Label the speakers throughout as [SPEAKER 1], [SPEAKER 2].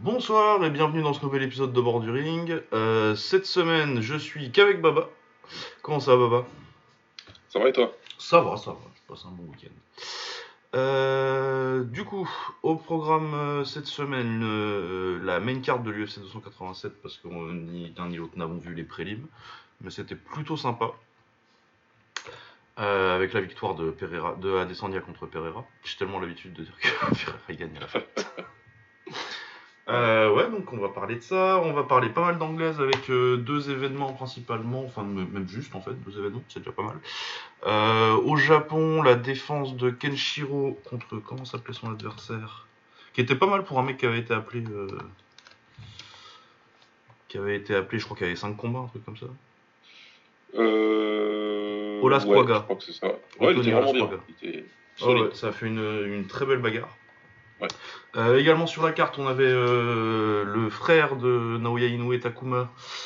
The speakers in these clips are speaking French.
[SPEAKER 1] Bonsoir et bienvenue dans ce nouvel épisode de Bord du Ring. Cette semaine, je suis qu'avec Baba. Comment ça va, Baba?
[SPEAKER 2] Ça va et toi?
[SPEAKER 1] Ça va, je passe un bon week-end. Du coup, au programme cette semaine, la main card de l'UFC 287, parce que ni l'un ni l'autre n'avons vu les prélims, mais c'était plutôt sympa. Avec la victoire de Pereira, de Adesanya contre Pereira. J'ai tellement l'habitude de dire que Pereira gagne à la fin. Ouais, donc on va parler de ça. On va parler pas mal d'anglaise avec deux événements principalement, enfin même juste en fait, deux événements, c'est déjà pas mal. Au Japon, la défense de Kenshiro contre, comment s'appelait son adversaire? Qui était pas mal pour un mec qui avait été appelé, je crois qu'il y avait 5 combats, un truc comme ça. Olas
[SPEAKER 2] Ouais, je
[SPEAKER 1] Quagga.
[SPEAKER 2] crois que c'est ça. Ouais, il était
[SPEAKER 1] Anthony
[SPEAKER 2] vraiment
[SPEAKER 1] Olas
[SPEAKER 2] bien.
[SPEAKER 1] Quagga.
[SPEAKER 2] Il était
[SPEAKER 1] Oh
[SPEAKER 2] solide.
[SPEAKER 1] ouais, ça a fait une très belle bagarre.
[SPEAKER 2] Ouais.
[SPEAKER 1] Également sur la carte, on avait le frère de Naoya Inoue Takuma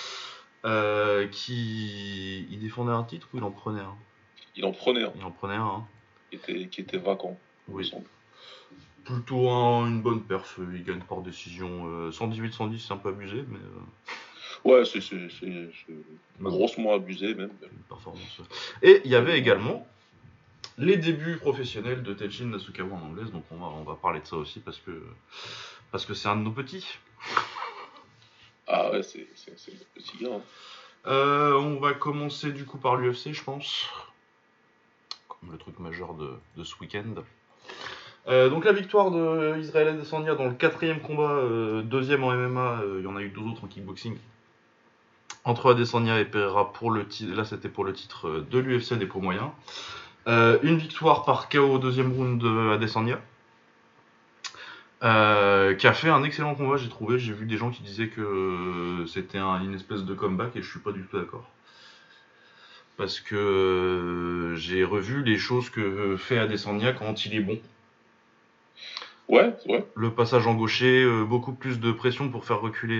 [SPEAKER 1] qui il défendait un titre ou il en prenait un?
[SPEAKER 2] Il en prenait un
[SPEAKER 1] Il en prenait un, hein.
[SPEAKER 2] qui était vacant, il me
[SPEAKER 1] Oui.
[SPEAKER 2] semble.
[SPEAKER 1] Plutôt une bonne perf, il gagne par décision 118-110, c'est un peu abusé, mais
[SPEAKER 2] Ouais, c'est
[SPEAKER 1] bon,
[SPEAKER 2] grossement abusé même.
[SPEAKER 1] une performance. Et il y avait également les débuts professionnels de Tenshin Nasukawa en anglaise, donc on va parler de ça aussi parce que c'est un de nos petits.
[SPEAKER 2] Ah ouais, c'est le petit gars. Hein.
[SPEAKER 1] On va commencer du coup par l'UFC, je pense, comme le truc majeur de ce week-end. Donc la victoire de Israël Adesanya dans le quatrième combat, deuxième en MMA, il y en a eu deux autres en kickboxing. Entre Adesanya et Pereira pour le titre, là c'était pour le titre de l'UFC des poids moyens. Une victoire par KO au deuxième round de Adesanya. Qui a fait un excellent combat, j'ai trouvé. J'ai vu des gens qui disaient que c'était une espèce de comeback et je suis pas du tout d'accord. Parce que j'ai revu les choses que fait Adesanya quand il est bon.
[SPEAKER 2] Ouais, ouais.
[SPEAKER 1] Le passage en gaucher, beaucoup plus de pression pour faire reculer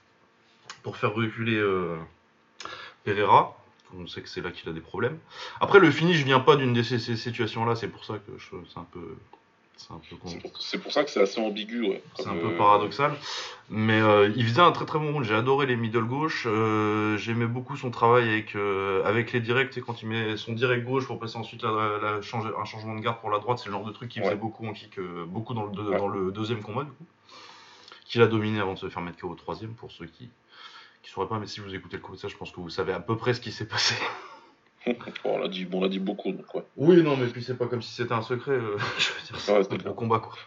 [SPEAKER 1] Pereira. On sait que c'est là qu'il a des problèmes. Après, le finish vient pas d'une de ces situations-là, c'est pour ça que c'est un peu
[SPEAKER 2] C'est pour ça que c'est assez ambigu, ouais.
[SPEAKER 1] c'est un peu paradoxal. Mais il faisait un très très bon round. J'ai adoré les middle gauche. J'aimais beaucoup son travail avec les directs. Et quand il met son direct gauche pour passer ensuite un changement de garde pour la droite, c'est le genre de truc qu'il faisait beaucoup en kick, beaucoup dans le deuxième combat du coup. Qu'il a dominé avant de se faire mettre KO au troisième pour ceux qui sauraient pas. Mais si vous écoutez le coup de ça, je pense que vous savez à peu près ce qui s'est passé.
[SPEAKER 2] Bon, on l'a dit beaucoup, donc ouais.
[SPEAKER 1] Oui, non, mais puis c'est pas comme si c'était un secret. Je veux dire, c'est un gros combat quoi.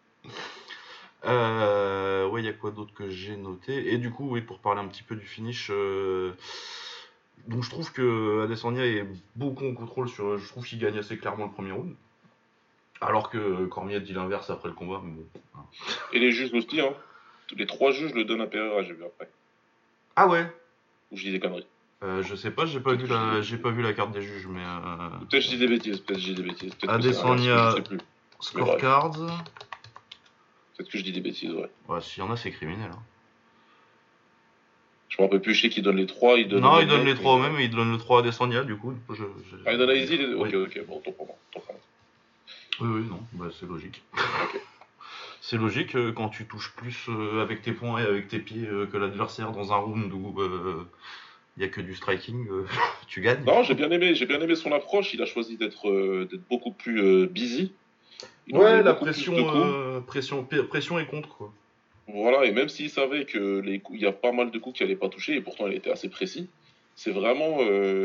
[SPEAKER 1] Ouais, il y a quoi d'autre que j'ai noté? Et du coup, oui, pour parler un petit peu du finish, donc je trouve que Adesanya est beaucoup en contrôle sur. Je trouve qu'il gagne assez clairement le premier round. Alors que Cormier dit l'inverse après le combat. Mais bon, hein.
[SPEAKER 2] Et les juges aussi, hein. Les trois juges le donnent à Pereira, j'ai vu après.
[SPEAKER 1] Ah ouais.
[SPEAKER 2] Ou je dis des conneries.
[SPEAKER 1] Je sais pas, j'ai pas vu la carte des juges, mais.
[SPEAKER 2] Peut-être je dis des bêtises, peut-être je dis des bêtises. Peut-être que c'est l'inverse,
[SPEAKER 1] Adesanya
[SPEAKER 2] je sais plus.
[SPEAKER 1] scorecards.
[SPEAKER 2] Peut-être que je dis des bêtises, ouais.
[SPEAKER 1] Ouais, s'il y en a, c'est criminel. Hein.
[SPEAKER 2] Je me rappelle plus, je sais qu'il donne les trois, il donne
[SPEAKER 1] Non,
[SPEAKER 2] au
[SPEAKER 1] il donne les
[SPEAKER 2] mec,
[SPEAKER 1] trois au même, et il donne le 3 à Adesanya, du coup.
[SPEAKER 2] Ah, il donne à Easy
[SPEAKER 1] Oui.
[SPEAKER 2] Ok, bon, tant pour moi.
[SPEAKER 1] Oui, non, bah, c'est logique.
[SPEAKER 2] Ok.
[SPEAKER 1] C'est logique quand tu touches plus avec tes poings et avec tes pieds que l'adversaire dans un round où il n'y a que du striking, tu gagnes.
[SPEAKER 2] Non, j'ai bien aimé son approche. Il a choisi d'être beaucoup plus busy. Il
[SPEAKER 1] Ouais,
[SPEAKER 2] envoyait
[SPEAKER 1] la
[SPEAKER 2] beaucoup plus de coups.
[SPEAKER 1] pression et contre, quoi.
[SPEAKER 2] Voilà, et même s'il savait que il y a pas mal de coups qui allaient pas toucher, et pourtant il était assez précis. C'est vraiment,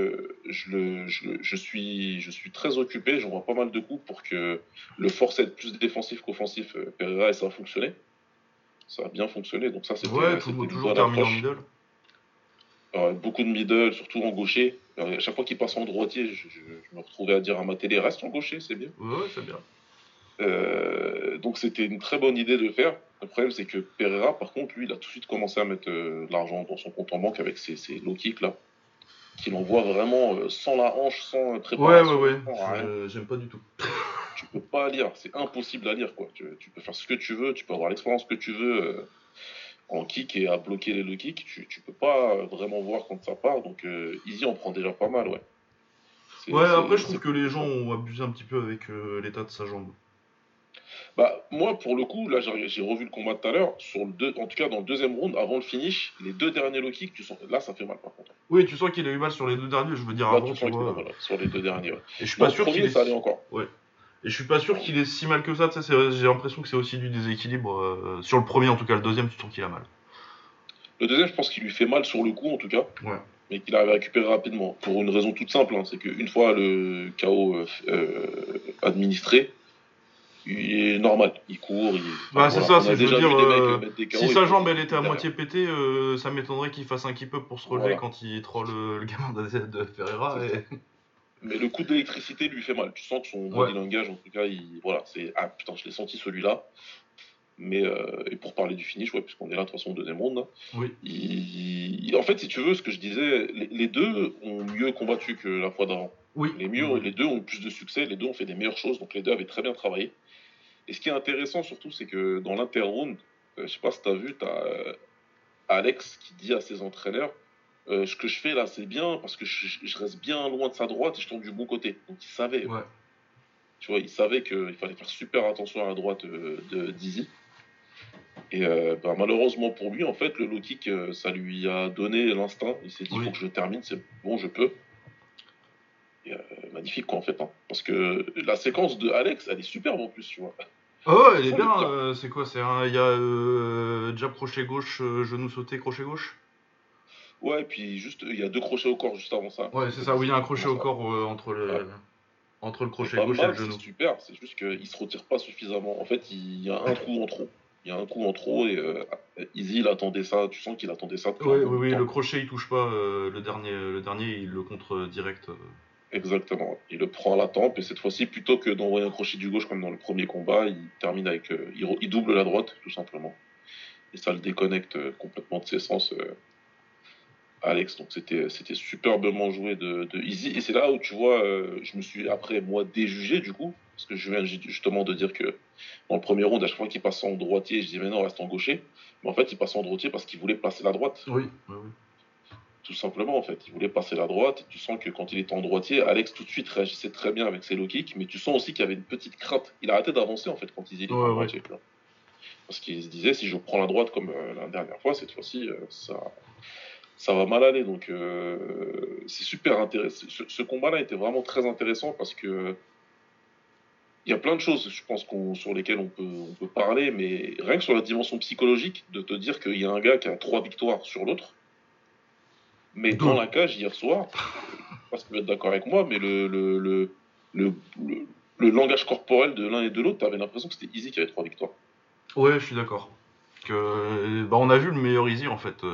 [SPEAKER 2] je suis très occupé. J'envoie pas mal de coups pour que le force être plus défensif qu'offensif. Pereira et ça a fonctionné. Ça a bien fonctionné, donc ça
[SPEAKER 1] Ouais,
[SPEAKER 2] c'était une
[SPEAKER 1] toujours
[SPEAKER 2] bonne
[SPEAKER 1] terminé en
[SPEAKER 2] approche.
[SPEAKER 1] middle.
[SPEAKER 2] Beaucoup de middle, surtout en gaucher. À chaque fois qu'il passe en droitier, je me retrouvais à dire à ma télé, reste en gaucher, c'est bien.
[SPEAKER 1] Ouais, c'est bien.
[SPEAKER 2] Donc c'était une très bonne idée de le faire. Le problème, c'est que Pereira, par contre, lui, il a tout de suite commencé à mettre de l'argent dans son compte en banque avec ses low kicks là, qu'il envoie vraiment sans la hanche, sans préparation,
[SPEAKER 1] Ouais.
[SPEAKER 2] sans rien.
[SPEAKER 1] J'aime pas du tout.
[SPEAKER 2] Tu peux pas lire, c'est impossible à lire quoi. Tu peux faire ce que tu veux, tu peux avoir l'expérience que tu veux en kick et à bloquer les low kicks. Tu peux pas vraiment voir quand ça part. Donc Easy en prend déjà pas mal, ouais.
[SPEAKER 1] Ouais, après, je trouve que les gens ont abusé un petit peu avec l'état de sa jambe.
[SPEAKER 2] Bah, moi, pour le coup, là, j'ai revu le combat tout à l'heure. En tout cas, dans le deuxième round, avant le finish, les deux derniers low kicks, là, ça fait mal par contre.
[SPEAKER 1] Oui, tu sens qu'il a eu mal sur les deux derniers, je veux dire
[SPEAKER 2] Là,
[SPEAKER 1] avant,
[SPEAKER 2] tu
[SPEAKER 1] tu
[SPEAKER 2] sens qu'il a
[SPEAKER 1] vois.
[SPEAKER 2] mal sur les deux derniers. Ouais.
[SPEAKER 1] Et je suis
[SPEAKER 2] Dans
[SPEAKER 1] pas
[SPEAKER 2] le
[SPEAKER 1] sûr qu'il
[SPEAKER 2] premier,
[SPEAKER 1] est
[SPEAKER 2] ça allait
[SPEAKER 1] si...
[SPEAKER 2] encore.
[SPEAKER 1] Ouais. Et je suis pas sûr qu'il est si mal que ça, tu sais, j'ai l'impression que c'est aussi du déséquilibre. Sur le premier, en tout cas, le deuxième, tu sens qu'il a mal.
[SPEAKER 2] Le deuxième, je pense qu'il lui fait mal sur le coup, en tout cas,
[SPEAKER 1] Ouais.
[SPEAKER 2] mais qu'il arrive à récupérer rapidement. Pour une raison toute simple, hein, c'est qu'une fois le KO administré, il est normal. Il court. Enfin,
[SPEAKER 1] Bah, c'est
[SPEAKER 2] voilà.
[SPEAKER 1] ça,
[SPEAKER 2] On a
[SPEAKER 1] je veux
[SPEAKER 2] déjà
[SPEAKER 1] dire,
[SPEAKER 2] vu des mecs mettre des
[SPEAKER 1] si
[SPEAKER 2] KO et
[SPEAKER 1] sa
[SPEAKER 2] puis
[SPEAKER 1] jambe elle
[SPEAKER 2] ils
[SPEAKER 1] était à
[SPEAKER 2] tombent derrière.
[SPEAKER 1] moitié pétée, ça m'étonnerait qu'il fasse un keep-up pour se relever
[SPEAKER 2] Voilà,
[SPEAKER 1] quand il troll le gamin de Ferreira.
[SPEAKER 2] c'est ça.
[SPEAKER 1] Et...
[SPEAKER 2] Mais le coup d'électricité lui fait mal. Tu sens que son
[SPEAKER 1] Ouais,
[SPEAKER 2] body language, en tout cas, voilà, c'est ah putain, je l'ai senti celui-là. Mais et pour parler du finish, ouais, puisqu'on est là de toute façon au deuxième round, hein,
[SPEAKER 1] oui,
[SPEAKER 2] en fait, si tu veux, ce que je disais, les deux ont mieux combattu que la fois d'avant.
[SPEAKER 1] oui, oui.
[SPEAKER 2] Les deux ont eu plus de succès, les deux ont fait des meilleures choses, donc les deux avaient très bien travaillé. Et ce qui est intéressant surtout, c'est que dans l'inter-round, je sais pas si t'as vu, t'as Alex qui dit à ses entraîneurs, ce que je fais là, c'est bien parce que je reste bien loin de sa droite et je tombe du bon côté. Donc il savait,
[SPEAKER 1] Ouais.
[SPEAKER 2] tu vois, il savait qu'il fallait faire super attention à la droite de Dizzy. Et bah, malheureusement pour lui, en fait, le low kick, ça lui a donné l'instinct. Il s'est dit, il faut
[SPEAKER 1] Oui.
[SPEAKER 2] que je le termine, c'est bon, je peux. Et, magnifique quoi en fait, hein. Parce que la séquence de Alex, elle est superbe en plus, tu vois.
[SPEAKER 1] Oh, ouais,
[SPEAKER 2] C'est
[SPEAKER 1] elle est
[SPEAKER 2] ça le
[SPEAKER 1] bien.
[SPEAKER 2] pire.
[SPEAKER 1] C'est quoi? Il y a jab crochet gauche, genou sauté, crochet gauche.
[SPEAKER 2] Ouais, et puis juste, il y a deux crochets au corps juste avant ça.
[SPEAKER 1] Ouais,
[SPEAKER 2] C'est
[SPEAKER 1] c'est ça. Oui, il y a un crochet
[SPEAKER 2] exactement
[SPEAKER 1] au
[SPEAKER 2] ça.
[SPEAKER 1] corps
[SPEAKER 2] Ouais.
[SPEAKER 1] entre le
[SPEAKER 2] C'est
[SPEAKER 1] crochet
[SPEAKER 2] pas
[SPEAKER 1] gauche et le
[SPEAKER 2] mal, c'est
[SPEAKER 1] genou.
[SPEAKER 2] super. C'est juste qu'il se retire pas suffisamment. En fait, il y a un coup en trop. Il y a un coup en trop et Easy, il attendait ça. Tu sens qu'il attendait ça depuis un
[SPEAKER 1] Oui,
[SPEAKER 2] bon
[SPEAKER 1] oui,
[SPEAKER 2] bout de
[SPEAKER 1] oui. Le
[SPEAKER 2] temps.
[SPEAKER 1] crochet il touche pas. Le dernier, il le contre direct.
[SPEAKER 2] Exactement. Il le prend à la tempe et cette fois-ci, plutôt que d'envoyer un crochet du gauche comme dans le premier combat, il termine avec, il double la droite tout simplement. Et ça le déconnecte complètement de ses sens, Alex. Donc c'était superbement joué de Easy. Et c'est là où tu vois, je me suis après moi déjugé du coup, parce que je viens justement de dire que dans le premier round, à chaque fois qu'il passait en droitier, je dis mais non, reste en gaucher. Mais en fait, il passait en droitier parce qu'il voulait placer la droite.
[SPEAKER 1] Oui, oui, oui.
[SPEAKER 2] Tout simplement, en fait. Il voulait passer la droite. Tu sens que quand il était en droitier, Alex tout de suite réagissait très bien avec ses low kicks, mais tu sens aussi qu'il y avait une petite crainte. Il a arrêté d'avancer en fait quand il était
[SPEAKER 1] Ouais,
[SPEAKER 2] en
[SPEAKER 1] ouais.
[SPEAKER 2] droitier. Tu vois. Parce qu'il se disait si je prends la droite comme la dernière fois, cette fois-ci, ça va mal aller. Donc c'est super intéressant. Ce combat-là était vraiment très intéressant parce que il y a plein de choses, je pense, sur lesquelles on peut parler, mais rien que sur la dimension psychologique, de te dire qu'il y a un gars qui a 3 victoires sur l'autre, mais dans
[SPEAKER 1] Deux.
[SPEAKER 2] la cage hier soir, je sais pas si tu vas être d'accord avec moi, mais le, le, le langage corporel de l'un et de l'autre, t'avais l'impression que c'était Easy qui avait 3 victoires.
[SPEAKER 1] Ouais, je suis d'accord. Bah, on a vu le meilleur Easy en fait.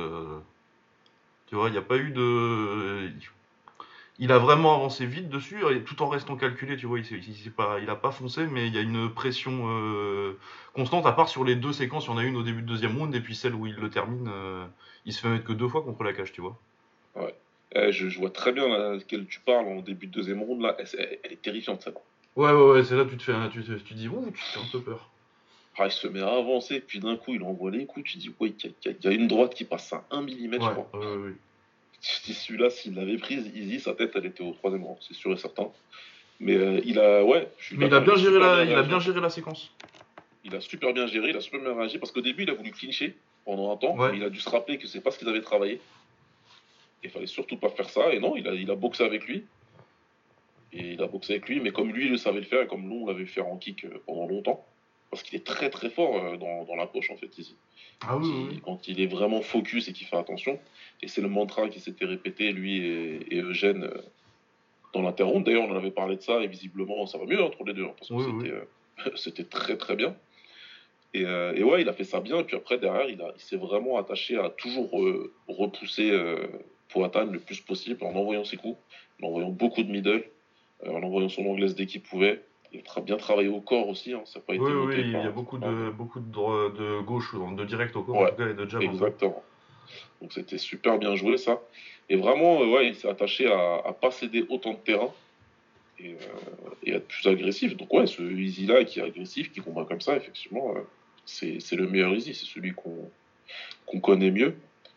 [SPEAKER 1] Tu vois, il n'y a pas eu de. Il a vraiment avancé vite dessus, tout en restant calculé, tu vois, il a pas foncé, mais il y a une pression constante, à part sur les deux séquences, il y en a une au début de deuxième round, et puis celle où il le termine, il se fait mettre que deux fois contre la cage, tu vois.
[SPEAKER 2] Ouais. Je vois très bien laquelle tu parles en début de deuxième round, là. Elle est terrifiante, ça.
[SPEAKER 1] Ouais, ouais, ouais, c'est là, tu dis, ouh, tu te fais un peu peur.
[SPEAKER 2] Ah, il se met à avancer, puis d'un coup, il envoie les coups. Tu dis, ouais, il y a une droite qui passe à 1 mm, je
[SPEAKER 1] Ouais,
[SPEAKER 2] crois.
[SPEAKER 1] ouais.
[SPEAKER 2] Tu dis, celui-là, s'il l'avait prise, Easy, sa tête, elle était au troisième rang, c'est sûr et certain. Mais il a, ouais, je suis
[SPEAKER 1] Mais il a
[SPEAKER 2] d'accord, il
[SPEAKER 1] bien
[SPEAKER 2] a
[SPEAKER 1] géré
[SPEAKER 2] super bien
[SPEAKER 1] il a
[SPEAKER 2] réagi,
[SPEAKER 1] bien
[SPEAKER 2] en fait.
[SPEAKER 1] géré la séquence.
[SPEAKER 2] Il a super bien géré, il a super bien réagi, parce qu'au début, il a voulu clincher pendant un temps,
[SPEAKER 1] Ouais,
[SPEAKER 2] mais il a dû se rappeler que c'est pas ce qu'ils avaient travaillé. Il fallait surtout pas faire ça, et non, il a boxé avec lui. Et il a boxé avec lui, mais comme lui, il le savait le faire, et comme nous, on l'avait fait en kick pendant longtemps. Parce qu'il est très très fort dans la poche, en fait, ici.
[SPEAKER 1] ah oui, oui, oui.
[SPEAKER 2] Quand il est vraiment focus et qu'il fait attention. Et c'est le mantra qui s'était répété, lui et Eugène, dans l'interround. D'ailleurs, on en avait parlé de ça, et visiblement, ça va mieux entre les deux, hein, parce que
[SPEAKER 1] Oui, oui.
[SPEAKER 2] c'était très très bien. Et ouais, il a fait ça bien, et puis après, derrière, il s'est vraiment attaché à toujours repousser Poatan le plus possible en envoyant ses coups, en envoyant beaucoup de middle, en envoyant son anglaise dès qu'il pouvait. Il a bien travaillé au corps aussi, hein, ça n'a pas
[SPEAKER 1] Oui,
[SPEAKER 2] été
[SPEAKER 1] oui,
[SPEAKER 2] noté
[SPEAKER 1] oui, il y a
[SPEAKER 2] par certains, mais...
[SPEAKER 1] beaucoup de gauche, de direct au corps en
[SPEAKER 2] Ouais,
[SPEAKER 1] tout cas, et de jab un peu.
[SPEAKER 2] exactement. Donc c'était super bien joué ça. Et vraiment, ouais, il s'est attaché à pas céder autant de terrain et à être plus agressif. Donc ouais, ce Easy là qui est agressif, qui combat comme ça, effectivement, c'est le meilleur Easy, c'est celui qu'on connaît mieux.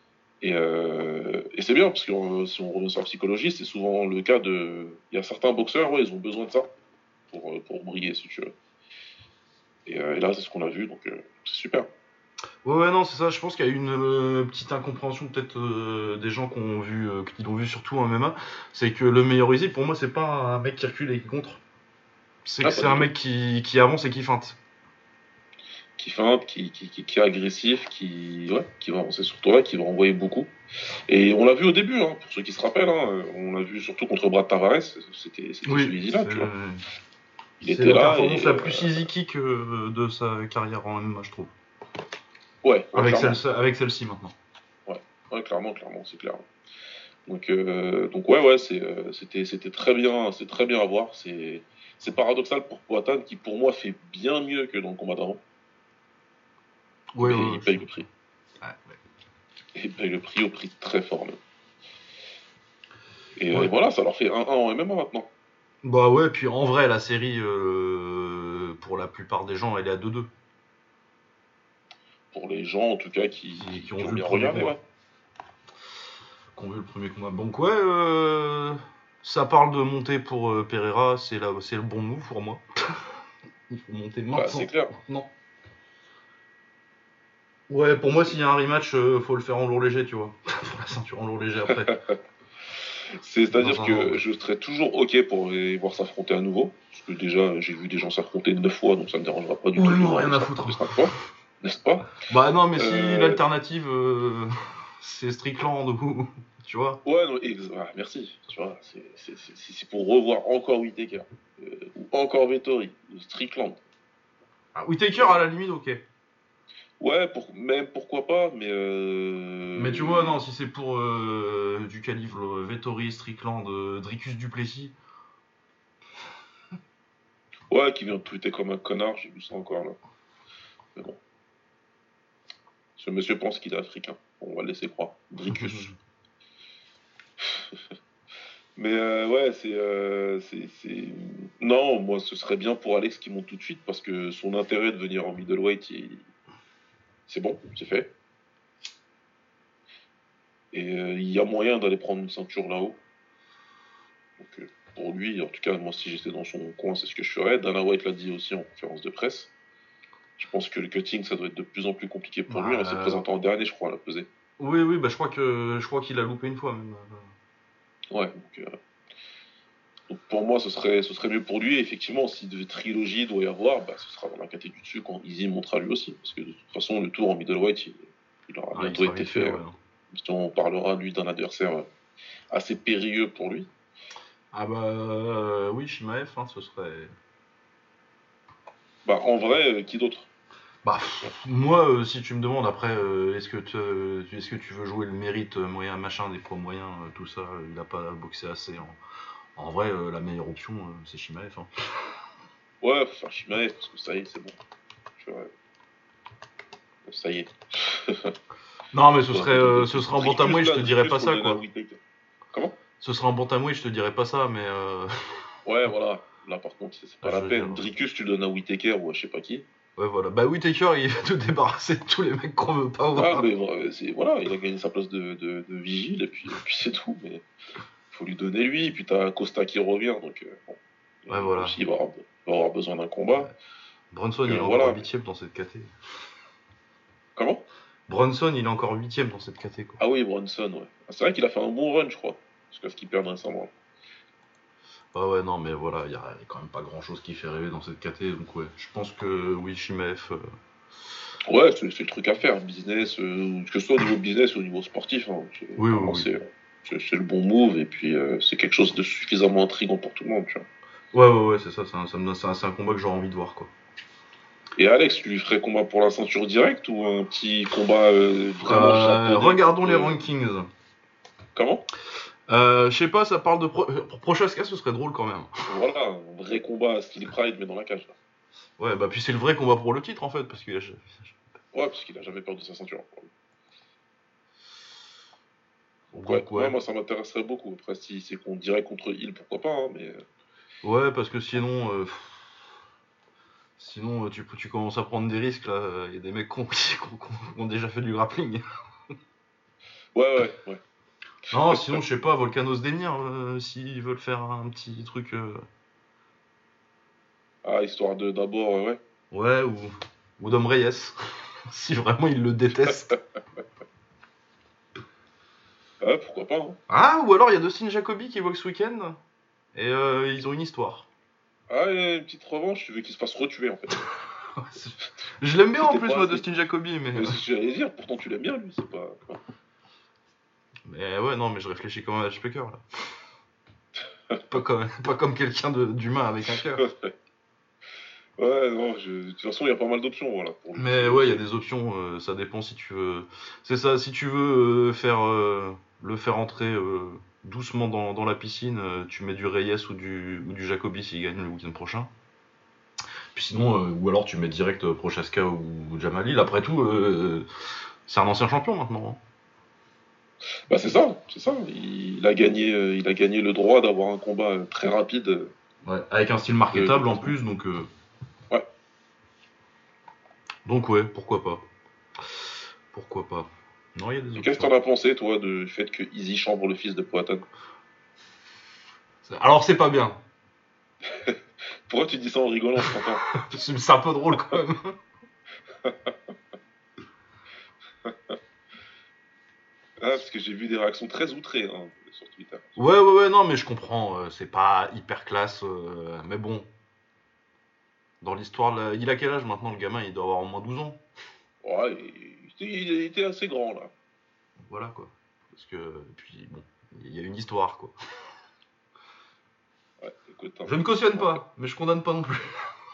[SPEAKER 2] Et c'est bien, parce que si on revient sur la psychologie, c'est souvent le cas de... Il y a certains boxeurs, ouais, ils ont besoin de ça pour briller, si tu veux. Et là, c'est ce qu'on a vu, donc c'est super.
[SPEAKER 1] Ouais, non, c'est ça. Je pense qu'il y a une petite incompréhension peut-être des gens qui l'ont vu surtout en MMA. C'est que le meilleur Easy, pour moi, c'est pas un mec qui recule et qui contre. C'est que
[SPEAKER 2] Ah, pas
[SPEAKER 1] c'est
[SPEAKER 2] du
[SPEAKER 1] un
[SPEAKER 2] tout.
[SPEAKER 1] mec qui avance et qui feinte.
[SPEAKER 2] Qui feinte, qui est agressif, qui va avancer sur toi, qui va envoyer beaucoup. Et on l'a vu au début, hein, pour ceux qui se rappellent, hein, on l'a vu surtout contre Brad Tavares, c'était ce
[SPEAKER 1] Oui,
[SPEAKER 2] Easy-là, tu vois. Il
[SPEAKER 1] c'est
[SPEAKER 2] était
[SPEAKER 1] la
[SPEAKER 2] là
[SPEAKER 1] performance
[SPEAKER 2] et
[SPEAKER 1] la plus easy kick de sa carrière en MMA, je trouve.
[SPEAKER 2] ouais, clairement.
[SPEAKER 1] Avec celle-ci maintenant.
[SPEAKER 2] Ouais, ouais, clairement, c'est clair. Donc ouais, c'était très bien, c'est très bien à voir. C'est paradoxal pour Poatan qui pour moi fait bien mieux que dans le combat d'avant,
[SPEAKER 1] Ouais,
[SPEAKER 2] mais
[SPEAKER 1] ouais,
[SPEAKER 2] il paye le prix.
[SPEAKER 1] ouais, ouais.
[SPEAKER 2] Et il paye le prix au prix très fort même. Et
[SPEAKER 1] Ouais.
[SPEAKER 2] voilà, ça leur fait 1-1 en MMA maintenant.
[SPEAKER 1] Bah ouais, puis en vrai, la série, pour la plupart des gens, elle est à 2-2.
[SPEAKER 2] Pour les gens en tout cas
[SPEAKER 1] Qui ont
[SPEAKER 2] qui ont
[SPEAKER 1] vu le
[SPEAKER 2] bien
[SPEAKER 1] premier
[SPEAKER 2] regardé,
[SPEAKER 1] combat.
[SPEAKER 2] ouais.
[SPEAKER 1] Qui ont vu le premier combat. Donc ouais, ça parle de monter pour Pereira, c'est le bon move pour moi. Il faut monter
[SPEAKER 2] Bah c'est
[SPEAKER 1] maintenant.
[SPEAKER 2] clair.
[SPEAKER 1] Non. Ouais, pour moi, s'il y a un rematch, faut le faire en lourd léger, tu vois. Pour la ceinture en lourd léger après. Dans
[SPEAKER 2] C'est-à-dire
[SPEAKER 1] un an,
[SPEAKER 2] que
[SPEAKER 1] ouais.
[SPEAKER 2] je serais toujours ok pour les voir s'affronter à nouveau. Parce que déjà, j'ai vu des gens s'affronter 9 fois, donc ça me dérangera pas du tout
[SPEAKER 1] Ouais,
[SPEAKER 2] de les
[SPEAKER 1] non,
[SPEAKER 2] voir
[SPEAKER 1] rien à foutre.
[SPEAKER 2] s'affronter 5 fois. N'est-ce pas?
[SPEAKER 1] Bah non, mais si
[SPEAKER 2] euh...
[SPEAKER 1] l'alternative, c'est Strickland ou... Tu vois.
[SPEAKER 2] Ouais, non, merci. Tu vois, c'est pour revoir encore Whittaker, ou encore Vettori, ou Strickland.
[SPEAKER 1] Ah, Whittaker, à
[SPEAKER 2] Euh,
[SPEAKER 1] la limite, ok.
[SPEAKER 2] ouais, même pourquoi pas, mais
[SPEAKER 1] Mais tu vois, non, si c'est pour du calibre Vettori, Strickland, Dricus Duplessis...
[SPEAKER 2] ouais, qui vient de tweeter comme un connard, j'ai vu ça encore là. Mais bon, ce monsieur pense qu'il est africain. Bon, on va le laisser croire. Dricus. Mais ouais, non, moi ce serait bien pour Alex qui monte tout de suite parce que son intérêt de venir en middleweight, c'est bon, c'est fait. Et il y a moyen d'aller prendre une ceinture là-haut. Donc pour lui, en tout cas, moi si j'étais dans son coin, c'est ce que je ferais. Dana White l'a dit aussi en conférence de presse. Je pense que le cutting, ça doit être de plus en plus compliqué pour lui.
[SPEAKER 1] Bah,
[SPEAKER 2] On s'est présenté en dernier, je crois, à la pesée.
[SPEAKER 1] oui, oui, bah je crois qu'il a loupé une fois même.
[SPEAKER 2] Ouais, donc pour moi, ce serait mieux pour lui. Et effectivement, si de trilogie doit y avoir, bah, ce sera dans la catégorie du dessus quand Easy montera lui aussi. Parce que de toute façon, le tour en middleweight, il aura
[SPEAKER 1] Ah, il
[SPEAKER 2] bientôt
[SPEAKER 1] sera
[SPEAKER 2] été
[SPEAKER 1] vite fait,
[SPEAKER 2] fait.
[SPEAKER 1] ouais.
[SPEAKER 2] On parlera, lui, d'un adversaire assez périlleux pour lui.
[SPEAKER 1] Ah bah oui, Shimaev, hein, ce serait...
[SPEAKER 2] Bah, en vrai, qui d'autre?
[SPEAKER 1] Bah,
[SPEAKER 2] Tu vois.
[SPEAKER 1] moi, si tu me demandes après, est-ce que tu veux jouer le mérite moyen, machin, des poids moyens, tout ça, il a pas boxé assez. En vrai, la meilleure option, c'est Shimaev. Hein.
[SPEAKER 2] Ouais, faut faire Chimaev, parce que ça y est, c'est bon. Tu vois, ça y est.
[SPEAKER 1] Non, mais
[SPEAKER 2] Faut rien attendre de
[SPEAKER 1] ce
[SPEAKER 2] plus.
[SPEAKER 1] serait en bantamweight, je te dirais
[SPEAKER 2] Dricus,
[SPEAKER 1] pas
[SPEAKER 2] faut le
[SPEAKER 1] ça,
[SPEAKER 2] donner à
[SPEAKER 1] quoi.
[SPEAKER 2] Whittaker. Comment?
[SPEAKER 1] Ce serait en bantamweight, je te dirais pas ça, mais
[SPEAKER 2] Ouais, voilà. Là, par contre, c'est pas
[SPEAKER 1] je
[SPEAKER 2] la
[SPEAKER 1] veux dire,
[SPEAKER 2] peine. Dricus, tu le donnes à Whittaker ou à je sais pas qui.
[SPEAKER 1] ouais, voilà. Bah Whittaker, il va tout débarrasser de tous les mecs qu'on veut pas
[SPEAKER 2] Ah,
[SPEAKER 1] voir.
[SPEAKER 2] mais voilà, il a gagné sa place de vigile, et puis c'est tout. Mais faut lui donner lui, et puis t'as Costa qui revient, donc bon.
[SPEAKER 1] Ouais,
[SPEAKER 2] Lui
[SPEAKER 1] voilà.
[SPEAKER 2] aussi, il va avoir besoin d'un combat.
[SPEAKER 1] Brunson, il est encore
[SPEAKER 2] Voilà.
[SPEAKER 1] 8ème dans cette KT.
[SPEAKER 2] Comment?
[SPEAKER 1] Brunson, il est encore 8ème dans cette KT, quoi.
[SPEAKER 2] Ah oui, Bronson, ouais. Ah, c'est vrai qu'il a fait un bon run, je crois. Jusqu'à ce qu'il perde récemment.
[SPEAKER 1] Ouais, ouais, non, mais voilà, y a quand même pas grand chose qui fait rêver dans cette KT, donc ouais, je pense que oui, Shimaev.
[SPEAKER 2] Ouais, c'est le truc à faire, business, que ce soit au niveau business ou au niveau sportif. Hein.
[SPEAKER 1] Oui, oui,
[SPEAKER 2] Vraiment,
[SPEAKER 1] oui.
[SPEAKER 2] c'est le bon move, et puis c'est quelque chose de suffisamment intriguant pour tout le monde, tu vois.
[SPEAKER 1] Ouais, ouais, ouais, c'est ça, c'est un combat que j'aurais envie de voir, quoi.
[SPEAKER 2] Et Alex, tu lui ferais combat pour la ceinture directe ou un petit combat vraiment japonais
[SPEAKER 1] Regardons
[SPEAKER 2] contre.
[SPEAKER 1] les rankings.
[SPEAKER 2] Comment?
[SPEAKER 1] Je sais pas, ça parle de pour Prochaska, ce serait drôle quand même.
[SPEAKER 2] Voilà, un vrai combat style Pride, mais dans la cage, là.
[SPEAKER 1] Ouais, bah puis c'est le vrai combat pour le titre en fait, parce que.
[SPEAKER 2] Ouais, parce qu'il a jamais perdu sa ceinture. Donc ouais,
[SPEAKER 1] Donc
[SPEAKER 2] ouais,
[SPEAKER 1] ouais.
[SPEAKER 2] moi ça m'intéresserait beaucoup. Après, si c'est qu'on dirait contre Hill, pourquoi pas, hein, mais.
[SPEAKER 1] Ouais, parce que sinon. Sinon, tu commences à prendre des risques là. Il y a des mecs qui ont déjà fait du grappling.
[SPEAKER 2] Ouais, ouais, ouais.
[SPEAKER 1] Non, sinon, je sais pas, Volcanos Denir, s'ils veulent faire un petit truc.
[SPEAKER 2] Ah, histoire de d'abord, ouais.
[SPEAKER 1] Ouais, ou Dom Reyes. Si vraiment il le déteste.
[SPEAKER 2] Ouais, pourquoi pas, hein.
[SPEAKER 1] Ah, ou alors il y a Dustin Jacoby qui voit ce week-end. Et ils ont une histoire.
[SPEAKER 2] Ah, il y a une petite revanche, tu veux qu'il se fasse retuer en fait.
[SPEAKER 1] Je l'aime bien en
[SPEAKER 2] C'était
[SPEAKER 1] plus,
[SPEAKER 2] pas
[SPEAKER 1] moi,
[SPEAKER 2] assez.
[SPEAKER 1] Dustin Jacoby, mais.
[SPEAKER 2] C'est ce que j'allais dire, pourtant tu l'aimes bien lui, c'est pas.
[SPEAKER 1] Mais ouais, non, mais je réfléchis quand même à Specker là. Pas comme quelqu'un d'humain avec un cœur.
[SPEAKER 2] Ouais, non, de toute façon, il y a pas mal d'options, voilà. Pour lui,
[SPEAKER 1] Mais ouais, il y a des options, ça dépend si tu veux. C'est ça, si tu veux le faire entrer doucement dans la piscine, tu mets du Reyes ou du Jacobi s'il gagne le week-end prochain. Puis sinon, ou alors tu mets direct Prochaska ou Jamalil. Après tout, c'est un ancien champion maintenant.
[SPEAKER 2] Bah c'est ça, c'est ça. Il a gagné le droit d'avoir un combat très rapide.
[SPEAKER 1] Ouais, avec un style
[SPEAKER 2] De
[SPEAKER 1] marketable en
[SPEAKER 2] classement.
[SPEAKER 1] plus, donc.
[SPEAKER 2] Ouais.
[SPEAKER 1] Donc ouais, pourquoi pas. Pourquoi pas. Non, il y a des
[SPEAKER 2] Et qu'est-ce que
[SPEAKER 1] options.
[SPEAKER 2] t'en as pensé, toi, du fait que Easy chambre le fils de Poatan?
[SPEAKER 1] Alors c'est pas bien.
[SPEAKER 2] Pourquoi tu dis ça en rigolant, je t'entends?
[SPEAKER 1] C'est un peu drôle quand même.
[SPEAKER 2] Ah, parce que j'ai vu des réactions très outrées hein, sur Twitter.
[SPEAKER 1] Ouais, non, mais je comprends. C'est pas hyper classe. Mais bon, dans l'histoire, il a quel âge maintenant le gamin? Il doit avoir au moins 12 ans.
[SPEAKER 2] Ouais, il était assez grand, là.
[SPEAKER 1] Voilà quoi. Parce que. Puis bon, il y a une histoire quoi.
[SPEAKER 2] Ouais, écoute, hein,
[SPEAKER 1] Je ne cautionne
[SPEAKER 2] moi,
[SPEAKER 1] pas, mais je condamne pas non plus.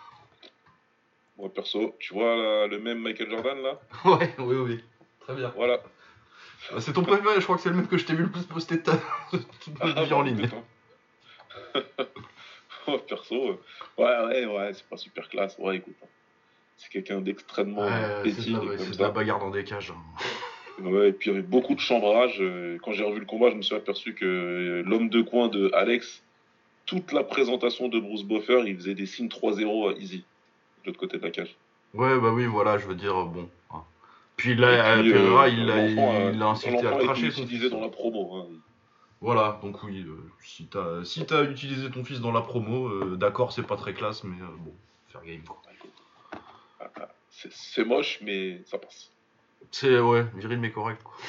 [SPEAKER 2] moi, perso, tu vois là, le même Michael Jordan, là?
[SPEAKER 1] Ouais, oui. Très bien.
[SPEAKER 2] Voilà.
[SPEAKER 1] C'est ton préféré, je crois que c'est le même que je t'ai vu le plus poster de toute
[SPEAKER 2] Ah,
[SPEAKER 1] notre vie
[SPEAKER 2] bah
[SPEAKER 1] en ligne.
[SPEAKER 2] écoute, hein. Moi, perso, ouais, c'est pas super classe. Ouais, écoute, hein. C'est quelqu'un d'extrêmement petit, il est comme
[SPEAKER 1] C'est de la
[SPEAKER 2] ça.
[SPEAKER 1] bagarre dans des cages.
[SPEAKER 2] Ouais, et puis il y avait beaucoup de chambrage. Quand j'ai revu le combat, je me suis aperçu que l'homme de coin de Alex, toute la présentation de Bruce Buffer, il faisait des signes 3-0 à Easy, de l'autre côté de la cage.
[SPEAKER 1] Ouais, bah oui, voilà, je veux dire, bon. Hein. Puis
[SPEAKER 2] Et
[SPEAKER 1] là,
[SPEAKER 2] puis
[SPEAKER 1] Pereira,
[SPEAKER 2] l'enfant
[SPEAKER 1] il l'a incité à
[SPEAKER 2] l'enfant
[SPEAKER 1] le
[SPEAKER 2] a été
[SPEAKER 1] cracher son
[SPEAKER 2] utilisé
[SPEAKER 1] fils.
[SPEAKER 2] dans la promo, hein.
[SPEAKER 1] Voilà, donc oui, si t'as utilisé ton fils dans la promo, d'accord, c'est pas très classe, mais bon, faire game quoi.
[SPEAKER 2] Ah, écoute, c'est moche, mais ça passe.
[SPEAKER 1] C'est, ouais, viril mais correct quoi.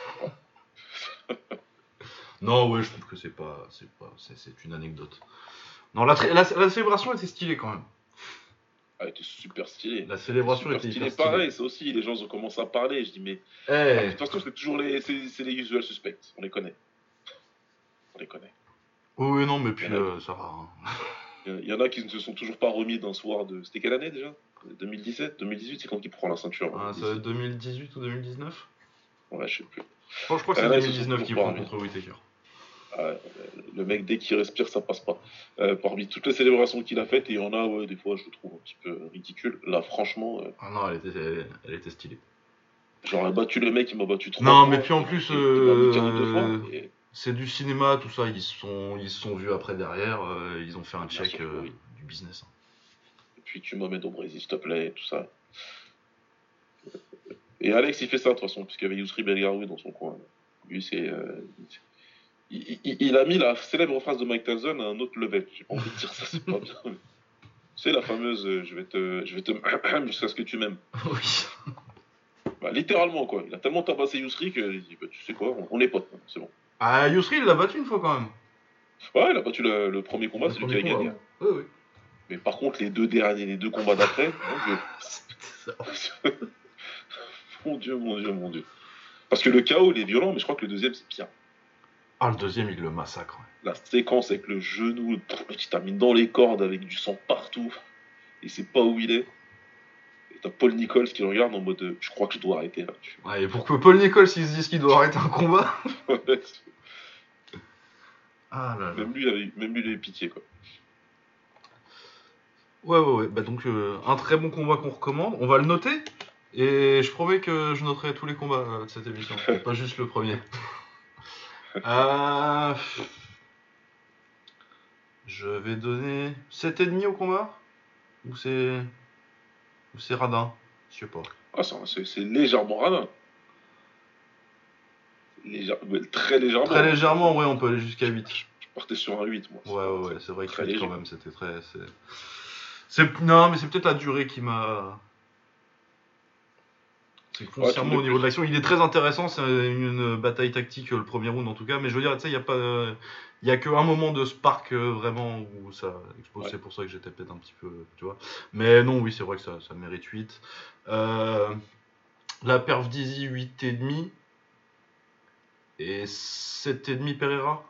[SPEAKER 2] Ouais.
[SPEAKER 1] Non, ouais, je trouve que c'est une anecdote. Non, la célébration était stylée quand même.
[SPEAKER 2] Ah, il était super stylé.
[SPEAKER 1] La célébration
[SPEAKER 2] Super
[SPEAKER 1] était
[SPEAKER 2] stylé.
[SPEAKER 1] hyper stylée.
[SPEAKER 2] Pareil, ça aussi, les gens ont commencé à parler. Je dis, mais. Ah, de
[SPEAKER 1] Eh,
[SPEAKER 2] toute façon, c'est toujours c'est les usual suspects. On les connaît. On les connaît.
[SPEAKER 1] oui, non, mais
[SPEAKER 2] Il y
[SPEAKER 1] puis
[SPEAKER 2] en a,
[SPEAKER 1] ça va. Hein.
[SPEAKER 2] il y en a qui ne se sont toujours pas remis d'un soir de. C'était quelle année déjà? 2017, 2018, c'est quand il prend la ceinture?
[SPEAKER 1] Ah, ça va être 2018 ou 2019?
[SPEAKER 2] Ouais, je sais plus.
[SPEAKER 1] Je crois que
[SPEAKER 2] Il y
[SPEAKER 1] c'est
[SPEAKER 2] en a, ils se sont
[SPEAKER 1] 2019
[SPEAKER 2] toujours
[SPEAKER 1] qu'il
[SPEAKER 2] pas
[SPEAKER 1] prend
[SPEAKER 2] remis.
[SPEAKER 1] contre Whittaker.
[SPEAKER 2] Ah, le mec, dès qu'il respire, ça passe pas. Parmi toutes les célébrations qu'il a faites, et il y en a, ouais, des fois, je le trouve un petit peu ridicule. Là, franchement,
[SPEAKER 1] Ah non, elle était stylée.
[SPEAKER 2] j'aurais battu le mec, il m'a battu 3
[SPEAKER 1] Non, mais
[SPEAKER 2] fois.
[SPEAKER 1] puis en plus,
[SPEAKER 2] Il m'a mis KO 2 fois. Et
[SPEAKER 1] c'est du cinéma, tout ça. Ils se sont vus après derrière. Ils ont fait un
[SPEAKER 2] bien
[SPEAKER 1] check
[SPEAKER 2] sûr que oui.
[SPEAKER 1] du business. Hein.
[SPEAKER 2] Et puis tu m'emmènes au Brésil, s'il te plaît, et tout ça. Et Alex, il fait ça, de toute façon, puisqu'il y avait Yousri Belgaroui dans son coin. Lui, c'est. Il a mis la célèbre phrase de Mike Tyson à un autre level. J'ai pas envie de dire ça, c'est pas bien. C'est la fameuse je vais te jusqu'à ce que tu m'aimes.
[SPEAKER 1] Oui.
[SPEAKER 2] Bah, littéralement, quoi. Il a tellement tabassé Yousri qu'il dit bah, tu sais quoi, on est potes, c'est bon.
[SPEAKER 1] Ah, Yusri, il l'a battu une fois quand même.
[SPEAKER 2] Ouais, il a battu le premier combat,
[SPEAKER 1] Le
[SPEAKER 2] c'est lui
[SPEAKER 1] premier
[SPEAKER 2] qui a
[SPEAKER 1] combat.
[SPEAKER 2] gagné.
[SPEAKER 1] Ouais, oui.
[SPEAKER 2] Mais par contre, les deux derniers, les deux combats d'après, mon Dieu. Mon Dieu. Parce que le KO, il est violent, mais je crois que le deuxième, c'est pire.
[SPEAKER 1] Ah, le deuxième, il le massacre. Ouais.
[SPEAKER 2] La séquence avec le genou, qui termine dans les cordes avec du sang partout, il sait pas où il est. Et t'as Paul Nichols qui le regarde en mode je crois que je dois arrêter là.
[SPEAKER 1] Ouais, et pour que Paul Nichols il se dise qu'il doit arrêter un combat. Ah là là.
[SPEAKER 2] Même lui, il avait pitié quoi.
[SPEAKER 1] Ouais. Bah donc, un très bon combat qu'on recommande. On va le noter. Et je promets que je noterai tous les combats de cette émission. Pas juste le premier. Je vais donner 7,5 au combat. Ou c'est radin. Je sais pas.
[SPEAKER 2] Ah, c'est légèrement radin. Très légèrement.
[SPEAKER 1] Très légèrement, ouais, on peut aller jusqu'à 8.
[SPEAKER 2] Je partais sur un 8, moi.
[SPEAKER 1] Ouais, c'est vrai que
[SPEAKER 2] très
[SPEAKER 1] 8 quand
[SPEAKER 2] léger.
[SPEAKER 1] même, c'était très. Non, mais c'est peut-être la durée qui m'a. C'est que foncièrement au niveau de l'action, il est très intéressant. C'est une bataille tactique le premier round en tout cas. Mais je veux dire, tu sais, il y a pas, il y a qu'un moment de spark vraiment où ça explose. C'est pour ça que j'étais peut-être un petit peu, tu vois. Mais non, oui, c'est vrai que ça mérite 8. La perf d'Easy 8,5 et 7,5 Pereira.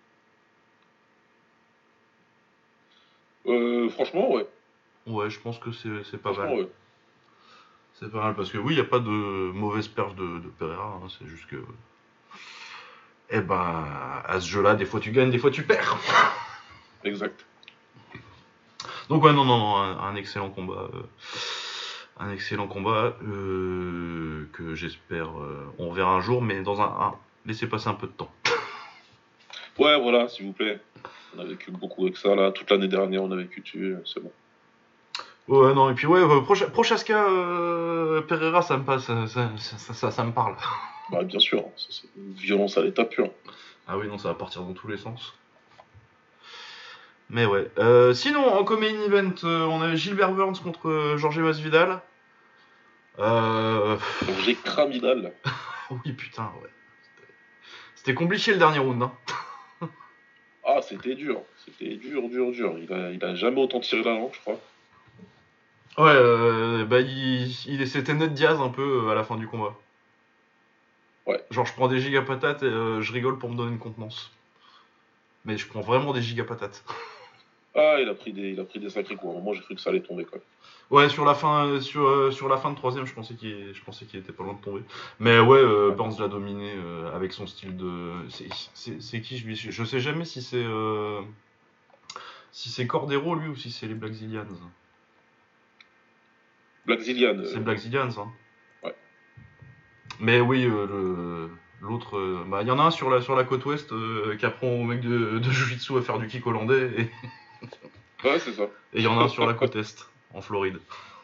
[SPEAKER 2] Franchement, ouais.
[SPEAKER 1] Ouais, je pense que c'est pas mal.
[SPEAKER 2] Ouais.
[SPEAKER 1] C'est pas mal parce que oui, il n'y a pas de mauvaise perf de Pereira. Hein, c'est juste que. Eh ben, à ce jeu-là, des fois tu gagnes, des fois tu perds.
[SPEAKER 2] Exact.
[SPEAKER 1] Donc, ouais, non, un excellent combat. Un excellent combat que j'espère on verra un jour, mais dans laissez passer un peu de temps.
[SPEAKER 2] Ouais, voilà, s'il vous plaît. On a vécu beaucoup avec ça, là. Toute l'année dernière, on a vécu dessus, c'est bon.
[SPEAKER 1] Ouais, non, et puis ouais, Prochaska Pereira, ça me passe, ça me parle.
[SPEAKER 2] Bah, bien sûr, c'est une violence à l'état pur.
[SPEAKER 1] Ah oui, non, ça va partir dans tous les sens. Mais ouais. Sinon, en co-main event, on avait Gilbert Burns contre Jorge Masvidal.
[SPEAKER 2] J'ai Cramidal.
[SPEAKER 1] Oui, putain, ouais. C'était compliqué le dernier round, hein.
[SPEAKER 2] Ah, c'était dur. C'était dur. Il a jamais autant tiré la langue, je crois.
[SPEAKER 1] Ouais, bah c'était Ned Diaz un peu à la fin du combat.
[SPEAKER 2] Ouais.
[SPEAKER 1] Genre, je prends des giga patates et je rigole pour me donner une contenance. Mais je prends vraiment des giga patates.
[SPEAKER 2] Ah, il a pris des sacrés coups. À un moment, j'ai cru que ça allait tomber, quoi.
[SPEAKER 1] Ouais, sur la fin, sur la fin de troisième, je pensais qu'il était pas loin de tomber. Mais ouais, Burns l'a dominé avec son style de. C'est qui je sais jamais si c'est Cordero lui ou si c'est les Black Zillians.
[SPEAKER 2] Black Zillian.
[SPEAKER 1] C'est Black Zillians, hein.
[SPEAKER 2] Ouais.
[SPEAKER 1] Mais oui, l'autre, bah il y en a un sur la côte ouest qui apprend au mec de Jiu-Jitsu à faire du kick hollandais et
[SPEAKER 2] Ouais, c'est ça.
[SPEAKER 1] il y en a un sur la côte est, en Floride.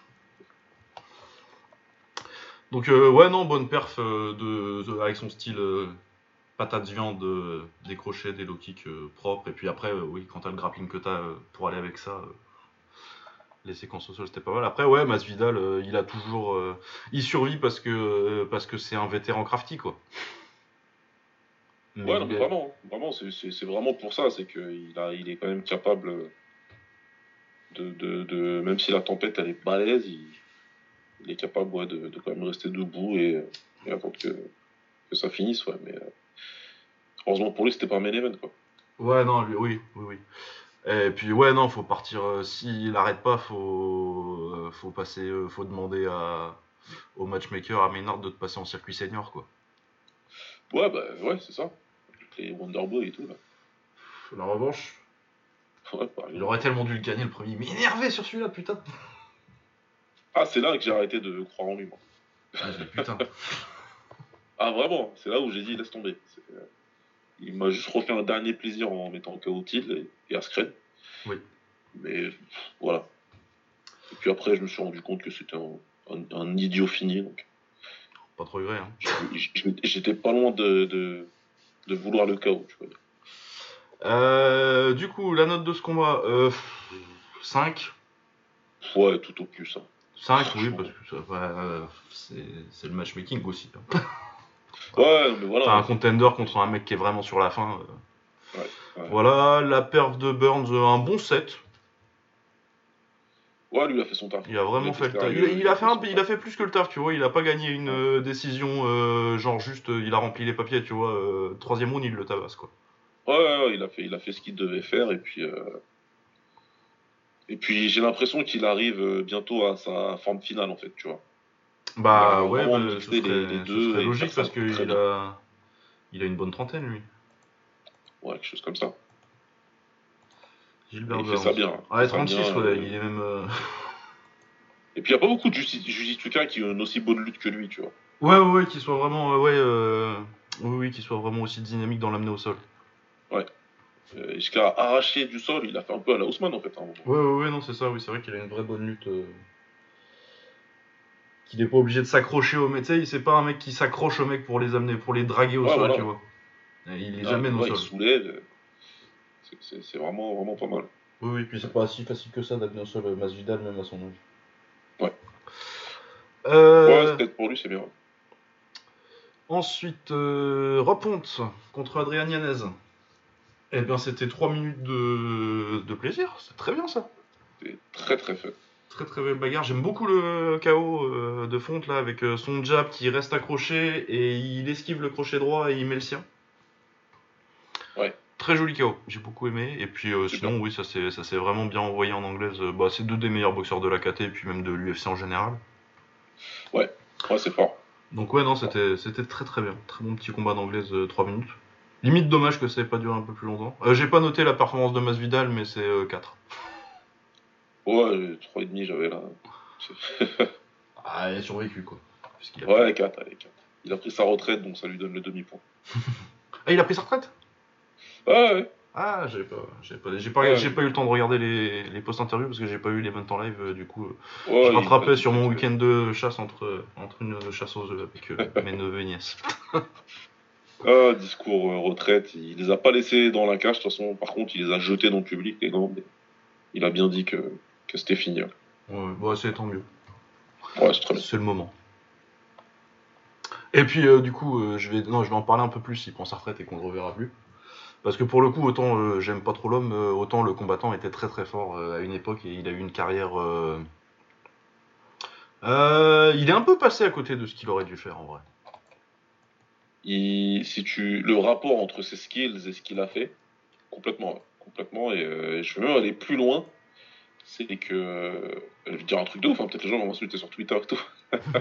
[SPEAKER 1] Donc ouais, non, bonne perf avec son style patate viande, décrocher des low kicks propres. Et puis après, oui, quand t'as le grappling que t'as pour aller avec ça, les séquences au sol c'était pas mal. Après, ouais, Masvidal, il a toujours, il survit parce que c'est un vétéran crafty quoi.
[SPEAKER 2] Mais ouais, non, mais vraiment, c'est vraiment pour ça, c'est qu'il est quand même capable même si la tempête elle est balèze, il est capable de quand même rester debout et attendre que ça finisse, ouais. Mais heureusement pour lui, c'était pas un main event, quoi.
[SPEAKER 1] Ouais, non, oui. Et puis ouais, non, faut partir. S'il arrête pas, faut passer, faut demander au matchmaker à Maynard de te passer en circuit senior quoi.
[SPEAKER 2] Ouais, bah ouais, c'est ça. Les Wonderboy et tout là.
[SPEAKER 1] La revanche.
[SPEAKER 2] Ouais,
[SPEAKER 1] il aurait tellement dû le gagner le premier. Mais énervé sur celui-là, putain.
[SPEAKER 2] Ah, c'est là que j'ai arrêté de croire en lui, moi.
[SPEAKER 1] Ah, putain.
[SPEAKER 2] Ah, vraiment, c'est là où j'ai dit laisse tomber. Il m'a juste refait un dernier plaisir en mettant KO Till et Askren.
[SPEAKER 1] Oui.
[SPEAKER 2] Mais voilà. Et puis après, je me suis rendu compte que c'était un idiot fini. Donc.
[SPEAKER 1] Pas trop vrai, hein.
[SPEAKER 2] J'étais pas loin de vouloir le KO, tu vois.
[SPEAKER 1] Du coup, la note de ce combat, 5.
[SPEAKER 2] Ouais, tout au plus. Hein.
[SPEAKER 1] 5, oui, parce que c'est le matchmaking aussi. Hein.
[SPEAKER 2] Ouais, mais voilà.
[SPEAKER 1] T'as un contender contre un mec qui est vraiment sur la fin.
[SPEAKER 2] Ouais.
[SPEAKER 1] Voilà, la perf de Burns, un bon 7.
[SPEAKER 2] Ouais, lui, il a fait son taf.
[SPEAKER 1] Il a vraiment fait le taf. Il a fait plus que le taf, tu vois. Il a pas gagné une décision, genre juste, il a rempli les papiers, tu vois. Troisième round, il le tabasse, quoi.
[SPEAKER 2] Ouais, il a fait ce qu'il devait faire, et puis j'ai l'impression qu'il arrive bientôt à sa forme finale, en fait, tu vois.
[SPEAKER 1] Bah ouais,
[SPEAKER 2] ce serait
[SPEAKER 1] logique parce qu'il a une bonne trentaine, lui.
[SPEAKER 2] Ouais, quelque chose comme ça.
[SPEAKER 1] Gilbert
[SPEAKER 2] il fait ça bien.
[SPEAKER 1] Ouais, 36, ouais, il est même...
[SPEAKER 2] Et puis il n'y a pas beaucoup de Jujitsuka qui ont une aussi bonne lutte que lui, tu vois.
[SPEAKER 1] Ouais, qu'il soit vraiment... oui, qu'il soit vraiment aussi dynamique dans l'amener au sol.
[SPEAKER 2] Ouais. Jusqu'à arracher du sol, il a fait un peu à la Ousmane, en fait. Hein.
[SPEAKER 1] Ouais, non, c'est ça, oui, c'est vrai qu'il a une vraie bonne lutte. Qu'il est pas obligé de s'accrocher au mec, tu sais, c'est pas un mec qui s'accroche au mec pour les amener, pour les draguer au sol, voilà. Tu vois. Il les amène au sol.
[SPEAKER 2] Il soulève. C'est vraiment, vraiment pas mal.
[SPEAKER 1] Oui, puis c'est pas si facile que ça d'amener au sol Masvidal, même à son âge.
[SPEAKER 2] Ouais. Ouais,
[SPEAKER 1] Euh,
[SPEAKER 2] peut-être pour lui, c'est bien.
[SPEAKER 1] Ensuite, Reponte contre Adrian Yanez. Eh bien, c'était 3 minutes de plaisir. C'est très bien ça.
[SPEAKER 2] C'est très très fait.
[SPEAKER 1] Très très belle bagarre. J'aime beaucoup le KO de Fonte là, avec son jab qui reste accroché et il esquive le crochet droit et il met le sien.
[SPEAKER 2] Ouais,
[SPEAKER 1] Très joli KO, j'ai beaucoup aimé. Et puis
[SPEAKER 2] super.
[SPEAKER 1] sinon, oui, ça s'est vraiment bien envoyé en anglaise. Bah, c'est deux des meilleurs boxeurs de la KT et puis même de l'UFC en général.
[SPEAKER 2] Ouais, ouais, c'est fort.
[SPEAKER 1] Donc ouais, non,
[SPEAKER 2] Fort.
[SPEAKER 1] c'était très très bien. Très bon petit combat d'anglaise, 3 minutes. Limite dommage que ça ait pas duré un peu plus longtemps. J'ai pas noté la performance de Masvidal, mais c'est 4.
[SPEAKER 2] Ouais, 3,5 j'avais là.
[SPEAKER 1] Ah, il a survécu quoi. Puisqu'il a pu.
[SPEAKER 2] Ouais, 4, allez, 4. Il a pris sa retraite, donc ça lui donne le demi-point.
[SPEAKER 1] Ah, il a pris sa retraite.
[SPEAKER 2] Ouais, ouais,
[SPEAKER 1] Ah, j'ai
[SPEAKER 2] ouais,
[SPEAKER 1] pas eu le temps de regarder les post-interviews parce que j'ai pas eu l'event en live. Du coup, je
[SPEAKER 2] ouais,
[SPEAKER 1] rattrapais
[SPEAKER 2] il
[SPEAKER 1] sur
[SPEAKER 2] a
[SPEAKER 1] mon
[SPEAKER 2] fait.
[SPEAKER 1] week-end de chasse entre une chasse aux œufs avec mes neveux et nièces.
[SPEAKER 2] Ah, discours retraite, il les a pas laissés dans la cage, de toute façon, par contre, il les a jetés dans le public, les gants, mais il a bien dit que c'était fini, hein.
[SPEAKER 1] Ouais, bah, c'est tant mieux.
[SPEAKER 2] Ouais, c'est très bien.
[SPEAKER 1] C'est le moment. Et puis, du coup, non, je vais en parler un peu plus s'il prend sa retraite et qu'on le reverra plus. Parce que pour le coup, autant j'aime pas trop l'homme, autant le combattant était très très fort à une époque et il a eu une carrière. Il est un peu passé à côté de ce qu'il aurait dû faire en vrai.
[SPEAKER 2] Le rapport entre ses skills et ce qu'il a fait, complètement, ouais, complètement, et je veux même aller plus loin, c'est que, je vais dire un truc de ouf, hein, peut-être les gens vont m'insulter sur Twitter et tout,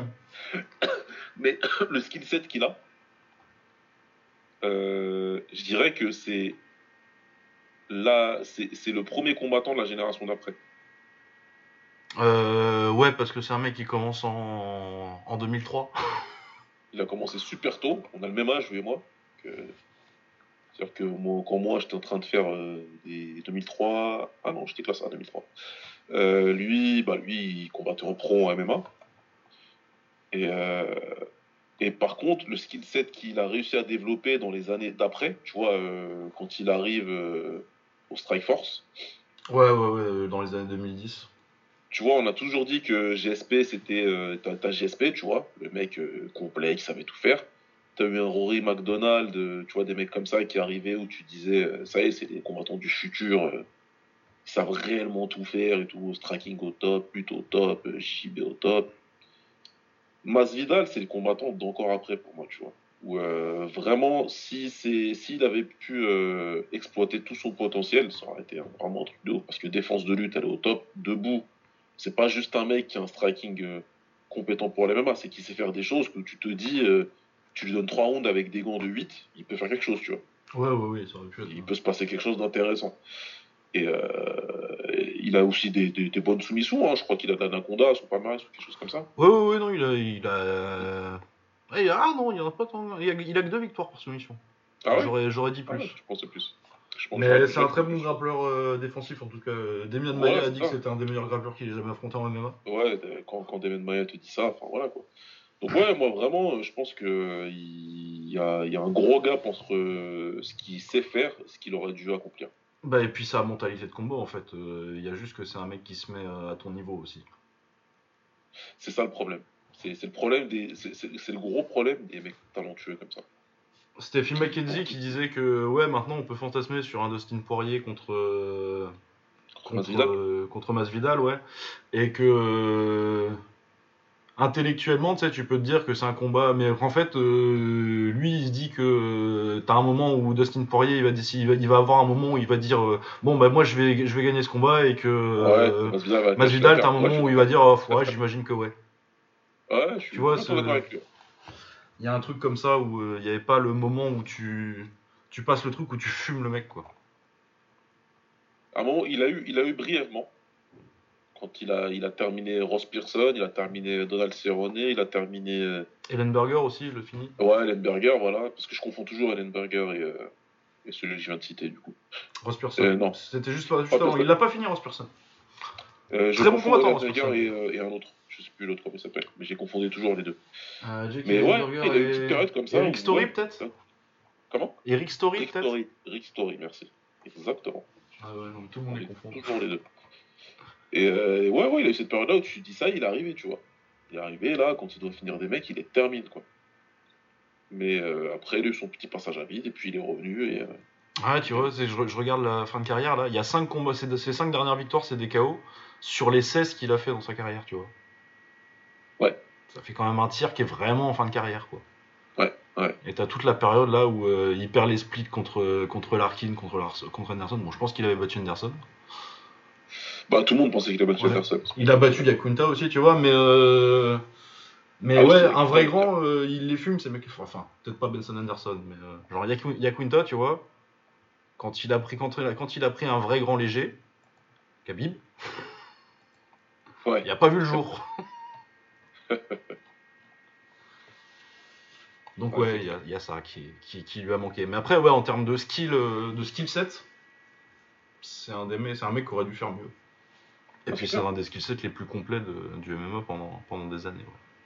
[SPEAKER 2] mais le skill set qu'il a, je dirais que c'est le premier combattant de la génération d'après.
[SPEAKER 1] Ouais, parce que c'est un mec qui commence en 2003.
[SPEAKER 2] Il a commencé super tôt, on a le même âge, lui et moi. que- C'est-à-dire que quand moi j'étais en train de faire des 2003, ah non, j'étais classé en 2003. Lui, il combattait en pro en MMA. Et, euh, et par contre, le skill set qu'il a réussi à développer dans les années d'après, tu vois, quand il arrive au Strike Force,
[SPEAKER 1] Ouais, ouais, ouais, dans les années 2010.
[SPEAKER 2] tu vois, on a toujours dit que GSP, c'était t'as GSP, tu vois, le mec complet qui savait tout faire. T'as eu un Rory McDonald, tu vois, des mecs comme ça qui arrivaient où tu disais, ça y est, c'est des combattants du futur, ils savent réellement tout faire et tout, striking au top, lutte au top, JB au top. Masvidal, c'est le combattant d'encore après pour moi, tu vois. Où vraiment, s'il avait pu exploiter tout son potentiel, ça aurait été vraiment un truc de ouf. Parce que défense de lutte, elle est au top. Debout, c'est pas juste un mec qui a un striking compétent pour les MMA, c'est qu'il sait faire des choses que tu te dis, tu lui donnes 3 rounds avec des gants de 8, il peut faire quelque chose, tu vois.
[SPEAKER 1] Ouais, ouais, ouais, ça aurait pu être.
[SPEAKER 2] Il peut se passer quelque chose d'intéressant. Et il a aussi des bonnes soumissions, hein. Je crois qu'il a de l'anaconda, son palmarès ou quelque chose comme ça.
[SPEAKER 1] Ouais, ouais, ouais, non, ah non, il y en a pas tant. Il a que 2 victoires par soumission.
[SPEAKER 2] Ah ouais?
[SPEAKER 1] J'aurais dit
[SPEAKER 2] Ah ouais,
[SPEAKER 1] plus.
[SPEAKER 2] je pensais plus.
[SPEAKER 1] Mais c'est un
[SPEAKER 2] J'aurais
[SPEAKER 1] très
[SPEAKER 2] dit
[SPEAKER 1] bon
[SPEAKER 2] plus.
[SPEAKER 1] grappleur défensif en tout cas. Demian
[SPEAKER 2] Voilà,
[SPEAKER 1] Maia a
[SPEAKER 2] c'est
[SPEAKER 1] dit que
[SPEAKER 2] ça.
[SPEAKER 1] c'était un des meilleurs grappleurs qu'il ait jamais affronté en MMA.
[SPEAKER 2] Ouais, quand David Maya te dit ça, enfin voilà quoi. Donc ouais, moi vraiment, je pense que il y a un gros gap entre ce qu'il sait faire et ce qu'il aurait dû accomplir.
[SPEAKER 1] Bah, et puis sa mentalité de combat en fait. Il y a juste que c'est un mec qui se met à ton niveau aussi.
[SPEAKER 2] C'est ça le problème. C'est le problème c'est le gros problème des mecs talentueux comme ça.
[SPEAKER 1] C'était Phil
[SPEAKER 2] Bon,
[SPEAKER 1] McKenzie qui disait que ouais maintenant on peut fantasmer sur un Dustin Poirier
[SPEAKER 2] contre Masvidal.
[SPEAKER 1] contre Masvidal, ouais, et que intellectuellement, tu sais, tu peux te dire que c'est un combat, mais en fait, lui, il se dit que t'as un moment où Dustin Poirier, il va avoir un moment où il va dire, bon, bah moi, je vais gagner ce combat, et que
[SPEAKER 2] Ouais, Masvidal va cacher la
[SPEAKER 1] Masvidal, t'as un
[SPEAKER 2] carte. Ouais, je
[SPEAKER 1] moment
[SPEAKER 2] suis
[SPEAKER 1] où il va
[SPEAKER 2] d'accord.
[SPEAKER 1] dire, oh,
[SPEAKER 2] Tout à
[SPEAKER 1] ouais,
[SPEAKER 2] fait.
[SPEAKER 1] j'imagine que ouais.
[SPEAKER 2] Ouais,
[SPEAKER 1] Tu
[SPEAKER 2] je suis
[SPEAKER 1] vois,
[SPEAKER 2] complètement d'accord avec lui.
[SPEAKER 1] il y a un truc comme ça où il n'y avait pas le moment où tu passes le truc où tu fumes le mec, quoi.
[SPEAKER 2] À un moment, il a eu brièvement, quand il a terminé Ross Pearson, il a terminé Donald Cerrone, il a terminé
[SPEAKER 1] Ellenberger aussi, le fini.
[SPEAKER 2] ouais, Ellenberger, voilà, parce que je confonds toujours Ellenberger et celui que je viens de citer, du coup.
[SPEAKER 1] Ross Person.
[SPEAKER 2] Non,
[SPEAKER 1] C'était juste
[SPEAKER 2] pas
[SPEAKER 1] avant. Il
[SPEAKER 2] Pearson.
[SPEAKER 1] l'a pas fini, Ross Person.
[SPEAKER 2] Je
[SPEAKER 1] Très bon
[SPEAKER 2] confonds
[SPEAKER 1] combattant, Ross
[SPEAKER 2] Ellenberger
[SPEAKER 1] Person.
[SPEAKER 2] et un autre. Je sais plus l'autre comment il s'appelle, mais j'ai confondu toujours les deux.
[SPEAKER 1] Jake
[SPEAKER 2] Mais ouais, il a eu une petite
[SPEAKER 1] Ellenberger
[SPEAKER 2] période comme
[SPEAKER 1] et
[SPEAKER 2] ça
[SPEAKER 1] Eric
[SPEAKER 2] où,
[SPEAKER 1] Story,
[SPEAKER 2] ouais,
[SPEAKER 1] peut-être.
[SPEAKER 2] comment?
[SPEAKER 1] Eric Story, peut-être.
[SPEAKER 2] Rick Story, merci. Exactement.
[SPEAKER 1] Ah ouais, non, tout le monde les confond.
[SPEAKER 2] Toujours les deux. Et ouais, il a eu cette période-là où tu dis ça, il est arrivé, tu vois. Il est arrivé, là, quand il doit finir des mecs, il les termine, quoi. Mais après, il a eu son petit passage à vide, et puis il est revenu, et...
[SPEAKER 1] Ah, tu vois, je regarde la fin de carrière là. Il y a 5 combats, ces 5 dernières victoires, c'est des KO sur les 16 qu'il a fait dans sa carrière, tu vois.
[SPEAKER 2] Ouais,
[SPEAKER 1] Ça fait quand même un tir qui est vraiment en fin de carrière, quoi.
[SPEAKER 2] ouais.
[SPEAKER 1] Et t'as toute la période là où il perd les splits contre Larkin, contre Anderson. Bon, je pense qu'il avait battu Anderson.
[SPEAKER 2] Bah, tout le monde pensait qu'il a battu
[SPEAKER 1] Ouais.
[SPEAKER 2] Anderson.
[SPEAKER 1] Il a battu Yakunta aussi, tu vois, mais
[SPEAKER 2] Ah oui,
[SPEAKER 1] ouais,
[SPEAKER 2] c'est
[SPEAKER 1] un vrai
[SPEAKER 2] Yakunta,
[SPEAKER 1] grand, il les fume, ces mecs. Enfin, peut-être pas Benson Anderson, mais genre Yakunta, tu vois, quand il a pris un vrai grand léger, Khabib,
[SPEAKER 2] ouais.
[SPEAKER 1] il a pas vu le jour. Donc
[SPEAKER 2] Ouais, c'est
[SPEAKER 1] ouais,
[SPEAKER 2] clair.
[SPEAKER 1] il y a ça qui lui a manqué. Mais après, ouais, en termes de skill set, c'est un mec qui aurait dû faire mieux. Et
[SPEAKER 2] Ah,
[SPEAKER 1] puis
[SPEAKER 2] c'est
[SPEAKER 1] c'est
[SPEAKER 2] clair.
[SPEAKER 1] un des skill sets les plus complets du MMA pendant des années.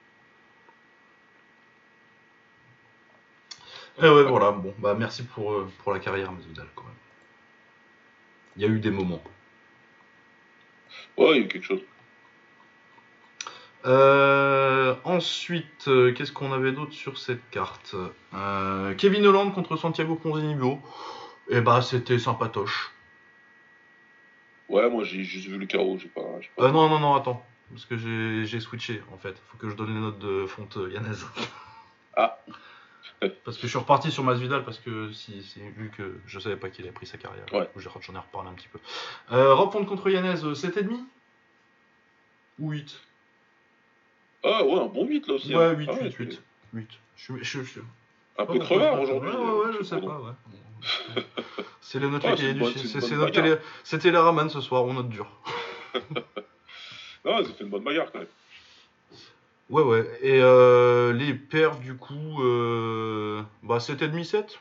[SPEAKER 1] Ouais. Et ouais,
[SPEAKER 2] Ouais.
[SPEAKER 1] voilà, bon, bah merci pour la carrière, Masvidal, quand même. Il y a eu des moments.
[SPEAKER 2] Ouais, il y a eu quelque chose.
[SPEAKER 1] Ensuite, qu'est-ce qu'on avait d'autre sur cette carte Kevin Holland contre Santiago Ponzinibbio. Et bah, c'était sympatoche.
[SPEAKER 2] Ouais, moi, j'ai juste vu le carreau, j'ai pas vu.
[SPEAKER 1] Non, attends. Parce que j'ai switché, en fait. Faut que je donne les notes de fonte Yanez.
[SPEAKER 2] Ah,
[SPEAKER 1] Parce que je suis reparti sur Masvidal, parce que vu que je savais pas qu'il avait pris sa carrière.
[SPEAKER 2] ouais.
[SPEAKER 1] J'en ai reparlé un petit peu. Rob Font contre Yanez, 7,5 ou 8?
[SPEAKER 2] Ah, ouais, un bon 8 là aussi, hein.
[SPEAKER 1] Ouais, 8,
[SPEAKER 2] Ah, ouais,
[SPEAKER 1] 8, 8. 8. Je sais
[SPEAKER 2] un
[SPEAKER 1] pas
[SPEAKER 2] peu
[SPEAKER 1] pourquoi je
[SPEAKER 2] crevard
[SPEAKER 1] note. Ouais,
[SPEAKER 2] aujourd'hui,
[SPEAKER 1] ouais, je
[SPEAKER 2] monsieur
[SPEAKER 1] sais
[SPEAKER 2] Bourdon.
[SPEAKER 1] pas, ouais. C'est les notes
[SPEAKER 2] Ah,
[SPEAKER 1] cahiers du
[SPEAKER 2] c'est une
[SPEAKER 1] C'est
[SPEAKER 2] bonne bagarre.
[SPEAKER 1] C'était les Raman ce soir, on note dur.
[SPEAKER 2] Ah, ça fait une bonne bagarre quand même.
[SPEAKER 1] Ouais. Et les perfs, du coup, bah 7,5, 7.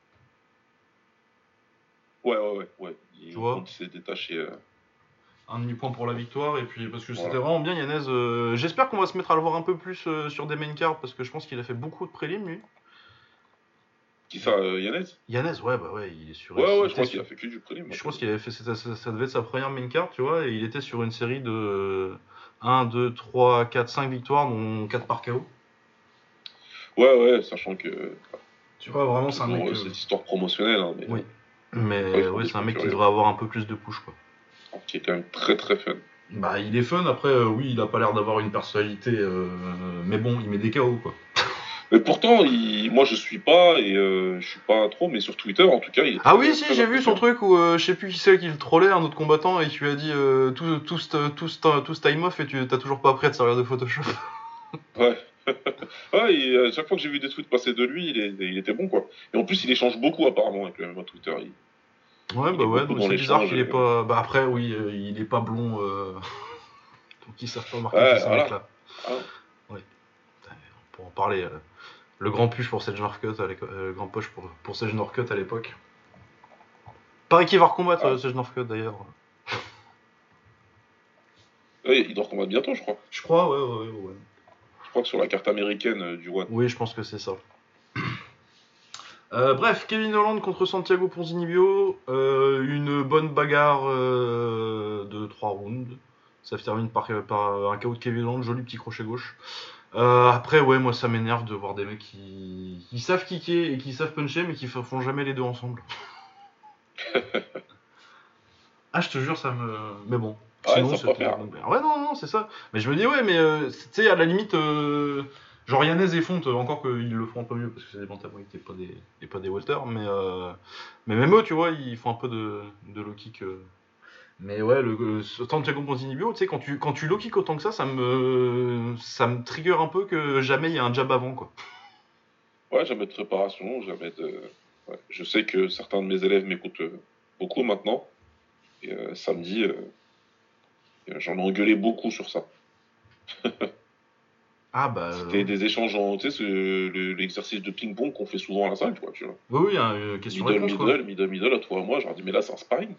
[SPEAKER 2] Ouais.
[SPEAKER 1] Tu vois,
[SPEAKER 2] Quand il s'est détaché,
[SPEAKER 1] un demi-point pour la victoire. Et puis, parce que c'était
[SPEAKER 2] voilà.
[SPEAKER 1] vraiment bien, Yanez. J'espère qu'on va se mettre à le voir un peu plus sur des main cards, parce que je pense qu'il a fait beaucoup de prélims, lui.
[SPEAKER 2] Qui ça, Yanez?
[SPEAKER 1] Yanez, ouais, bah ouais, il est sur.
[SPEAKER 2] Ouais,
[SPEAKER 1] Il
[SPEAKER 2] je
[SPEAKER 1] était
[SPEAKER 2] crois qu'il
[SPEAKER 1] sur.
[SPEAKER 2] a fait que du prélim.
[SPEAKER 1] Je
[SPEAKER 2] Donc,
[SPEAKER 1] pense qu'il avait fait. Ça devait être sa première main card, tu vois, et il était sur une série de 1, 2, 3, 4, 5 victoires, dont 4 par KO.
[SPEAKER 2] ouais, sachant que
[SPEAKER 1] Tu vois, vraiment, c'est un
[SPEAKER 2] toujours
[SPEAKER 1] mec.
[SPEAKER 2] cette histoire promotionnelle, hein, mais
[SPEAKER 1] Oui.
[SPEAKER 2] ouais, ils
[SPEAKER 1] Mais
[SPEAKER 2] font
[SPEAKER 1] ouais,
[SPEAKER 2] des
[SPEAKER 1] c'est un
[SPEAKER 2] trucs
[SPEAKER 1] mec qui
[SPEAKER 2] curieux.
[SPEAKER 1] devrait avoir un peu plus de push, quoi.
[SPEAKER 2] Alors, qui est quand même très très fun.
[SPEAKER 1] Bah, il est fun, après, oui, il a pas l'air d'avoir une personnalité, mais bon, il met des KO, quoi.
[SPEAKER 2] Mais pourtant, moi je suis pas, et je suis pas trop, mais sur Twitter en tout cas, il est
[SPEAKER 1] Ah
[SPEAKER 2] très,
[SPEAKER 1] oui, si,
[SPEAKER 2] très
[SPEAKER 1] j'ai vu
[SPEAKER 2] apprécié,
[SPEAKER 1] son
[SPEAKER 2] hein.
[SPEAKER 1] truc où je sais plus qui c'est qui le trollait, un autre combattant, et qui lui a dit tout ce time off et tu t'as toujours pas appris à te servir de Photoshop.
[SPEAKER 2] Ouais. Ouais, et à chaque fois que j'ai vu des tweets passer de lui, il était bon, quoi. Et en plus, il échange beaucoup, apparemment, avec le MMA Twitter.
[SPEAKER 1] Ouais,
[SPEAKER 2] Il
[SPEAKER 1] bah
[SPEAKER 2] est
[SPEAKER 1] ouais,
[SPEAKER 2] beaucoup
[SPEAKER 1] donc
[SPEAKER 2] dans
[SPEAKER 1] c'est bizarre
[SPEAKER 2] l'échange.
[SPEAKER 1] qu'il est pas. Bah après, oui, il est pas blond, donc ils savent pas marketer
[SPEAKER 2] Ouais,
[SPEAKER 1] ces
[SPEAKER 2] voilà.
[SPEAKER 1] mecs-là.
[SPEAKER 2] Ah,
[SPEAKER 1] Oui, on peut en parler. Le grand push pour Serge Northcutt, grand push pour Serge Northcutt à l'époque. Pareil qu'il va recombattre
[SPEAKER 2] ah.
[SPEAKER 1] Serge Northcutt d'ailleurs.
[SPEAKER 2] Ouais, il doit recombattre bientôt, je crois.
[SPEAKER 1] Je crois, ouais.
[SPEAKER 2] Je crois que sur la carte américaine du One.
[SPEAKER 1] Oui, je pense que c'est ça. Bref, Kevin Holland contre Santiago Ponzinibbio, une bonne bagarre de 3 rounds. Ça se termine par un KO de Kevin Holland, joli petit crochet gauche. Après, ouais, moi ça m'énerve de voir des mecs qui savent kicker et qui savent puncher, mais qui font jamais les deux ensemble. Ah, je te jure, ça me. Mais bon.
[SPEAKER 2] Ah ouais,
[SPEAKER 1] Sinon,
[SPEAKER 2] ça peut
[SPEAKER 1] c'était une
[SPEAKER 2] faire.
[SPEAKER 1] bonne bagarre. Ouais, non, c'est ça. Mais je me dis, ouais, mais tu sais, à la limite, genre Yanez et Fonte, encore qu'ils le font un peu mieux parce que c'est des bantamweight et pas des welter, mais même eux, tu vois, ils font un peu de low kick. Mais ouais, Santiago Ponzinibbio, tu sais, quand tu low kick autant que ça me trigger un peu que jamais il y a un jab avant, quoi.
[SPEAKER 2] Ouais, jamais de préparation, jamais de. Ouais. Je sais que certains de mes élèves m'écoutent beaucoup maintenant. Et samedi, j'en ai engueulé beaucoup sur ça.
[SPEAKER 1] Ah bah
[SPEAKER 2] C'était des échanges en, tu sais, l'exercice de ping-pong qu'on fait souvent à la salle, tu vois.
[SPEAKER 1] oui, hein, question-réponse, quoi.
[SPEAKER 2] Middle, à toi et moi. Je leur dis, mais là, c'est un sparring.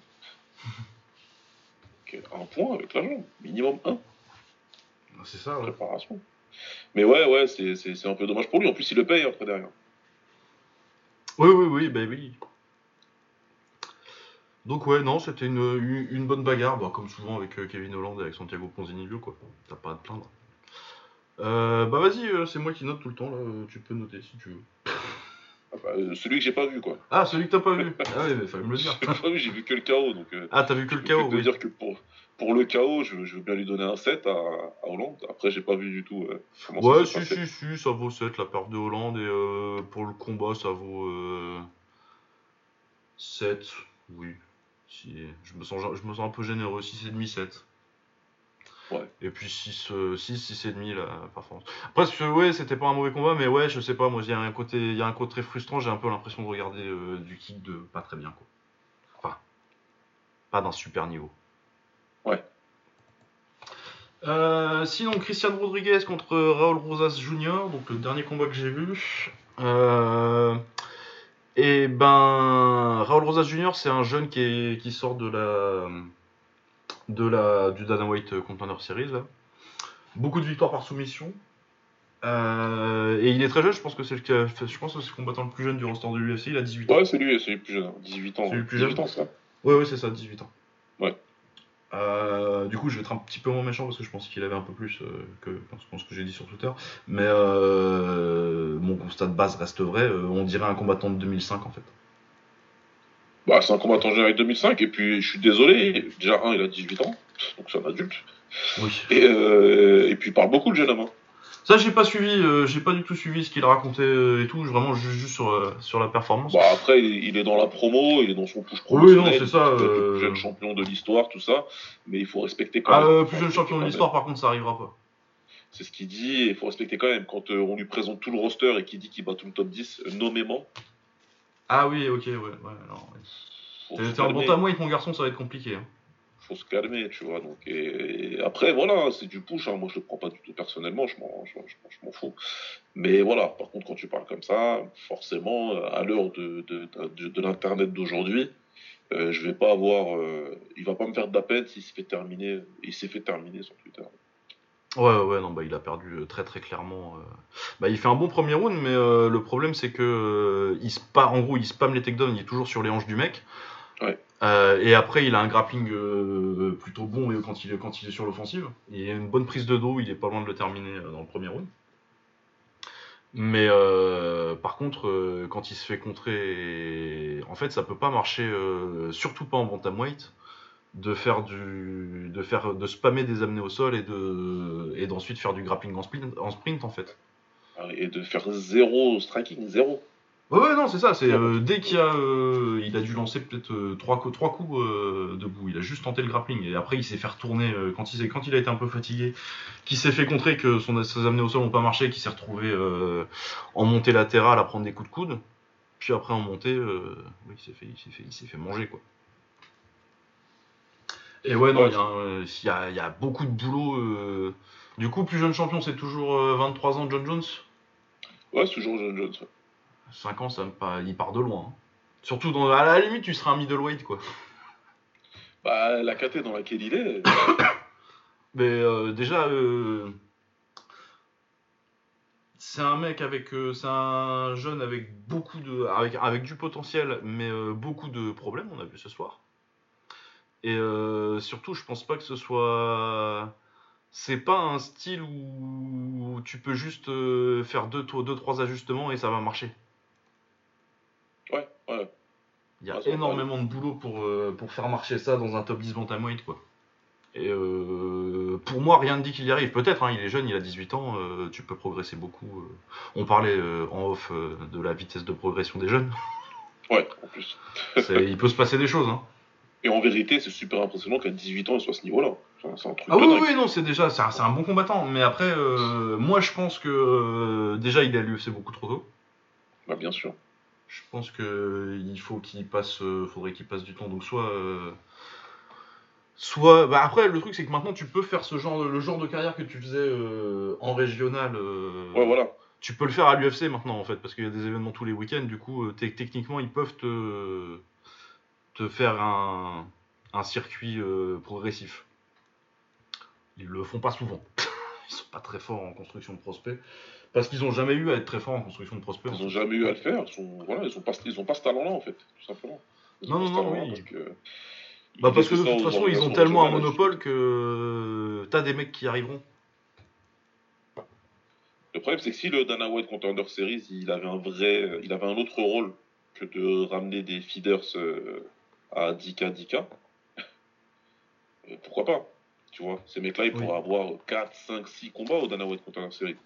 [SPEAKER 2] Donc, un point avec la jambe, minimum un,
[SPEAKER 1] C'est ça, ouais.
[SPEAKER 2] préparation. Mais ouais, c'est un peu dommage pour lui. En plus, il le paye après derrière.
[SPEAKER 1] Oui, bah oui. Donc ouais, non, c'était une bonne bagarre, bah, comme souvent avec Kevin Holland et avec Santiago Ponzinibbio, quoi. T'as pas à te plaindre. Bah vas-y, c'est moi qui note tout le temps, là. Tu peux noter si tu veux.
[SPEAKER 2] Ah bah, celui que j'ai pas vu, quoi.
[SPEAKER 1] Ah, celui que t'as pas vu. Ah oui, mais fallait me le dire.
[SPEAKER 2] J'ai pas vu, j'ai vu que le KO, donc
[SPEAKER 1] Ah, t'as vu que
[SPEAKER 2] je
[SPEAKER 1] le
[SPEAKER 2] peux que
[SPEAKER 1] chaos,
[SPEAKER 2] te
[SPEAKER 1] oui.
[SPEAKER 2] dire que pour le KO, je veux bien lui donner un 7 à Hollande. Après, j'ai pas vu du tout comment ça
[SPEAKER 1] Ouais,
[SPEAKER 2] s'est
[SPEAKER 1] si,
[SPEAKER 2] passé.
[SPEAKER 1] si, si, ça vaut 7 la perte de Hollande, et pour le combat, ça vaut 7, oui. Si, je me sens un peu généreux, 6,5, 7.
[SPEAKER 2] Ouais.
[SPEAKER 1] Et puis 6,5 la performance. Après, ouais, c'était pas un mauvais combat, mais ouais, je sais pas, moi, il y a un côté très frustrant, j'ai un peu l'impression de regarder du kick de pas très bien, quoi. Enfin, pas d'un super niveau.
[SPEAKER 2] Ouais.
[SPEAKER 1] Sinon, Christian Rodriguez contre Raul Rosas Jr., donc le dernier combat que j'ai vu. Et ben, Raul Rosas Jr., c'est un jeune qui sort du Dana White Contender Series, là. Beaucoup de victoires par soumission. Et il est très jeune, je pense que c'est le combattant le plus jeune du roster de l'UFC, il a 18 ans.
[SPEAKER 2] Ouais, c'est lui le plus jeune, hein. 18
[SPEAKER 1] C'est
[SPEAKER 2] ans.
[SPEAKER 1] lui
[SPEAKER 2] Hein.
[SPEAKER 1] le plus
[SPEAKER 2] 18
[SPEAKER 1] jeune.
[SPEAKER 2] ans, ça.
[SPEAKER 1] Ouais, c'est ça, 18 ans.
[SPEAKER 2] Ouais.
[SPEAKER 1] Du coup, je vais être un petit peu moins méchant parce que je pense qu'il avait un peu plus que ce que j'ai dit sur Twitter. Mais mon constat de base reste vrai. On dirait un combattant de 2005 en fait.
[SPEAKER 2] Bah, c'est un combattant jeune avec 2005, et puis je suis désolé, déjà, il a 18 ans, donc c'est un adulte.
[SPEAKER 1] Oui.
[SPEAKER 2] Et puis il parle beaucoup, le jeune homme. Hein.
[SPEAKER 1] Ça, j'ai pas du tout suivi ce qu'il racontait et tout. Vraiment, juste sur la performance.
[SPEAKER 2] Bah, après, il est dans la promo, il est dans son push
[SPEAKER 1] Oui, non,
[SPEAKER 2] promotionnel,
[SPEAKER 1] c'est
[SPEAKER 2] il dit
[SPEAKER 1] ça.
[SPEAKER 2] qu'il veut être le plus jeune champion de l'histoire, tout ça, mais il faut respecter quand
[SPEAKER 1] Ah,
[SPEAKER 2] même.
[SPEAKER 1] plus
[SPEAKER 2] Faut
[SPEAKER 1] jeune
[SPEAKER 2] respecter
[SPEAKER 1] champion de
[SPEAKER 2] quand même.
[SPEAKER 1] l'histoire, par contre, ça arrivera pas.
[SPEAKER 2] C'est ce qu'il dit, et il faut respecter quand même. Quand on lui présente tout le roster et qu'il dit qu'il bat tout le top 10, nommément,
[SPEAKER 1] Ah oui, ok, ouais, non.
[SPEAKER 2] faut se
[SPEAKER 1] T'es en
[SPEAKER 2] calmer.
[SPEAKER 1] bantamweight, mon garçon, ça va être compliqué. Hein.
[SPEAKER 2] Faut se calmer, tu vois. Donc, et après, voilà, c'est du push. Hein. Moi, je le prends pas du tout personnellement, je m'en fous. Mais voilà, par contre, quand tu parles comme ça, forcément, à l'heure de l'internet d'aujourd'hui, je vais pas avoir, il va pas me faire de la peine s'il se fait terminer, il s'est fait terminer sur Twitter.
[SPEAKER 1] Ouais, non, bah il a perdu très très clairement. Bah il fait un bon premier round, mais le problème c'est que en gros il spam les takedowns, il est toujours sur les hanches du mec.
[SPEAKER 2] Ouais.
[SPEAKER 1] Et après il a un grappling plutôt bon quand il est sur l'offensive. Il a une bonne prise de dos, il est pas loin de le terminer dans le premier round. Mais par contre, quand il se fait contrer, en fait ça peut pas marcher, surtout pas en bantamweight. De spammer des amenés au sol et d'ensuite faire du grappling en sprint en fait.
[SPEAKER 2] Et de faire zéro striking, zéro.
[SPEAKER 1] Ouais, non, c'est ça. C'est
[SPEAKER 2] Zéro.
[SPEAKER 1] dès il a dû lancer peut-être trois coups debout. Il a juste tenté le grappling et après il s'est fait retourner quand il a été un peu fatigué, qu'il s'est fait contrer que ses amenés au sol n'ont pas marché, qu'il s'est retrouvé en montée latérale à prendre des coups de coude. Puis après en montée, oui, il s'est fait manger quoi. Et ouais, non,
[SPEAKER 2] Ouais,
[SPEAKER 1] il y a beaucoup de boulot. Du coup, plus jeune champion, c'est toujours 23 ans, John Jones.
[SPEAKER 2] ouais, c'est toujours John Jones.
[SPEAKER 1] 5 ans, il part de loin. Hein. Surtout, à la limite, tu seras un middleweight, quoi.
[SPEAKER 2] Bah, la KT dans laquelle il est,
[SPEAKER 1] Mais déjà, c'est un jeune avec avec du potentiel, mais beaucoup de problèmes, on a vu ce soir. Et surtout, je pense pas que ce soit. C'est pas un style où tu peux juste faire deux, trois ajustements et ça va marcher.
[SPEAKER 2] ouais.
[SPEAKER 1] Il y a
[SPEAKER 2] Ouais, ça va pas aller.
[SPEAKER 1] énormément de boulot pour faire marcher ça dans un top 10 bantamweight, quoi. Et pour moi, rien ne dit qu'il y arrive. Peut-être, hein, il est jeune, il a 18 ans, tu peux progresser beaucoup. On parlait en off de la vitesse de progression des jeunes.
[SPEAKER 2] Ouais, en plus.
[SPEAKER 1] Il peut se passer des choses. Hein.
[SPEAKER 2] Et en vérité, c'est super impressionnant qu'à 18 ans, il soit à ce niveau-là. C'est un truc
[SPEAKER 1] Ah
[SPEAKER 2] de
[SPEAKER 1] oui,
[SPEAKER 2] dingue.
[SPEAKER 1] oui, non, c'est un bon combattant. Mais après, moi, je pense que déjà, il est à l'UFC beaucoup trop tôt.
[SPEAKER 2] Bah, bien sûr.
[SPEAKER 1] Je pense que faudrait qu'il passe du temps. Donc bah après le truc c'est que maintenant tu peux faire le genre de carrière que tu faisais en régional.
[SPEAKER 2] Ouais, voilà.
[SPEAKER 1] Tu peux le faire à l'UFC maintenant en fait parce qu'il y a des événements tous les week-ends. Du coup, techniquement ils peuvent te faire un circuit progressif. Ils le font pas souvent. Ils sont pas très forts en construction de prospects parce qu'ils ont jamais eu à être très forts en construction de prospects. En
[SPEAKER 2] Ils ont
[SPEAKER 1] fait.
[SPEAKER 2] jamais eu à le faire. Voilà, ils ont pas ce talent-là, en fait, tout simplement.
[SPEAKER 1] Non, non, non,
[SPEAKER 2] Constamment,
[SPEAKER 1] oui.
[SPEAKER 2] parce que
[SPEAKER 1] Bah
[SPEAKER 2] il
[SPEAKER 1] parce que
[SPEAKER 2] laissait
[SPEAKER 1] de
[SPEAKER 2] ça
[SPEAKER 1] toute
[SPEAKER 2] aux
[SPEAKER 1] façon, ils ont
[SPEAKER 2] organisations
[SPEAKER 1] tellement un
[SPEAKER 2] régionales à
[SPEAKER 1] monopole
[SPEAKER 2] discuter.
[SPEAKER 1] que t'as des mecs qui arriveront.
[SPEAKER 2] Le problème, c'est que si le Dana White Contender Series, il avait un autre rôle que de ramener des feeders à 10K, pourquoi pas? Tu vois, ces mecs-là, ils
[SPEAKER 1] Oui.
[SPEAKER 2] pourraient avoir 4, 5, 6 combats au Dana White Contender Series.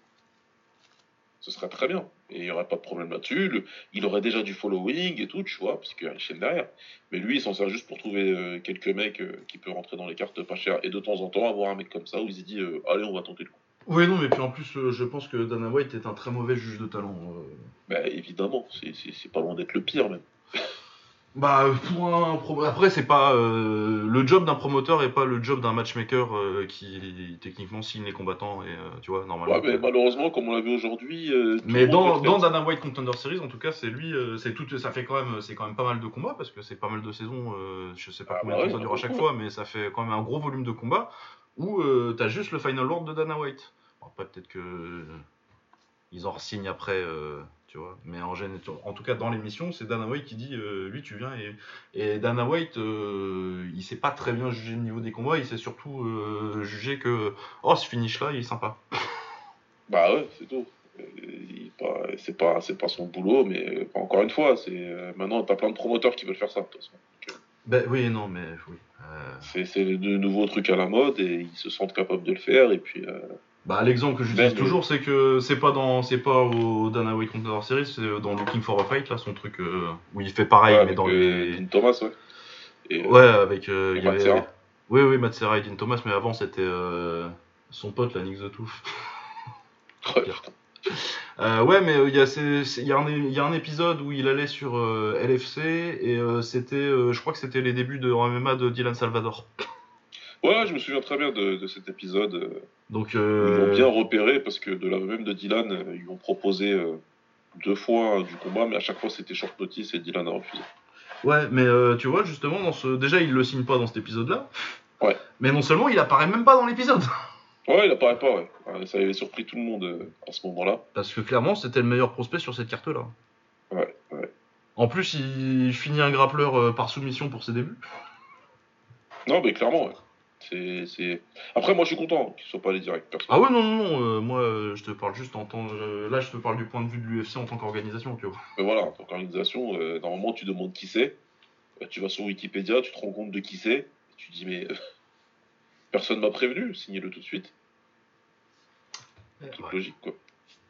[SPEAKER 2] Ce serait très bien. Et il n'y aurait pas de problème là-dessus. Il aurait déjà du following et tout, tu vois, puisqu'il y a une chaîne derrière. Mais lui, il s'en sert juste pour trouver quelques mecs qui peuvent rentrer dans les cartes pas chères. Et de temps en temps, avoir un mec comme ça où il se dit allez, on va tenter le coup.
[SPEAKER 1] Oui, non, mais puis en plus, je pense que Dana White est un très mauvais juge de talent.
[SPEAKER 2] Bah, évidemment, c'est pas loin d'être le pire, même.
[SPEAKER 1] Bah, après, c'est pas. Le job d'un promoteur et pas le job d'un matchmaker qui, techniquement, signe les combattants. Et tu vois,
[SPEAKER 2] Ouais,
[SPEAKER 1] normalement.
[SPEAKER 2] mais malheureusement, comme on l'a vu aujourd'hui, tout le
[SPEAKER 1] Mais
[SPEAKER 2] monde veut le
[SPEAKER 1] dans
[SPEAKER 2] faire.
[SPEAKER 1] Dana White Contender Series, en tout cas, c'est lui. Ça fait c'est quand même pas mal de combats parce que c'est pas mal de saisons. Je sais pas
[SPEAKER 2] Ah
[SPEAKER 1] combien
[SPEAKER 2] bah
[SPEAKER 1] de temps
[SPEAKER 2] oui, il y
[SPEAKER 1] ça
[SPEAKER 2] en a
[SPEAKER 1] dure à chaque
[SPEAKER 2] beaucoup.
[SPEAKER 1] fois, mais ça fait quand même un gros volume de combats où t'as juste le Final Lord de Dana White. Bon, après, peut-être que ils en re-signent après, tu vois. Mais en tout cas, dans l'émission, c'est Dana White qui dit lui, tu viens. Et Dana White, il sait pas très bien juger le niveau des combats, il sait surtout juger que oh, ce finish-là, il est sympa.
[SPEAKER 2] Bah ouais, c'est tout. C'est pas son boulot, mais encore une fois, maintenant t'as plein de promoteurs qui veulent faire ça, de toute façon. Donc,
[SPEAKER 1] Ben oui, non, mais oui.
[SPEAKER 2] c'est de nouveaux trucs à la mode et ils se sentent capables de le faire. Et puis,
[SPEAKER 1] Bah, l'exemple que j'utilise
[SPEAKER 2] même.
[SPEAKER 1] toujours, c'est que c'est pas au Dana White Contender Series, c'est dans Looking for a Fight, là, son truc où il fait
[SPEAKER 2] Ouais,
[SPEAKER 1] pareil, mais
[SPEAKER 2] avec
[SPEAKER 1] dans les.
[SPEAKER 2] Dean Thomas, ouais.
[SPEAKER 1] Ouais, avec.
[SPEAKER 2] Et
[SPEAKER 1] Il y avait.
[SPEAKER 2] Matsera.
[SPEAKER 1] Oui, oui, Matt Serra et Dean Thomas, mais avant, c'était son pote, la Nick the Tooth.
[SPEAKER 2] Ouais,
[SPEAKER 1] Pire.
[SPEAKER 2] putain.
[SPEAKER 1] Ouais, mais il y a un épisode où il allait sur LFC et je crois que c'était les débuts de MMA de Dylan Salvador.
[SPEAKER 2] Ouais, je me souviens très bien de cet épisode
[SPEAKER 1] Donc,
[SPEAKER 2] où ils l'ont bien repéré parce que de la même de Dylan, ils lui ont proposé 2 fois du combat, mais à chaque fois c'était short notice et Dylan a refusé.
[SPEAKER 1] ouais, mais tu vois, justement, déjà, il le signe pas dans cet épisode-là,
[SPEAKER 2] Ouais.
[SPEAKER 1] mais non seulement il apparaît même pas dans l'épisode.
[SPEAKER 2] Ouais, il apparaît pas, ouais. Ouais, ça avait surpris tout le monde à ce moment-là.
[SPEAKER 1] Parce que clairement, c'était le meilleur prospect sur cette carte-là.
[SPEAKER 2] Ouais, ouais.
[SPEAKER 1] En plus, il finit un grappleur par soumission pour ses débuts.
[SPEAKER 2] Non, mais clairement, ouais. Après, moi je suis content qu'ils soient pas allés direct,
[SPEAKER 1] Ah ouais,
[SPEAKER 2] personnellement.
[SPEAKER 1] non, non, non, moi, je te parle juste en tant. Là, je te parle du point de vue de l'UFC en tant qu'organisation, tu vois.
[SPEAKER 2] Mais voilà, en tant qu'organisation, normalement tu demandes qui c'est. Tu vas sur Wikipédia, tu te rends compte de qui c'est. Et tu dis, mais personne m'a prévenu, signez-le tout de suite. Un truc
[SPEAKER 1] Ouais.
[SPEAKER 2] logique, quoi.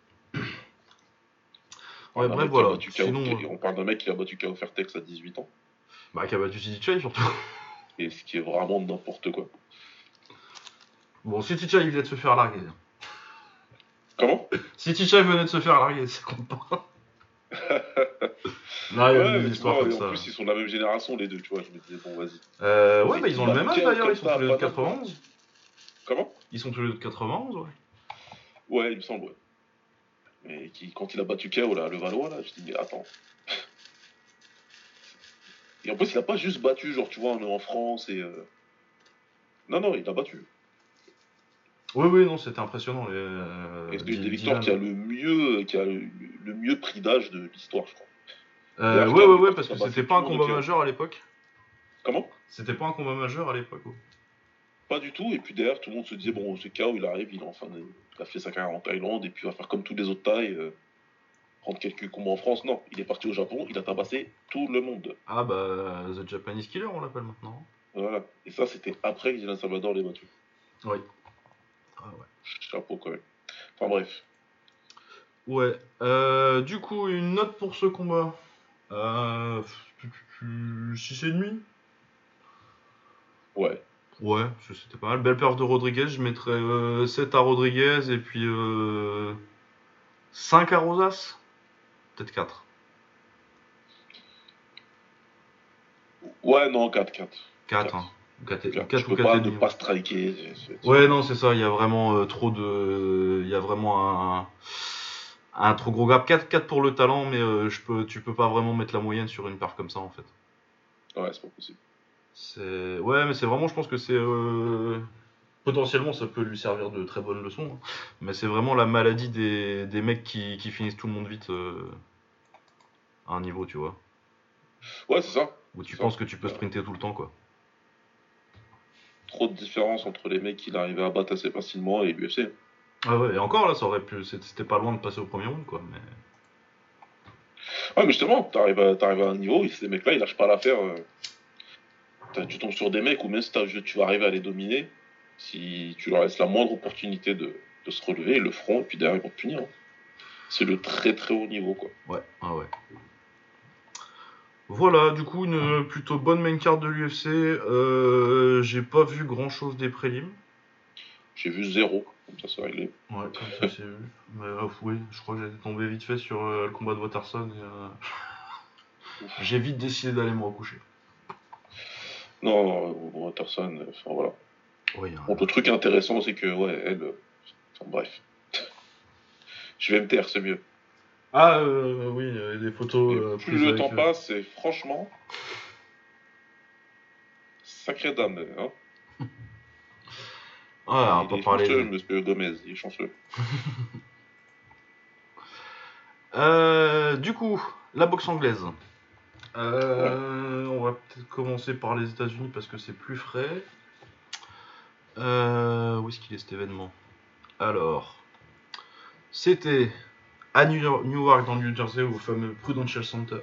[SPEAKER 2] On
[SPEAKER 1] Ouais,
[SPEAKER 2] parle d'un
[SPEAKER 1] bref,
[SPEAKER 2] mec qui a
[SPEAKER 1] voilà.
[SPEAKER 2] battu KO,
[SPEAKER 1] Sinon,
[SPEAKER 2] on parle d'un mec qui a battu KO Fairtex à 18 ans.
[SPEAKER 1] bah, Kabatou City surtout.
[SPEAKER 2] Et ce qui est vraiment n'importe quoi.
[SPEAKER 1] Bon, si Ticha il venait de se faire larguer.
[SPEAKER 2] Comment?
[SPEAKER 1] Si Ticha venait de se faire larguer, ça compte pas. Non, il y a
[SPEAKER 2] Ouais,
[SPEAKER 1] des
[SPEAKER 2] mais tu
[SPEAKER 1] histoires
[SPEAKER 2] vois,
[SPEAKER 1] comme
[SPEAKER 2] et en
[SPEAKER 1] ça.
[SPEAKER 2] plus ils sont de la même génération les deux, tu vois. Je me disais, bon, vas-y.
[SPEAKER 1] Ouais,
[SPEAKER 2] Mais
[SPEAKER 1] bah ils
[SPEAKER 2] il
[SPEAKER 1] ont le
[SPEAKER 2] bat
[SPEAKER 1] même âge
[SPEAKER 2] KO
[SPEAKER 1] d'ailleurs,
[SPEAKER 2] comme
[SPEAKER 1] ils sont
[SPEAKER 2] ça
[SPEAKER 1] tous
[SPEAKER 2] à
[SPEAKER 1] les deux de
[SPEAKER 2] Paname.
[SPEAKER 1] 91.
[SPEAKER 2] Comment?
[SPEAKER 1] Ils sont tous les deux de 91, ouais.
[SPEAKER 2] Ouais, il me semble, ouais. Mais quand il a battu KO, là, le Valois, là, je dis, mais attends. Et en plus, il a pas juste battu, genre, tu vois, on est en France et. Non, non, il a battu.
[SPEAKER 1] Oui, oui, non, c'était impressionnant.
[SPEAKER 2] Et c'est une des victoires
[SPEAKER 1] Dylan.
[SPEAKER 2] qui a le mieux prix d'âge de l'histoire, je crois. Derrière
[SPEAKER 1] Ouais, ouais,
[SPEAKER 2] KO,
[SPEAKER 1] ouais,
[SPEAKER 2] parce que
[SPEAKER 1] parce
[SPEAKER 2] ça
[SPEAKER 1] que
[SPEAKER 2] bat
[SPEAKER 1] c'était
[SPEAKER 2] fait
[SPEAKER 1] pas
[SPEAKER 2] tout
[SPEAKER 1] un
[SPEAKER 2] le monde au
[SPEAKER 1] combat
[SPEAKER 2] KO.
[SPEAKER 1] majeur à l'époque.
[SPEAKER 2] Comment?
[SPEAKER 1] C'était pas un combat majeur à l'époque. Ouais.
[SPEAKER 2] Pas du tout. Et puis derrière, tout le monde se disait, bon, c'est KO, il arrive, il a fait sa carrière en Thaïlande, et puis il va faire comme tous les autres Thaïs, prendre quelques combats en France. Non, il est parti au Japon, il a tabassé tout le monde.
[SPEAKER 1] Ah bah, The Japanese Killer, on l'appelle maintenant.
[SPEAKER 2] Voilà. Et ça, c'était après que Dylan Salvador l'ait battu.
[SPEAKER 1] Oui. Ah ouais.
[SPEAKER 2] Chapeau quand même. Enfin bref.
[SPEAKER 1] Ouais. Du coup, une note pour ce combat. 6,5.
[SPEAKER 2] Ouais.
[SPEAKER 1] Ouais, c'était pas mal. Belle perf de Rodriguez. Je mettrais 7 à Rodriguez et puis 5 à Rosas. Peut-être 4.
[SPEAKER 2] Ouais, non, 4-4.
[SPEAKER 1] 4,
[SPEAKER 2] 4.
[SPEAKER 1] hein. 4,
[SPEAKER 2] 4. Tu
[SPEAKER 1] 4 ou
[SPEAKER 2] peux
[SPEAKER 1] 4 et
[SPEAKER 2] pas ne
[SPEAKER 1] demi.
[SPEAKER 2] pas
[SPEAKER 1] Ouais.
[SPEAKER 2] striker.
[SPEAKER 1] Ouais, non, c'est ça. Il y a vraiment trop de. Il y a vraiment un trop gros gap. 4 pour le talent, mais tu peux pas vraiment mettre la moyenne sur une perf comme ça en fait.
[SPEAKER 2] Ouais, c'est pas possible.
[SPEAKER 1] Ouais, mais c'est vraiment, je pense que c'est. Potentiellement, ça peut lui servir de très bonne leçon. Hein. Mais c'est vraiment la maladie des mecs qui finissent tout le monde vite à un niveau, tu vois.
[SPEAKER 2] Ouais, c'est ça.
[SPEAKER 1] Où tu
[SPEAKER 2] C'est ça.
[SPEAKER 1] penses que tu peux sprinter tout le temps, quoi.
[SPEAKER 2] Trop de différence entre les mecs qu'il arrivait à battre assez facilement et l'UFC.
[SPEAKER 1] Ah ouais, et encore là, ça aurait pu. C'était pas loin de passer au premier round, quoi. Mais...
[SPEAKER 2] Ouais, mais justement, t'arrives à un niveau, et ces mecs-là, ils lâchent pas l'affaire. Tu tombes sur des mecs où même si tu vas arriver à les dominer, si tu leur laisses la moindre opportunité de se relever, ils le feront, et puis derrière, ils vont te punir. Hein. C'est le très très haut niveau, quoi.
[SPEAKER 1] Ouais, ah ouais. Voilà, du coup, une plutôt bonne main card de l'UFC. J'ai pas vu grand chose des prélims.
[SPEAKER 2] J'ai vu 0, comme ça c'est réglé.
[SPEAKER 1] Ouais, comme ça c'est vu. Mais oui, je crois que j'ai tombé vite fait sur le combat de Watterson et j'ai vite décidé d'aller me recoucher.
[SPEAKER 2] Non, Watterson, enfin voilà.
[SPEAKER 1] Oui,
[SPEAKER 2] Bon, le truc intéressant, c'est que, ouais, elle. Enfin, bref. Je vais me taire, c'est mieux.
[SPEAKER 1] Ah oui, des photos
[SPEAKER 2] Et plus
[SPEAKER 1] prises
[SPEAKER 2] le
[SPEAKER 1] avec.
[SPEAKER 2] temps passe, et franchement, sacrée dame, hein.
[SPEAKER 1] Ah, on va
[SPEAKER 2] Il
[SPEAKER 1] pas
[SPEAKER 2] est
[SPEAKER 1] parler.
[SPEAKER 2] chanceux, monsieur Gomez, il est chanceux.
[SPEAKER 1] Du coup, la boxe anglaise.
[SPEAKER 2] Ouais.
[SPEAKER 1] On va peut-être commencer par les États-Unis parce que c'est plus frais. Où est-ce qu'il est cet événement? Alors, c'était à Newark dans le New Jersey au fameux Prudential Center.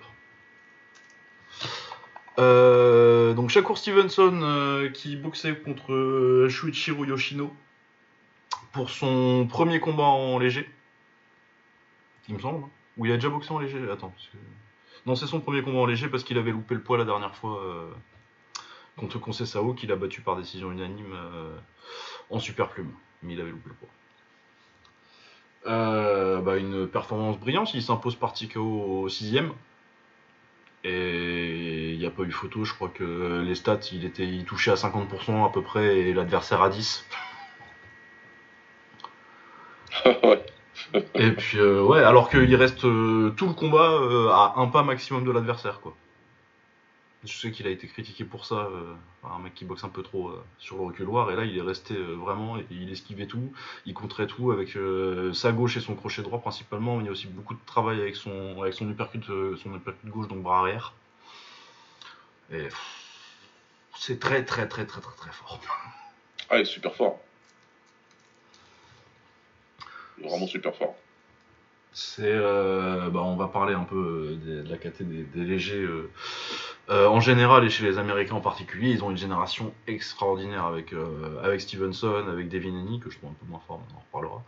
[SPEAKER 1] Donc Shakur Stevenson qui boxait contre Shuichiro Yoshino pour son premier combat en léger, il me semble. Ou il a déjà boxé en léger. Attends. Non, c'est son premier combat en léger parce qu'il avait loupé le poids la dernière fois contre Conceição qu'il a battu par décision unanime en super plume. Mais il avait loupé le poids. Une performance brillante, il s'impose par TKO au 6ème. Et il n'y a pas eu photo, je crois que les stats, il touchait à 50% à peu près et l'adversaire à 10%.
[SPEAKER 2] Ouais.
[SPEAKER 1] Et puis, ouais, alors qu'il reste tout le combat à un pas maximum de l'adversaire, quoi. Je sais qu'il a été critiqué pour ça, par un mec qui boxe un peu trop sur le reculoir, et là il est resté vraiment, il esquivait tout, il contrait tout avec sa gauche et son crochet droit principalement, mais il y a aussi beaucoup de travail avec son uppercut gauche, donc bras arrière. Et c'est très très très très très très fort.
[SPEAKER 2] Ah, il est super fort. Il est vraiment super fort.
[SPEAKER 1] On va parler un peu de la catégorie des légers en général et chez les Américains en particulier. Ils ont une génération extraordinaire avec Stevenson, avec Devin Haney, que je trouve un peu moins fort, mais on en reparlera.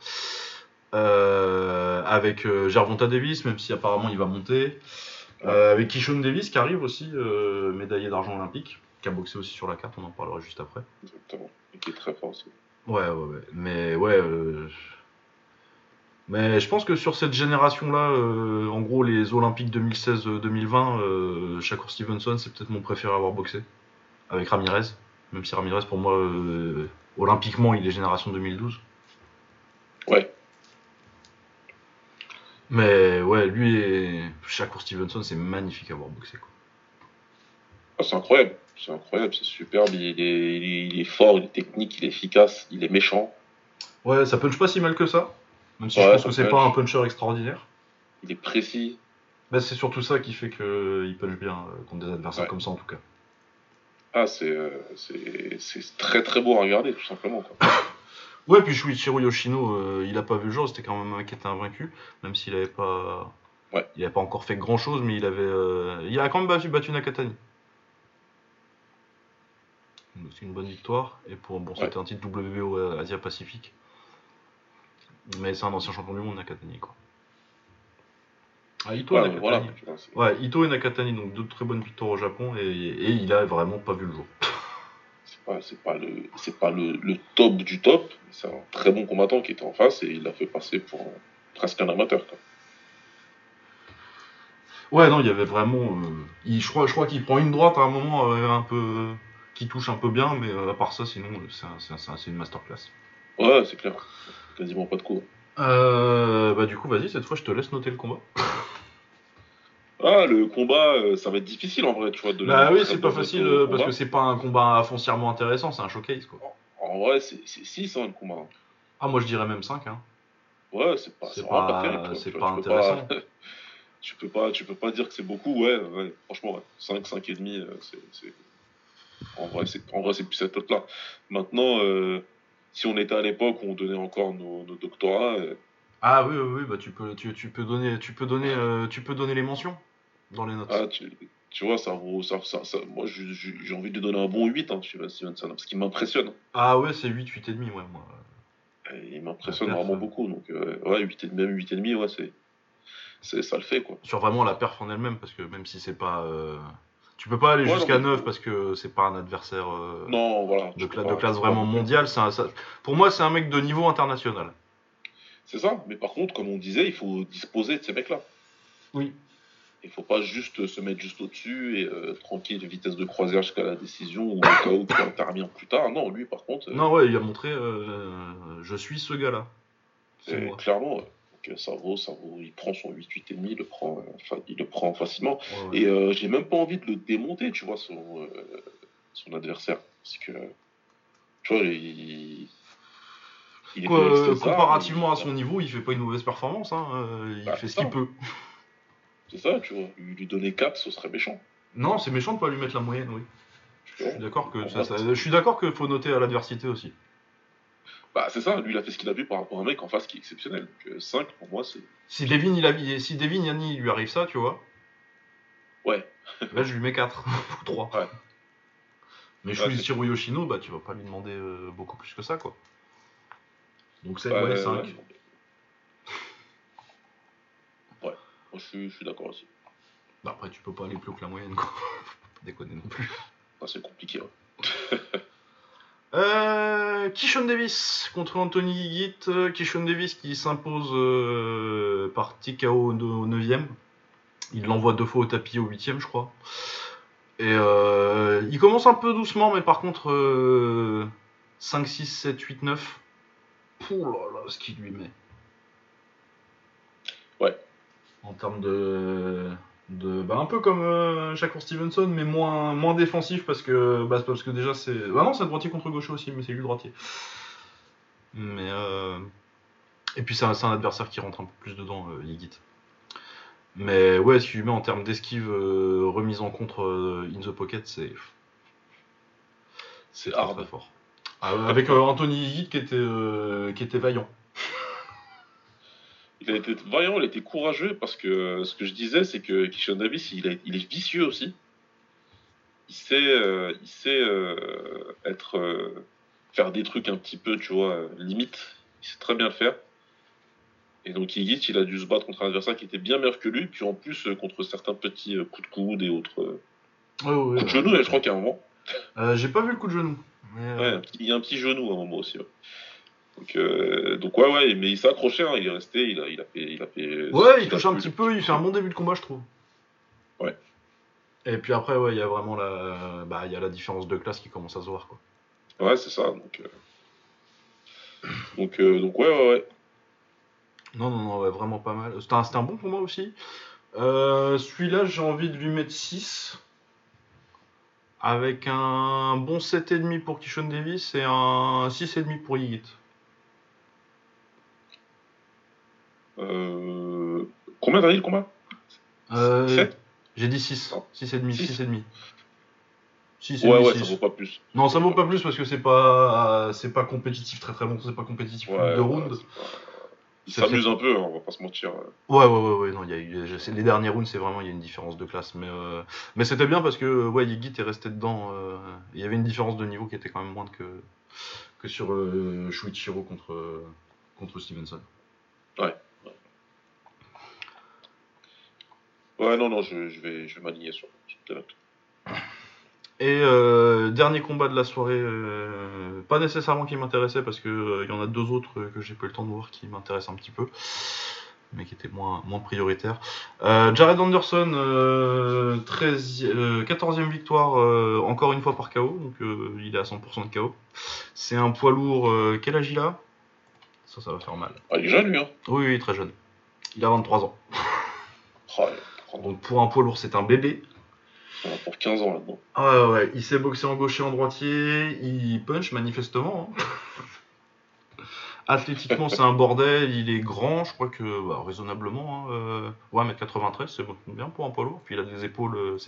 [SPEAKER 1] Avec Gervonta Davis, même si apparemment il va monter. Avec Keishon Davis qui arrive aussi, médaillé d'argent olympique, qui a boxé aussi sur la carte, on en parlera juste après.
[SPEAKER 2] Exactement. Et qui est très fort aussi.
[SPEAKER 1] Ouais. Mais ouais. Mais je pense que sur cette génération-là, en gros les Olympiques 2016-2020, Shakur Stevenson, c'est peut-être mon préféré à avoir boxé. Avec Ramirez. Même si Ramirez, pour moi, olympiquement, il est génération 2012.
[SPEAKER 2] Ouais.
[SPEAKER 1] Mais ouais, lui et Shakur Stevenson, c'est magnifique à avoir boxé, quoi.
[SPEAKER 2] Ah, c'est incroyable. C'est incroyable, c'est superbe. Il est fort, il est technique, il est efficace, il est méchant.
[SPEAKER 1] Ouais, ça punch pas si mal que ça. Même si je
[SPEAKER 2] Ouais,
[SPEAKER 1] pense
[SPEAKER 2] ça
[SPEAKER 1] que c'est pas un
[SPEAKER 2] punch.
[SPEAKER 1] puncher extraordinaire.
[SPEAKER 2] Il est précis.
[SPEAKER 1] Bah, c'est surtout ça qui fait qu'il punch bien contre des adversaires
[SPEAKER 2] Ouais.
[SPEAKER 1] comme ça, en tout cas.
[SPEAKER 2] Ah, c'est très très beau à regarder, tout simplement. Quoi.
[SPEAKER 1] Ouais, puis Shuichiro Yoshino, il a pas vu le jour, c'était quand même un mec qui était invaincu, même s'il avait pas.
[SPEAKER 2] Ouais.
[SPEAKER 1] Il avait pas encore fait grand chose, mais il a quand même battu Nakatani. Donc c'est une bonne victoire. Et c'était un titre WBO Asia Pacifique. Mais c'est un ancien champion du monde, Nakatani, quoi. Ito et Nakatani.
[SPEAKER 2] Voilà.
[SPEAKER 1] Ouais, Ito et Nakatani, donc deux très bonnes victoires au Japon, et il a vraiment pas vu le jour.
[SPEAKER 2] C'est pas le top du top, mais c'est un très bon combattant qui était en face et il l'a fait passer pour presque un amateur. Quoi.
[SPEAKER 1] Ouais, non, il y avait vraiment. Je crois qu'il prend une droite à un moment un peu. Qui touche un peu bien, mais à part ça, sinon, c'est une masterclass.
[SPEAKER 2] Ouais, c'est clair. Quasiment pas de coups.
[SPEAKER 1] Du coup, vas-y, cette fois, je te laisse noter le combat.
[SPEAKER 2] Ah, le combat, ça va être difficile en vrai, tu vois.
[SPEAKER 1] Bah oui, c'est pas facile parce que c'est pas un combat foncièrement intéressant, c'est un showcase, quoi.
[SPEAKER 2] En vrai, c'est 6 le combat. Hein.
[SPEAKER 1] Ah, moi je dirais même 5, hein.
[SPEAKER 2] Ouais, c'est vraiment pas terrible.
[SPEAKER 1] C'est
[SPEAKER 2] Tu vois,
[SPEAKER 1] pas intéressant.
[SPEAKER 2] tu peux pas dire que c'est beaucoup, ouais, franchement, ouais. 5 et demi, en vrai, c'est plus cette note-là. Maintenant, si on était à l'époque où on donnait encore nos doctorats,
[SPEAKER 1] Ah oui, oui, oui, bah tu peux donner les mentions dans les notes.
[SPEAKER 2] ah, tu vois, ça vaut, moi, j'ai envie de lui donner un bon 8, hein, chez Stevenson, parce qu'il m'impressionne.
[SPEAKER 1] Ah ouais, c'est 8, 8 et demi, ouais, moi.
[SPEAKER 2] Il
[SPEAKER 1] La
[SPEAKER 2] m'impressionne
[SPEAKER 1] perf,
[SPEAKER 2] vraiment beaucoup, donc, ouais, 8 et, même 8 et demi, ouais, ça le fait, quoi.
[SPEAKER 1] sur vraiment la perf en elle-même, parce que même si c'est pas. Tu peux pas aller
[SPEAKER 2] Ouais, non,
[SPEAKER 1] jusqu'à
[SPEAKER 2] mais
[SPEAKER 1] 9 parce que c'est pas un adversaire
[SPEAKER 2] non, voilà,
[SPEAKER 1] de classe
[SPEAKER 2] tu peux pas
[SPEAKER 1] vraiment
[SPEAKER 2] non plus.
[SPEAKER 1] mondiale. Pour moi, c'est un mec de niveau international.
[SPEAKER 2] C'est ça, mais par contre, comme on disait, il faut disposer de ces mecs-là.
[SPEAKER 1] Oui.
[SPEAKER 2] Il faut pas juste se mettre juste au-dessus et tranquille, vitesse de croisière jusqu'à la décision ou le KO qui va intervenir plus tard. Non, lui, par contre,
[SPEAKER 1] Non, ouais, il a montré je suis ce gars-là. C'est moi.
[SPEAKER 2] clairement, donc, ça vaut. Il prend son 8 8,5, il le prend facilement.
[SPEAKER 1] Ouais, ouais.
[SPEAKER 2] Et j'ai même pas envie de le démonter, tu vois, son adversaire. Parce que, tu vois, il était avec César, mais
[SPEAKER 1] Comparativement à son niveau, il fait pas une mauvaise performance. Hein. Il
[SPEAKER 2] bah,
[SPEAKER 1] fait
[SPEAKER 2] c'est
[SPEAKER 1] ce qu'il
[SPEAKER 2] ça.
[SPEAKER 1] peut.
[SPEAKER 2] C'est ça, tu vois. Lui donner 4, ce serait méchant.
[SPEAKER 1] Non, c'est méchant de pas lui mettre la moyenne, oui.
[SPEAKER 2] Tu
[SPEAKER 1] Je
[SPEAKER 2] vois.
[SPEAKER 1] suis d'accord que
[SPEAKER 2] En vrai,
[SPEAKER 1] je suis d'accord qu'il faut noter à l'adversité aussi.
[SPEAKER 2] bah, c'est ça, lui, il a fait ce qu'il a vu par rapport à un mec en face qui est exceptionnel. Donc, 5, pour moi, c'est.
[SPEAKER 1] Si Devin Yanni lui arrive ça, tu vois,
[SPEAKER 2] Ouais,
[SPEAKER 1] là je lui mets 4 ou 3.
[SPEAKER 2] ouais,
[SPEAKER 1] Mais
[SPEAKER 2] ouais,
[SPEAKER 1] Shuichiro Yoshino, bah tu vas pas lui demander beaucoup plus que ça, quoi. Donc c'est ouais,
[SPEAKER 2] ouais,
[SPEAKER 1] 5.
[SPEAKER 2] non, ouais. Moi, je suis d'accord aussi.
[SPEAKER 1] Bah, après, tu peux pas aller plus haut que la moyenne, quoi. Faut pas déconner non plus.
[SPEAKER 2] Ah, c'est compliqué, ouais.
[SPEAKER 1] Kishon Davis contre Anthony Higit. Kishon Davis qui s'impose par TKO au 9ème. Il l'envoie 2 fois au tapis au 8ème, je crois. Et il commence un peu doucement, mais par contre, 5, 6, 7, 8, 9. Pouh là là, ce qu'il lui met.
[SPEAKER 2] Ouais.
[SPEAKER 1] En termes bah, un peu comme Shakur Stevenson, mais moins défensif parce que déjà c'est. Bah non, c'est droitier contre gaucher aussi, mais c'est lui le droitier. Mais et puis c'est un adversaire qui rentre un peu plus dedans, Higit. Mais ouais, ce qu'il lui met en termes d'esquive, remise en contre in the pocket, c'est très
[SPEAKER 2] hard.
[SPEAKER 1] très fort. Avec Anthony Higit qui était vaillant.
[SPEAKER 2] Il a été vaillant, il a été courageux parce que ce que je disais, c'est que Kishon Davis, il est vicieux aussi. Il sait faire des trucs un petit peu, tu vois, limite. Il sait très bien le faire. Et donc Higit, il a dû se battre contre un adversaire qui était bien meilleur que lui, puis en plus contre certains petits coups de coude et autres coups de genou, je crois qu'il y a un moment.
[SPEAKER 1] J'ai pas vu le coup de genou. Mais,
[SPEAKER 2] Ouais, il y a un petit genou à un moment aussi. Ouais. Donc ouais, mais il s'est accroché, hein, il est resté, il a fait.
[SPEAKER 1] Ouais, il touche un petit peu, il fait un bon début de combat, je trouve.
[SPEAKER 2] Ouais.
[SPEAKER 1] Et puis après, ouais, il y a vraiment il y a la différence de classe qui commence à se voir, quoi.
[SPEAKER 2] Ouais, c'est ça. Donc ouais.
[SPEAKER 1] Non, ouais, vraiment pas mal. C'était un bon combat aussi. Celui-là, j'ai envie de lui mettre 6. Avec un bon 7,5 pour Kishon Davis et un 6,5 pour Higit.
[SPEAKER 2] Combien t'as dit le combat 7
[SPEAKER 1] J'ai dit 6. 6,5. 6,5. 6
[SPEAKER 2] Ouais,
[SPEAKER 1] 6.
[SPEAKER 2] ça vaut pas plus.
[SPEAKER 1] Non, ça vaut pas plus parce que c'est pas compétitif très long, c'est pas compétitif plus de 2 rounds.
[SPEAKER 2] Il s'amuse un peu, hein, on va pas se mentir.
[SPEAKER 1] Ouais, non, les derniers rounds, c'est vraiment, il y a une différence de classe. Mais c'était bien parce que, ouais, Higit est resté dedans. Il y avait une différence de niveau qui était quand même moindre que sur Shuichiro contre Stevenson.
[SPEAKER 2] Ouais. Ouais, non, je vais m'aligner sur tes notes.
[SPEAKER 1] Et dernier combat de la soirée, pas nécessairement qui m'intéressait parce que y en a 2 autres que j'ai pas eu le temps de voir qui m'intéressent un petit peu, mais qui étaient moins prioritaires. Jared Anderson, 14e victoire, encore une fois par KO, donc il est à 100% de KO. C'est un poids lourd, quel âge il a ? Ça va faire mal.
[SPEAKER 2] Ah, il est jeune lui, hein.
[SPEAKER 1] Oui, très jeune. Il a 23 ans.
[SPEAKER 2] Oh,
[SPEAKER 1] donc pour un poids lourd, c'est un bébé.
[SPEAKER 2] Pour 15 ans là-dedans.
[SPEAKER 1] Ah ouais, il s'est boxé en gaucher, en droitier, il punch manifestement. Hein. Athlétiquement, c'est un bordel. Il est grand, je crois que raisonnablement. Ouais, 1m93, c'est bien pour un poids lourd. Puis il a des épaules,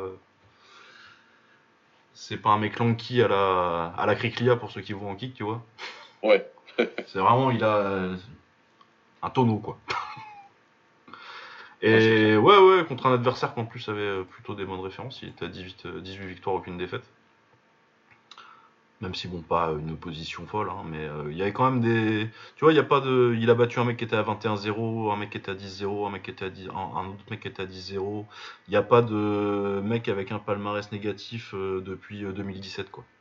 [SPEAKER 1] c'est pas un mec lanky à la Kriklia pour ceux qui vont en kick, tu vois.
[SPEAKER 2] Ouais.
[SPEAKER 1] C'est vraiment, il a un tonneau, quoi.
[SPEAKER 2] Ouais, c'est
[SPEAKER 1] Et
[SPEAKER 2] clair.
[SPEAKER 1] ouais, contre un adversaire qui en plus avait plutôt des bonnes références. Il était à 18 victoires, aucune défaite. Même si, bon, pas une opposition folle, hein, mais il y avait quand même des. Tu vois, il y a pas de. Il a battu un mec qui était à 21-0, un mec qui était à 10-0, un mec qui était à 10, un autre mec qui était à 10-0. Il n'y a pas de mec avec un palmarès négatif depuis 2017, quoi.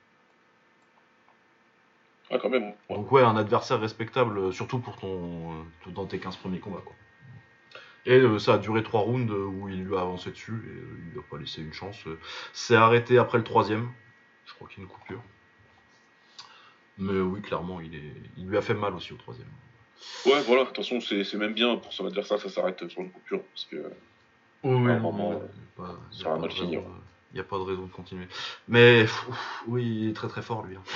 [SPEAKER 2] Ah, quand même. Ouais.
[SPEAKER 1] Donc, ouais, un adversaire respectable, surtout pour dans tes 15 premiers combats, quoi. Et ça a duré 3 rounds où il lui a avancé dessus et il lui a pas laissé une chance. C'est arrêté après le troisième. Je crois qu'il y a une coupure. Mais oui, clairement, il lui a fait mal aussi au troisième.
[SPEAKER 2] Ouais, voilà. De toute façon, c'est même bien pour son adversaire, ça s'arrête sur une coupure. Parce que
[SPEAKER 1] Oui, oui,
[SPEAKER 2] normalement,
[SPEAKER 1] il n'y
[SPEAKER 2] ça
[SPEAKER 1] a,
[SPEAKER 2] va
[SPEAKER 1] pas
[SPEAKER 2] mal
[SPEAKER 1] de raison
[SPEAKER 2] finir.
[SPEAKER 1] y a pas de raison de continuer. Mais oui, il est très très fort lui, hein.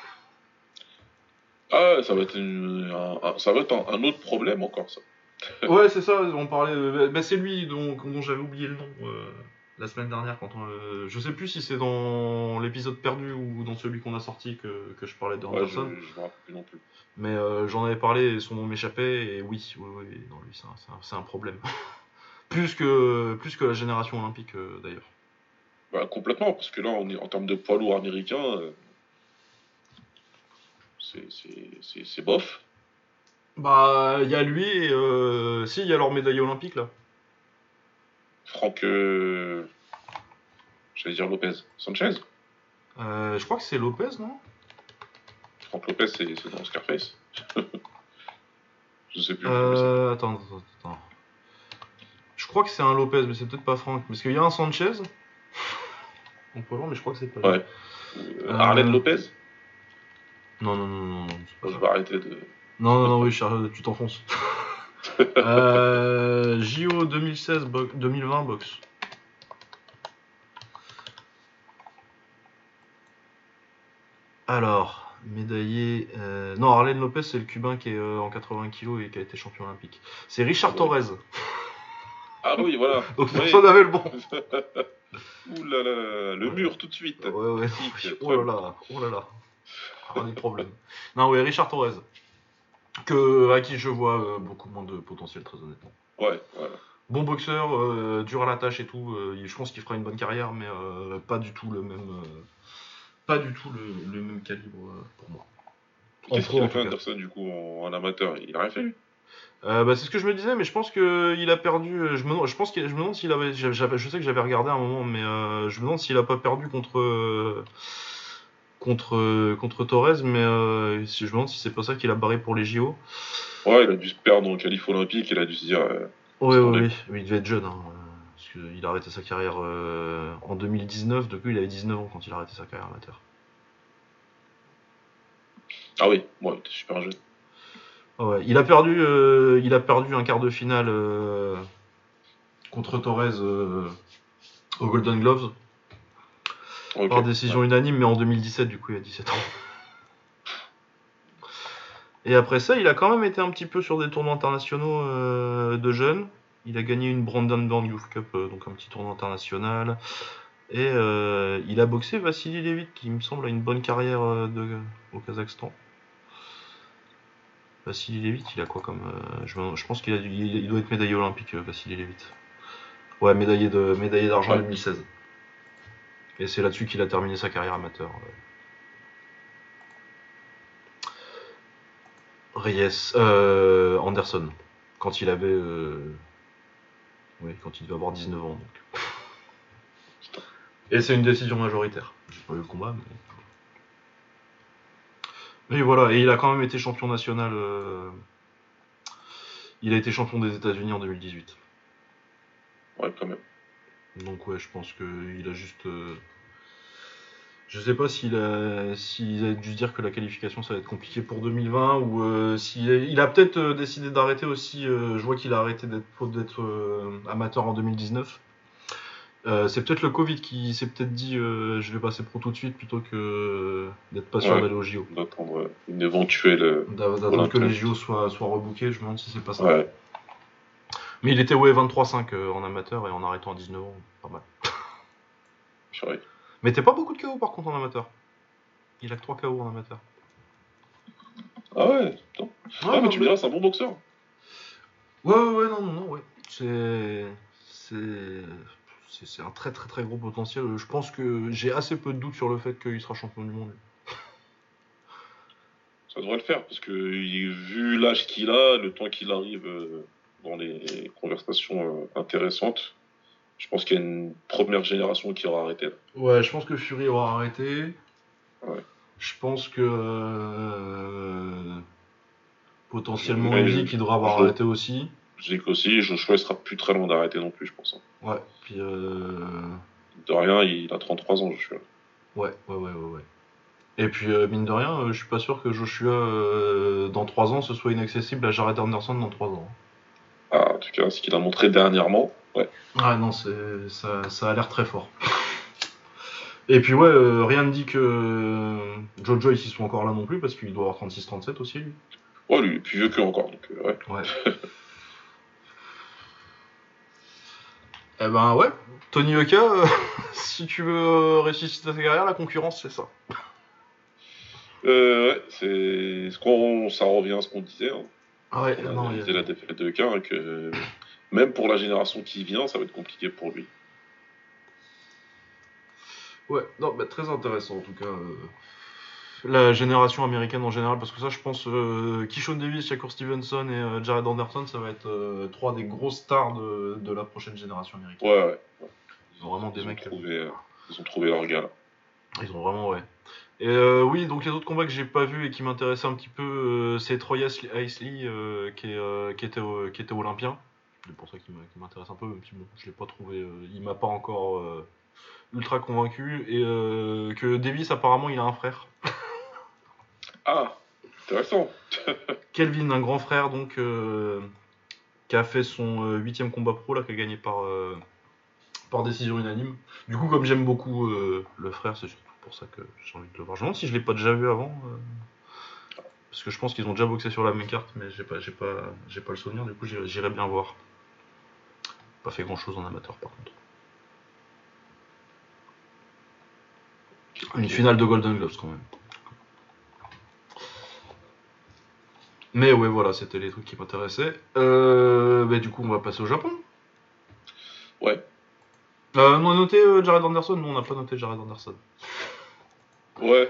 [SPEAKER 2] Ah, ça va être, ça va être un autre problème encore, ça.
[SPEAKER 1] Ouais, c'est ça, on parlait. C'est lui dont j'avais oublié le nom la semaine dernière. Je sais plus si c'est dans l'épisode perdu ou dans celui qu'on a sorti que je parlais de
[SPEAKER 2] Ouais,
[SPEAKER 1] Anderson.
[SPEAKER 2] je me rappelle plus non plus.
[SPEAKER 1] Mais j'en avais parlé et son nom m'échappait. Et oui, non, lui, c'est un problème. plus que la génération olympique d'ailleurs.
[SPEAKER 2] Bah, complètement, parce que là, on est en termes de poids lourd américain, c'est bof.
[SPEAKER 1] Bah, il y a lui et. Si, il y a leur médaille olympique là.
[SPEAKER 2] Franck, j'allais dire Lopez. Sanchez?
[SPEAKER 1] Je crois que c'est Lopez, non?
[SPEAKER 2] Franck Lopez, c'est dans Scarface. Je sais plus, mais c'est.
[SPEAKER 1] Attends. Je crois que c'est un Lopez, mais c'est peut-être pas Franck. Parce qu'il y a un Sanchez. On peut voir, mais je crois que c'est pas lui.
[SPEAKER 2] Ouais. Arlen
[SPEAKER 1] Euh,
[SPEAKER 2] Lopez?
[SPEAKER 1] non, c'est pas
[SPEAKER 2] Bon, je
[SPEAKER 1] ça.
[SPEAKER 2] vais arrêter de.
[SPEAKER 1] Non, oui, Charles, tu t'enfonces. JO 2016, 2020, boxe. Alors, médaillé. Non, Arlen Lopez, c'est le Cubain qui est en 80 kilos et qui a été champion olympique. C'est
[SPEAKER 2] Ah
[SPEAKER 1] Richard
[SPEAKER 2] bah oui.
[SPEAKER 1] Torres.
[SPEAKER 2] Ah oui, voilà.
[SPEAKER 1] Donc
[SPEAKER 2] Oui.
[SPEAKER 1] personne n'avait le bon.
[SPEAKER 2] Ouh là là, le mur tout de suite.
[SPEAKER 1] Ouais.
[SPEAKER 2] Classique,
[SPEAKER 1] Oh
[SPEAKER 2] Trump.
[SPEAKER 1] là là, oh là là. Ah, des problèmes. Non, oui, Richard Torres. À qui je vois beaucoup moins de potentiel, très honnêtement.
[SPEAKER 2] Ouais, voilà.
[SPEAKER 1] Bon boxeur, dur à la tâche et tout. Je pense qu'il fera une bonne carrière, mais pas du tout pas du tout le même calibre pour moi. En
[SPEAKER 2] Qu'est-ce
[SPEAKER 1] pro,
[SPEAKER 2] qu'il
[SPEAKER 1] en
[SPEAKER 2] a fait
[SPEAKER 1] tout cas.
[SPEAKER 2] Anderson du coup en amateur? Il a rien fait lui?
[SPEAKER 1] C'est ce que je me disais, mais je pense qu'il a perdu. Je me demande s'il avait. Je sais que j'avais regardé un moment, mais je me demande s'il a pas perdu contre Torres, mais je me demande si c'est pas ça qu'il a barré pour les JO.
[SPEAKER 2] Ouais, il a dû se perdre en qualif olympique, il a dû se dire
[SPEAKER 1] Oui,
[SPEAKER 2] laisse tomber.
[SPEAKER 1] oui, il devait être jeune, hein, parce qu'il a arrêté sa carrière en 2019. Depuis, il avait 19 ans quand il a arrêté sa carrière amateur.
[SPEAKER 2] Ah oui, bon, il était super jeune.
[SPEAKER 1] Ouais, il a perdu un quart de finale contre Torres au Golden Gloves
[SPEAKER 2] Ok.
[SPEAKER 1] par
[SPEAKER 2] Ouais.
[SPEAKER 1] décision unanime, mais en 2017, du coup, il a 17 ans. Et après ça, il a quand même été un petit peu sur des tournois internationaux de jeunes. Il a gagné une Brandenburg Youth Cup, donc un petit tournoi international. Et il a boxé Vassili Levit, qui me semble a une bonne carrière au Kazakhstan. Vassili Levit, il a quoi comme. Je pense il doit être médaillé olympique, Vassili Levit. Ouais, médaillé d'argent
[SPEAKER 2] Ouais.
[SPEAKER 1] 2016. Et c'est là-dessus qu'il a terminé sa carrière amateur. Reyes, Anderson, quand il avait. Oui, quand il devait avoir 19 ans. Donc.
[SPEAKER 2] Putain.
[SPEAKER 1] Et c'est une décision majoritaire. J'ai pas eu le combat, mais. Mais voilà, et il a quand même été champion national. Il a été champion des États-Unis en 2018.
[SPEAKER 2] Ouais, quand même.
[SPEAKER 1] Donc ouais, je pense qu'il a juste. Je sais pas s'il a dû se dire que la qualification ça va être compliqué pour 2020 ou il a peut-être décidé d'arrêter aussi. Je vois qu'il a arrêté d'être amateur en 2019. C'est peut-être le Covid qui s'est peut-être dit je vais passer pro tout de suite plutôt que d'être pas sûr
[SPEAKER 2] Ouais,
[SPEAKER 1] d'aller au JO.
[SPEAKER 2] d'attendre une éventuelle
[SPEAKER 1] D'attendre que les
[SPEAKER 2] Olympiade.
[SPEAKER 1] JO soient rebookés, je me demande si c'est pas ça.
[SPEAKER 2] Ouais,
[SPEAKER 1] Mais il était ouais 23-5 en amateur et en arrêtant à 19 ans, pas mal.
[SPEAKER 2] purée.
[SPEAKER 1] Mais t'es pas beaucoup de KO par contre en amateur. Il a que 3 KO en amateur.
[SPEAKER 2] Ah ouais, putain.
[SPEAKER 1] Ouais,
[SPEAKER 2] Ah, mais
[SPEAKER 1] non,
[SPEAKER 2] tu me diras, c'est un bon boxeur.
[SPEAKER 1] ouais, non, ouais. C'est. C'est un très très très gros potentiel. Je pense que j'ai assez peu de doutes sur le fait qu'il sera champion du monde.
[SPEAKER 2] Ça devrait le faire, parce que vu l'âge qu'il a, le temps qu'il arrive dans les conversations intéressantes, je pense qu'il y a une première génération qui aura arrêté là.
[SPEAKER 1] Ouais, je pense que Fury aura arrêté.
[SPEAKER 2] Ouais.
[SPEAKER 1] Je pense que potentiellement
[SPEAKER 2] Mais
[SPEAKER 1] Usyk qui devra avoir arrêté aussi.
[SPEAKER 2] je dis qu'aussi, Joshua il sera plus très loin d'arrêter non plus, je pense.
[SPEAKER 1] Ouais, puis
[SPEAKER 2] De rien, il a 33 ans, Joshua.
[SPEAKER 1] ouais. Et puis mine de rien, je suis pas sûr que Joshua dans 3 ans ce soit inaccessible à Jared Anderson dans 3 ans.
[SPEAKER 2] Ah, en tout cas, ce qu'il a montré dernièrement, ouais.
[SPEAKER 1] Ah non, ça a l'air très fort. Et puis ouais, rien ne dit que Joe Joyce ils sont encore là non plus parce qu'il doit avoir 36-37 aussi lui.
[SPEAKER 2] Ouais, lui, il est plus vieux qu'eux encore, donc ouais.
[SPEAKER 1] Ouais. Eh ben ouais, Tony Yoka, si tu veux ressusciter ta carrière, la concurrence c'est ça.
[SPEAKER 2] Ouais, c'est ça revient à ce qu'on disait. Hein.
[SPEAKER 1] Ouais,
[SPEAKER 2] On a
[SPEAKER 1] non,
[SPEAKER 2] analysé la défaite de K, que même pour la génération qui vient, ça va être compliqué pour lui.
[SPEAKER 1] ouais, non, bah, très intéressant en tout cas. La génération américaine en général, parce que ça, je pense, Keyshawn Davis, Shakur Stevenson et Jared Anderson, ça va être 3 des grosses stars de la prochaine génération américaine.
[SPEAKER 2] Ouais.
[SPEAKER 1] Ils ont vraiment des mecs.
[SPEAKER 2] Ils ont trouvé leur gars là.
[SPEAKER 1] Ils ont vraiment, ouais. Et oui, donc les autres combats que j'ai pas vus et qui m'intéressaient un petit peu, c'est Troy Isley qui était olympien. C'est pour ça qu'il m'intéresse un peu, même si bon, je l'ai pas trouvé, il m'a pas encore ultra convaincu. Et que Davis, apparemment, il a un frère.
[SPEAKER 2] Ah, intéressant.
[SPEAKER 1] Kelvin, un grand frère, donc, qui a fait son 8ème combat pro, là, qui a gagné par décision unanime. Du coup, comme j'aime beaucoup le frère, c'est surtout pour ça que j'ai envie de le voir. Je me demande si je l'ai pas déjà vu avant. Parce que je pense qu'ils ont déjà boxé sur la même carte, mais j'ai pas le souvenir, du coup j'irai bien voir. Pas fait grand chose en amateur par contre. Une finale de Golden Gloves quand même. Mais ouais, voilà, c'était les trucs qui m'intéressaient. Bah, du coup, on va passer au Japon.
[SPEAKER 2] Ouais.
[SPEAKER 1] On a noté Jared Anderson, nous on n'a pas noté Jared Anderson.
[SPEAKER 2] Ouais,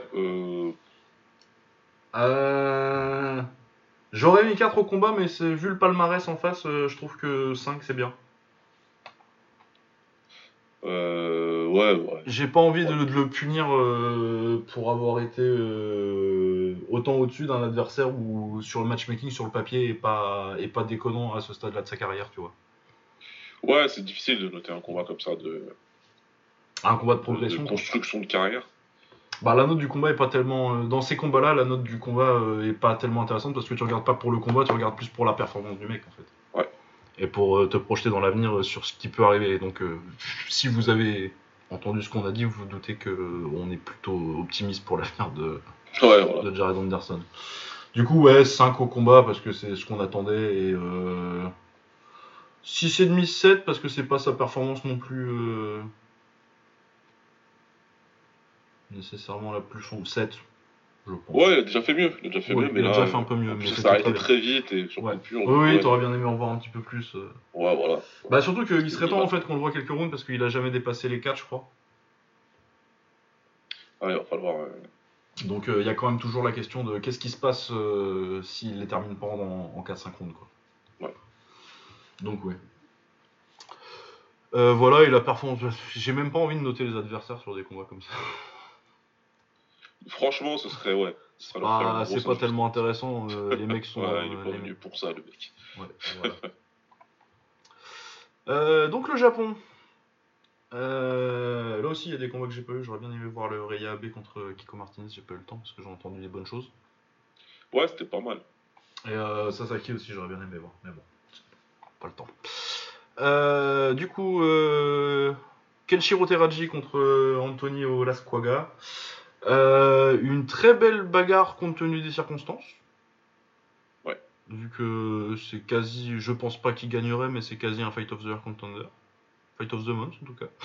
[SPEAKER 1] J'aurais mis 4 au combat, mais vu le palmarès en face, je trouve que 5 c'est bien.
[SPEAKER 2] ouais.
[SPEAKER 1] J'ai pas envie de le punir pour avoir été autant au-dessus d'un adversaire où sur le matchmaking, sur le papier, est pas déconnant à ce stade-là de sa carrière, tu vois.
[SPEAKER 2] Ouais, c'est difficile de noter un combat comme ça
[SPEAKER 1] Un combat de
[SPEAKER 2] de
[SPEAKER 1] progression, quoi.
[SPEAKER 2] construction de carrière.
[SPEAKER 1] Bah, la note du combat est pas tellement. Dans ces combats-là, la note du combat est pas tellement intéressante parce que tu regardes pas pour le combat, tu regardes plus pour la performance du mec, en fait.
[SPEAKER 2] Ouais.
[SPEAKER 1] Et pour te projeter dans l'avenir sur ce qui peut arriver. Donc, si vous avez entendu ce qu'on a dit, vous vous doutez qu'on est plutôt optimiste pour l'avenir
[SPEAKER 2] Ouais, voilà.
[SPEAKER 1] de Jared Anderson. Du coup, ouais, 5 au combat parce que c'est ce qu'on attendait. Et 6,5, 7 parce que c'est pas sa performance non plus nécessairement la plus chaude. 7, je pense.
[SPEAKER 2] Ouais, il a déjà fait mieux. Il a déjà fait mieux, mais
[SPEAKER 1] il a
[SPEAKER 2] là,
[SPEAKER 1] déjà fait un peu mieux.
[SPEAKER 2] en plus,
[SPEAKER 1] Mais
[SPEAKER 2] ça s'est
[SPEAKER 1] c'était
[SPEAKER 2] arrêté
[SPEAKER 1] très bien.
[SPEAKER 2] très vite et sur
[SPEAKER 1] Ouais.
[SPEAKER 2] coup pur.
[SPEAKER 1] Oui, t'aurais bien aimé en voir un petit peu plus.
[SPEAKER 2] Ouais, voilà.
[SPEAKER 1] Bah, surtout qu'il serait temps en fait qu'on le voit quelques rounds parce qu'il a jamais dépassé les 4, je crois.
[SPEAKER 2] Ouais, il va falloir.
[SPEAKER 1] Donc il y a quand même toujours la question de qu'est-ce qui se passe s'il les termine pas en 4-5 rounds, quoi.
[SPEAKER 2] Ouais.
[SPEAKER 1] Donc, ouais. Voilà, et la performance. J'ai même pas envie de noter les adversaires sur des combats comme ça.
[SPEAKER 2] Franchement, ce serait, ouais. Ce serait leur faire une grosse
[SPEAKER 1] C'est pas tellement intéressant. Les mecs sont.
[SPEAKER 2] Ouais, il est pas venu pour ça, le mec.
[SPEAKER 1] Ouais, voilà. Donc, le Japon. Là aussi, il y a des combats que j'ai pas eu. J'aurais bien aimé voir le Rei Abe contre Kiko Martinez. J'ai pas eu le temps parce que j'ai entendu des bonnes choses.
[SPEAKER 2] Ouais, c'était pas mal.
[SPEAKER 1] Et Sasaki aussi, j'aurais bien aimé voir. Mais bon, pas le temps. Du coup, Kenshiro Teraji contre Antonio Lasquaga. Une très belle bagarre compte tenu des circonstances.
[SPEAKER 2] Ouais.
[SPEAKER 1] Vu que c'est quasi, je pense pas qu'il gagnerait, mais c'est quasi un Fight of the Year contender. Fight of the Month en tout cas.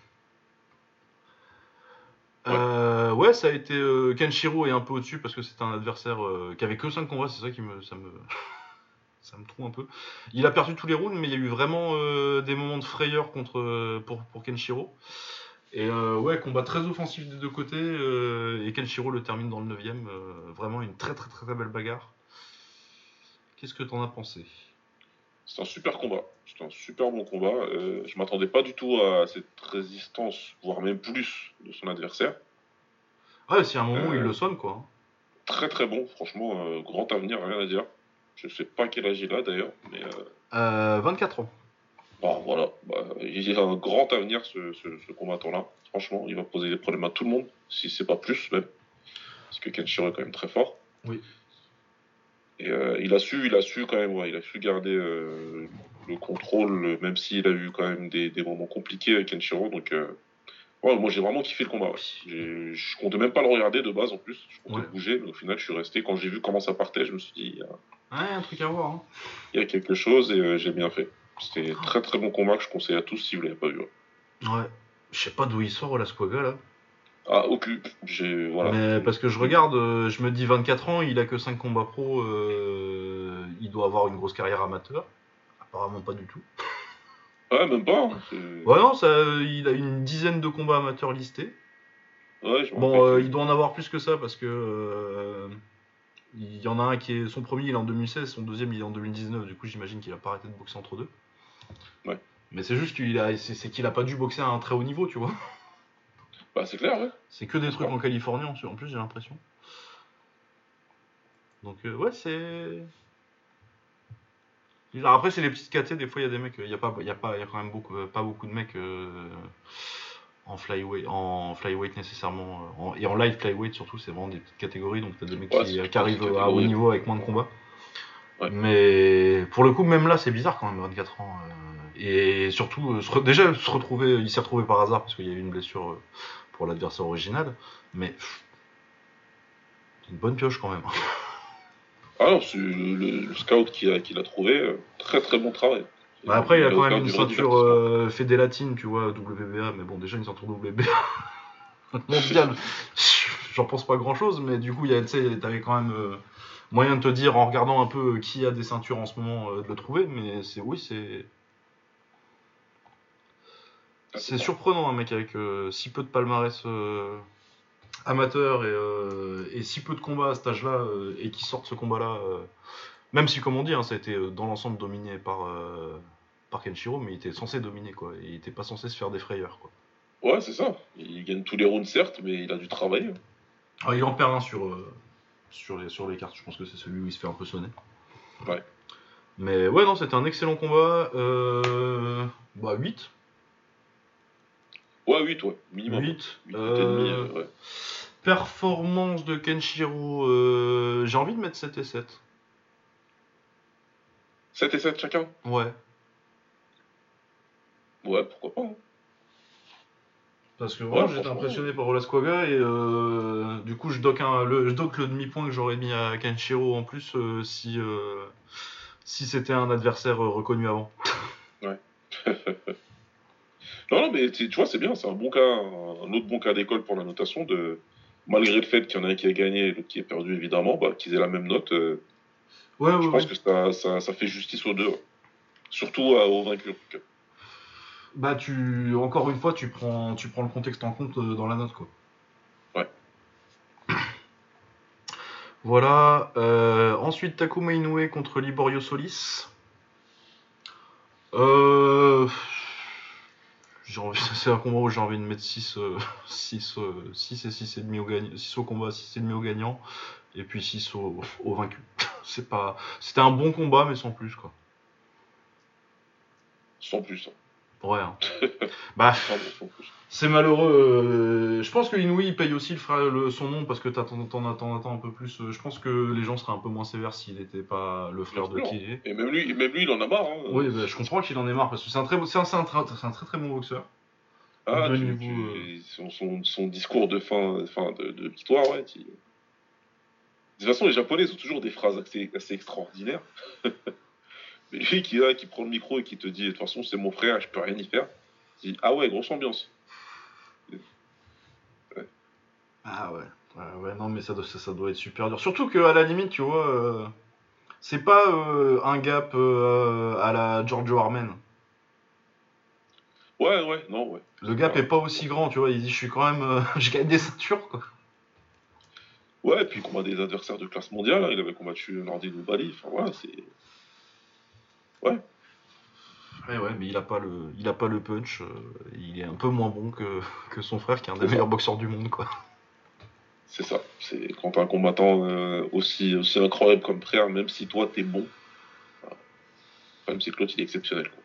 [SPEAKER 1] Ouais, ça a été. Kenshiro est un peu au-dessus parce que c'est un adversaire qui avait que 5 combats, c'est ça qui me. Ça me trouve un peu. Il a perdu tous les rounds, mais il y a eu vraiment des moments de frayeur pour Kenshiro. Et ouais, combat très offensif des deux côtés. Et Kenshiro le termine dans le 9ème. Vraiment une très très très très belle bagarre. Qu'est-ce que t'en as pensé?
[SPEAKER 2] C'est un super combat. C'était un super bon combat. Je m'attendais pas du tout à cette résistance, voire même plus, de son adversaire.
[SPEAKER 1] Ouais, s'il y a un moment où il le sonne, quoi.
[SPEAKER 2] Très très bon, franchement, grand avenir, rien à dire. Je sais pas quel âge il a d'ailleurs, mais
[SPEAKER 1] 24 ans.
[SPEAKER 2] bah, voilà, il a un grand avenir ce combattant-là. Franchement, il va poser des problèmes à tout le monde, si c'est pas plus même, parce que Kenshiro est quand même très fort.
[SPEAKER 1] Oui.
[SPEAKER 2] Et il a su quand même, ouais, il a su garder le contrôle, même s'il a eu quand même des moments compliqués avec Kenshiro. Donc, ouais, moi j'ai vraiment kiffé le combat. Ouais. Je comptais même pas le regarder de base en plus. Je comptais le bouger, mais au final je suis resté. Quand j'ai vu comment ça partait, je me suis dit,
[SPEAKER 1] ouais, un truc à voir. Hein.
[SPEAKER 2] Il y a quelque chose et j'ai bien fait. C'était très très bon combat que je conseille à tous si vous l'avez pas vu.
[SPEAKER 1] Ouais. Je sais pas d'où il sort Lasquaga là.
[SPEAKER 2] Ah, aucun. Voilà.
[SPEAKER 1] Mais parce que je regarde, je me dis 24 ans, il a que 5 combats pro, il doit avoir une grosse carrière amateur. Apparemment pas du tout.
[SPEAKER 2] Ouais, même pas. Hein,
[SPEAKER 1] ouais, non, il a une dizaine de combats amateurs listés.
[SPEAKER 2] Ouais, je
[SPEAKER 1] bon, il doit en avoir plus que ça parce que il y en a un qui est son premier, il est en 2016, son deuxième il est en 2019. Du coup, j'imagine qu'il a pas arrêté de boxer entre deux.
[SPEAKER 2] Ouais.
[SPEAKER 1] Mais c'est juste qu'il a pas dû boxer à un très haut niveau, tu vois.
[SPEAKER 2] Bah, c'est clair, ouais.
[SPEAKER 1] C'est que des trucs en Californie en plus, j'ai l'impression. Donc, ouais, c'est. Après, c'est les petites KT, des fois, il y a des mecs. Il y a quand même pas beaucoup de mecs en flyweight nécessairement. Et en light flyweight surtout, c'est vraiment des petites catégories. Donc, t'as des mecs qui arrivent à haut niveau avec moins de combats. Ouais. Mais pour le coup, même là, c'est bizarre quand même, 24 ans. Et surtout, déjà, il s'est retrouvé par hasard parce qu'il y a eu une blessure pour l'adversaire original. Mais c'est une bonne pioche quand même.
[SPEAKER 2] Ah non, c'est le scout qui l'a trouvé, très très bon travail.
[SPEAKER 1] Bah après, il a quand même une ceinture fédélatine, tu vois, WBA, mais bon, déjà une ceinture WBA mondiale, j'en pense pas grand chose, mais du coup, t'avais quand même moyen de te dire, en regardant un peu qui a des ceintures en ce moment, de le trouver, mais c'est surprenant, un mec avec si peu de palmarès amateur et si peu de combats à cet âge-là, et qui sortent ce combat-là, même si, comme on dit, hein, ça a été dans l'ensemble dominé par Kenshiro, mais il était censé dominer, quoi. Et il était pas censé se faire des frayeurs, quoi.
[SPEAKER 2] Ouais, c'est ça. Il gagne tous les rounds, certes, mais il a du travail.
[SPEAKER 1] Alors, il en perd un sur les cartes. Je pense que c'est celui où il se fait un peu sonner.
[SPEAKER 2] Ouais.
[SPEAKER 1] Mais ouais, non, c'était un excellent combat. 8.
[SPEAKER 2] Ouais, 8, ouais. Minimum.
[SPEAKER 1] 8.
[SPEAKER 2] 8,5, ouais.
[SPEAKER 1] Performance de Kenshiro, j'ai envie de mettre 7 et 7.
[SPEAKER 2] 7 et 7 chacun?
[SPEAKER 1] Ouais.
[SPEAKER 2] Ouais, pourquoi pas. Hein.
[SPEAKER 1] Parce que moi, j'étais impressionné par Lasquaga et du coup, je dock le demi-point que j'aurais mis à Kenshiro en plus si c'était un adversaire reconnu avant.
[SPEAKER 2] Ouais. non, mais tu vois, c'est bien, c'est un bon cas, un autre bon cas d'école pour la notation de malgré le fait qu'il y en a un qui a gagné et l'autre qui a perdu évidemment, qu'ils aient la même note. Je pense que ça fait justice aux deux, ouais. Surtout aux vaincus.
[SPEAKER 1] Bah encore une fois, tu prends le contexte en compte dans la note, quoi.
[SPEAKER 2] Ouais.
[SPEAKER 1] Voilà. Ensuite, Takuma Inoue contre Liborio Solis. C'est un combat où j'ai envie de mettre 6 et 6 et demi au gagnant, 6 au combat, 6 et demi au gagnant, et puis 6 au vaincu. C'était un bon combat, mais sans plus, quoi.
[SPEAKER 2] Sans plus. Hein.
[SPEAKER 1] Ouais. Hein. Bah, c'est malheureux. Je pense que Inoue il paye aussi son nom parce que t'en attends un peu plus. Je pense que les gens seraient un peu moins sévères s'il n'était pas le frère de Kie.
[SPEAKER 2] Et même lui, il en a marre. Hein.
[SPEAKER 1] Oui, bah, je comprends qu'il en ait marre parce que c'est un très très bon boxeur.
[SPEAKER 2] Ah,
[SPEAKER 1] de niveau.
[SPEAKER 2] son discours de fin de victoire, ouais. De toute façon, les Japonais ils ont toujours des phrases assez extraordinaires. Mais lui qui prend le micro et qui te dit, de toute façon, c'est mon frère, je peux rien y faire. Il dit, ah ouais, grosse ambiance. Ouais.
[SPEAKER 1] Ah ouais. Ouais, non, mais ça doit être super dur. Surtout qu'à la limite, tu vois, c'est pas un gap à la Giorgio Armen.
[SPEAKER 2] Ouais, non, ouais.
[SPEAKER 1] Le gap est pas aussi grand, tu vois. Il dit, je suis quand même. Je gagne des ceintures, quoi.
[SPEAKER 2] Ouais, et puis il combat des adversaires de classe mondiale, hein. Il avait combattu Nordine Bali, enfin voilà, c'est. Ouais,
[SPEAKER 1] Ouais, mais il a pas le punch. Il est un peu moins bon que son frère, qui est un des
[SPEAKER 2] c'est ça.
[SPEAKER 1] meilleurs boxeurs du monde, quoi.
[SPEAKER 2] C'est ça. C'est quand t'as un combattant aussi incroyable comme frère, même si toi t'es bon, voilà. Le problème c'est que l'autre il est exceptionnel, quoi.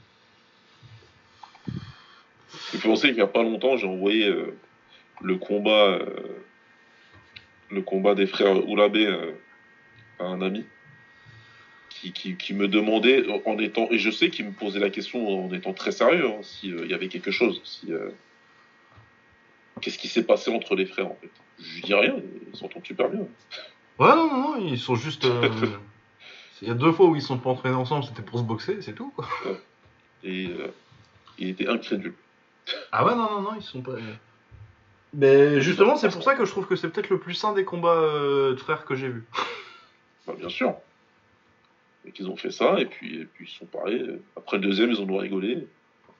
[SPEAKER 2] Ce qui me fait penser qu'il y a pas longtemps, j'ai envoyé le combat le combat des frères Ulabe à un ami qui me demandait en étant et je sais qu'il me posait la question en étant très sérieux, hein, si il y avait quelque chose, si qu'est-ce qui s'est passé entre les frères en fait. Je lui dis rien, ils s'entendent super bien.
[SPEAKER 1] Ouais, non, ils sont juste. Il y a 2 fois où ils sont pas entraînés ensemble, c'était pour se boxer, c'est tout, quoi.
[SPEAKER 2] Ouais. Et il était incrédule.
[SPEAKER 1] Ah ouais, non, ils sont pas. Mais
[SPEAKER 2] Il dit, ça
[SPEAKER 1] justement,
[SPEAKER 2] peut
[SPEAKER 1] c'est
[SPEAKER 2] pas se
[SPEAKER 1] pour ça
[SPEAKER 2] passer.
[SPEAKER 1] que je trouve que c'est peut-être le plus sain des combats de frères que j'ai vus.
[SPEAKER 2] Bah, bien sûr. Et qu'ils ont fait ça, et puis ils sont parés. Après le deuxième, ils en ont rigolé.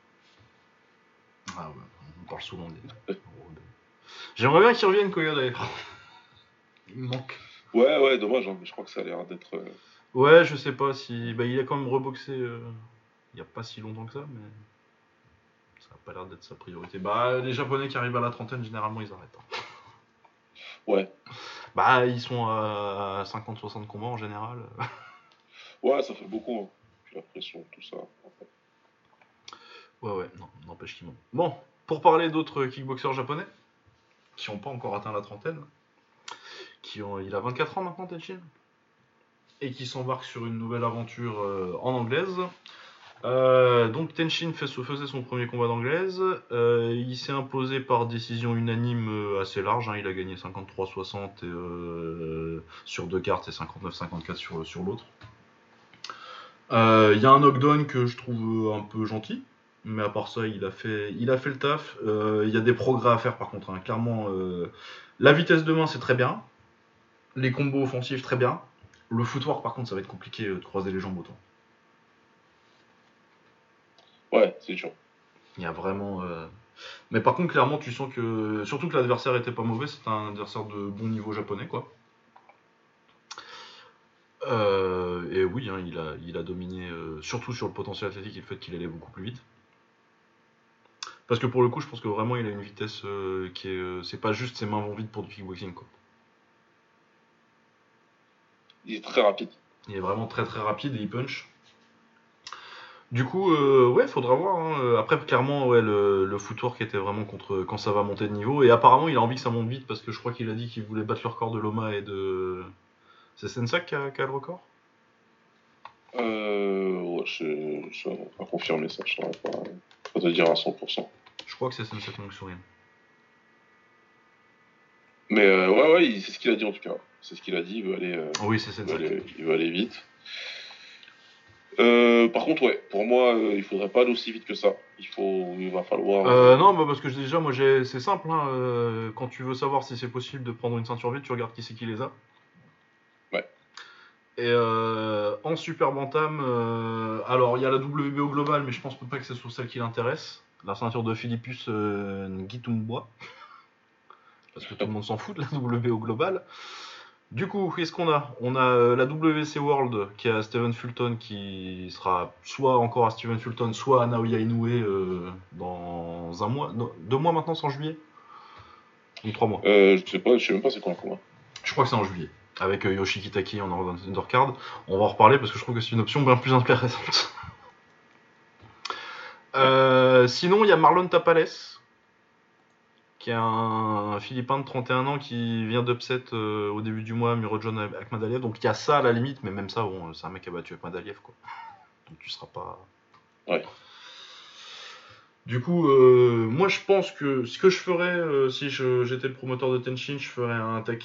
[SPEAKER 1] Ah ouais, on parle souvent des. J'aimerais bien qu'ils reviennent, Koya, d'ailleurs. Il me manque.
[SPEAKER 2] Ouais, dommage, hein, mais je crois que ça a l'air d'être.
[SPEAKER 1] Ouais, je sais pas si. Bah, il a quand même reboxé il y a pas si longtemps que ça, mais ça a pas l'air d'être sa priorité. Bah, les Japonais qui arrivent à la trentaine, généralement, ils arrêtent, hein.
[SPEAKER 2] Ouais,
[SPEAKER 1] Bah, ils sont à 50-60 combats en général.
[SPEAKER 2] ouais, ça fait beaucoup, hein. Puis la pression, tout ça.
[SPEAKER 1] Ouais, non, n'empêche qu'ils montent. Bon, pour parler d'autres kickboxers japonais, qui n'ont pas encore atteint la trentaine, il a 24 ans maintenant, Tenshin, et qui s'embarque sur une nouvelle aventure en anglaise. Donc Tenshin faisait son premier combat d'anglaise. Il s'est imposé par décision unanime assez large, hein. Il a gagné 53-60 sur 2 cartes et 59-54 sur l'autre. Il y a un knockdown que je trouve un peu gentil, mais à part ça, il a fait le taf. Il y a des progrès à faire par contre, hein. Clairement, la vitesse de main c'est très bien, les combos offensifs très bien. Le footwork par contre, ça va être compliqué de croiser les jambes autant.
[SPEAKER 2] Ouais, c'est sûr.
[SPEAKER 1] Il y a vraiment. Mais par contre, clairement, tu sens que. Surtout que l'adversaire était pas mauvais, c'est un adversaire de bon niveau japonais, quoi. Et oui, hein, il a dominé, surtout sur le potentiel athlétique et le fait qu'il allait beaucoup plus vite. Parce que pour le coup, je pense que vraiment, il a une vitesse qui est. C'est pas juste ses mains vont vite pour du kickboxing, quoi.
[SPEAKER 2] Il est très rapide.
[SPEAKER 1] Il est vraiment très très rapide et il punch. Du coup, ouais, faudra voir, hein. Après, clairement, ouais, le footwork était vraiment contre quand ça va monter de niveau. Et apparemment, il a envie que ça monte vite parce que je crois qu'il a dit qu'il voulait battre le record de Loma et de. C'est Sensak qui a le record.
[SPEAKER 2] Ouais, je vais pas confirmer ça, je saurais pas te dire à 100%.
[SPEAKER 1] Je crois que c'est Sensak Mansourian.
[SPEAKER 2] Mais ouais, c'est ce qu'il a dit en tout cas. C'est ce qu'il a dit, il veut aller,
[SPEAKER 1] Oui, c'est Sensak.
[SPEAKER 2] il veut aller vite. Par contre, ouais, pour moi, il faudrait pas aller aussi vite que ça. Il va falloir.
[SPEAKER 1] Non, bah parce que déjà, moi, c'est simple, hein. Quand tu veux savoir si c'est possible de prendre une ceinture vite, tu regardes qui c'est qui les a.
[SPEAKER 2] Ouais.
[SPEAKER 1] Et en super bantam, alors il y a la WBO globale, mais je pense pas que ce soit celle qui l'intéresse. La ceinture de Philippus Ngitumbwa. Parce que tout le monde s'en fout de la WBO globale. Du coup, qu'est-ce qu'on a? On a la WC World qui est à Stephen Fulton, qui sera soit encore à Stephen Fulton, soit à Naoya Inoue dans un mois. Non, 2 mois maintenant, c'est en juillet. Donc 3 mois.
[SPEAKER 2] Je sais même pas c'est quoi le combat.
[SPEAKER 1] Je crois que c'est en juillet. Avec Yoshi Kitaki en undercard. On va en reparler parce que je trouve que c'est une option bien plus intéressante.
[SPEAKER 2] Ouais.
[SPEAKER 1] Sinon, il y a Marlon Tapales, qui est un Philippin de 31 ans qui vient d'upset au début du mois Murodjon Akhmadaliev. Donc il y a ça à la limite, mais même ça, bon, c'est un mec qui a battu Akhmadaliev, quoi. Donc tu seras pas.
[SPEAKER 2] Ouais.
[SPEAKER 1] Du coup, moi je pense que ce que je ferais si j'étais le promoteur de Tenshin, je ferais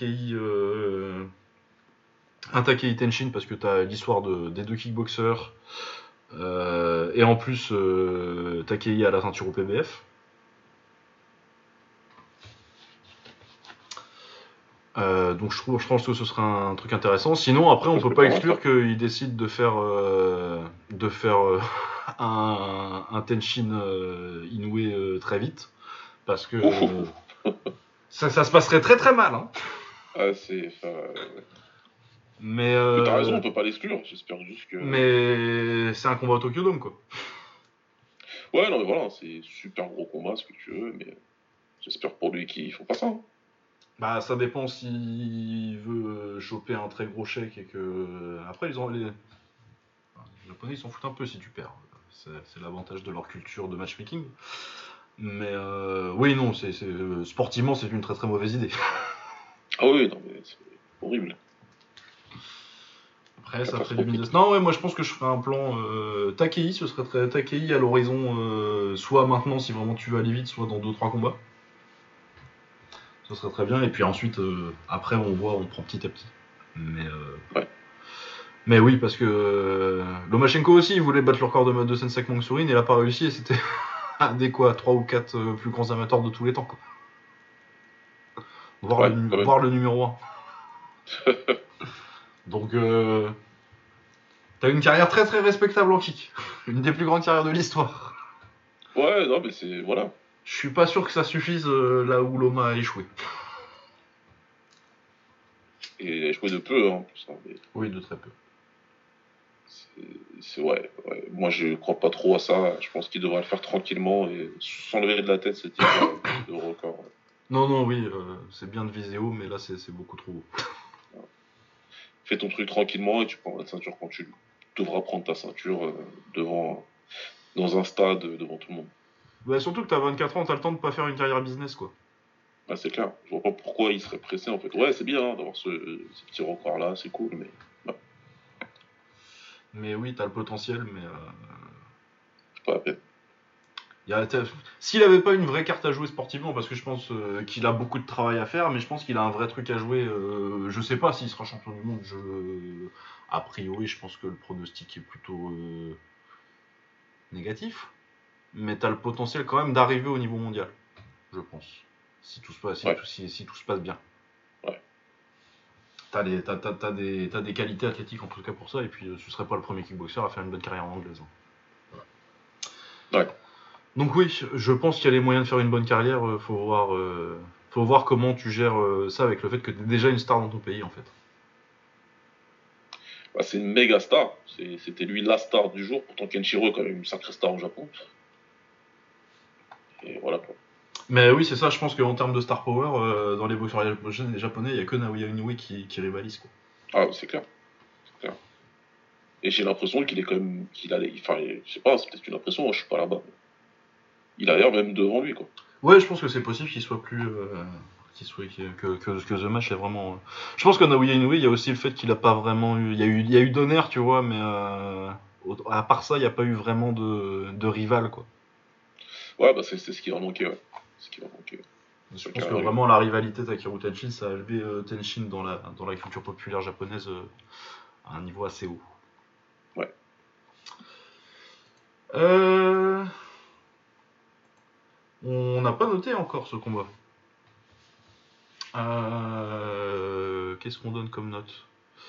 [SPEAKER 1] un Takei Tenshin parce que t'as l'histoire des deux kickboxers et en plus Takei a la ceinture au PBF. Donc je pense que ce serait un truc intéressant. Sinon après on
[SPEAKER 2] Ça
[SPEAKER 1] peut
[SPEAKER 2] serait
[SPEAKER 1] pas
[SPEAKER 2] pas mal,
[SPEAKER 1] exclure
[SPEAKER 2] ça.
[SPEAKER 1] qu'ils décident de faire un Tenshin Inoue très vite parce que
[SPEAKER 2] Ouf, ouf, ouf.
[SPEAKER 1] ça se passerait très très mal. Hein.
[SPEAKER 2] Ah, c'est.
[SPEAKER 1] Mais,
[SPEAKER 2] Mais t'as raison, on peut pas l'exclure. J'espère juste que.
[SPEAKER 1] mais c'est un combat au Tokyo Dome quoi.
[SPEAKER 2] Ouais, non, mais voilà, c'est super gros combat, ce que tu veux, mais j'espère pour lui qu'ils font pas ça, hein.
[SPEAKER 1] Bah ça dépend s'il veut choper un très gros chèque et que après les Japonais ils s'en foutent un peu si tu perds. C'est l'avantage de leur culture de matchmaking. Mais oui non sportivement c'est une très très mauvaise idée.
[SPEAKER 2] Ah oui, non, mais c'est horrible.
[SPEAKER 1] Après ça ferait du business.
[SPEAKER 2] Catastrophique.
[SPEAKER 1] Non ouais moi je pense que je ferais un plan Takei, ce serait très Takei à l'horizon soit maintenant si vraiment tu veux aller vite, soit dans 2-3 combats. Ce serait très bien et puis ensuite après on voit, on prend petit à petit. Mais
[SPEAKER 2] Ouais.
[SPEAKER 1] Mais oui, parce que Lomachenko aussi, il voulait battre le record de Sensei Mansourine, et il a pas réussi, et c'était un des 3 ou 4 plus grands amateurs de tous les temps, quoi. Voir
[SPEAKER 2] Ouais, quand même.
[SPEAKER 1] voir le numéro 1. Donc, t'as une carrière très très respectable en kick. Une des plus grandes carrières de l'histoire.
[SPEAKER 2] Ouais, non, mais c'est. Voilà.
[SPEAKER 1] Je suis pas sûr que ça suffise là où Loma a échoué.
[SPEAKER 2] Et il a joué de peu, hein, en plus, hein, mais
[SPEAKER 1] Oui, de très peu.
[SPEAKER 2] ouais, ouais. Moi, je crois pas trop à ça. Je pense qu'il devrait le faire tranquillement et s'enlever de la tête cette histoire de record.
[SPEAKER 1] Non, non, oui, c'est bien de viser haut, mais là c'est beaucoup trop haut.
[SPEAKER 2] Fais ton truc tranquillement et tu prends la ceinture quand tu devras prendre ta ceinture devant, dans un stade devant tout le monde.
[SPEAKER 1] Bah, surtout que t'as 24 ans, t'as le temps de pas faire une carrière business, quoi.
[SPEAKER 2] Ah, c'est clair. Je vois pas pourquoi il serait pressé en fait. Ouais, c'est bien hein, d'avoir ce petit record là, c'est cool, mais non,
[SPEAKER 1] Mais oui, t'as le potentiel, mais
[SPEAKER 2] c'est pas la peine.
[SPEAKER 1] S'il avait pas une vraie carte à jouer sportivement, parce que je pense qu'il a beaucoup de travail à faire, mais je pense qu'il a un vrai truc à jouer. Je sais pas s'il sera champion du monde. A priori, je pense que le pronostic est plutôt négatif. Mais t'as le potentiel quand même d'arriver au niveau mondial, je pense. Si tout se passe,
[SPEAKER 2] Ouais,
[SPEAKER 1] si tout se passe bien.
[SPEAKER 2] ouais.
[SPEAKER 1] T'as des qualités athlétiques en tout cas pour ça, et puis tu serais pas le premier kickboxer à faire une bonne carrière en anglaise.
[SPEAKER 2] Ouais.
[SPEAKER 1] Donc oui, je pense qu'il y a les moyens de faire une bonne carrière. Faut voir comment tu gères ça avec le fait que tu es déjà une star dans ton pays en fait.
[SPEAKER 2] Bah, c'est une méga star. C'était lui la star du jour. Pourtant, Kenshiro est quand même une sacrée star au Japon. Et voilà quoi.
[SPEAKER 1] Mais oui, c'est ça. Je pense qu'en termes de star power, dans les boxeurs japonais, il y a que Naoya Inoue qui rivalise quoi.
[SPEAKER 2] Ah, c'est clair. C'est clair. Et j'ai l'impression qu'il est quand même. Qu'il a, enfin, je sais pas, c'est peut-être une impression, moi, je suis pas là-bas. Il a l'air même devant lui quoi.
[SPEAKER 1] Ouais, je pense que c'est possible qu'il soit plus. Que The Match est vraiment. Je pense que Naoya Inoue, il y a aussi le fait qu'il a pas vraiment eu. Il y a eu Donner, tu vois, mais à part ça, il n'y a pas eu vraiment de rival quoi.
[SPEAKER 2] Ouais, bah c'est ce qui va manquer, ouais. C'est ce qui va manquer.
[SPEAKER 1] Je
[SPEAKER 2] Sur
[SPEAKER 1] pense que
[SPEAKER 2] carrière lui.
[SPEAKER 1] vraiment la rivalité Takeru Tenshin, ça a élevé Tenshin dans la culture populaire japonaise à un niveau assez haut.
[SPEAKER 2] Ouais.
[SPEAKER 1] Euh, on n'a pas noté encore ce combat. Qu'est-ce qu'on donne comme note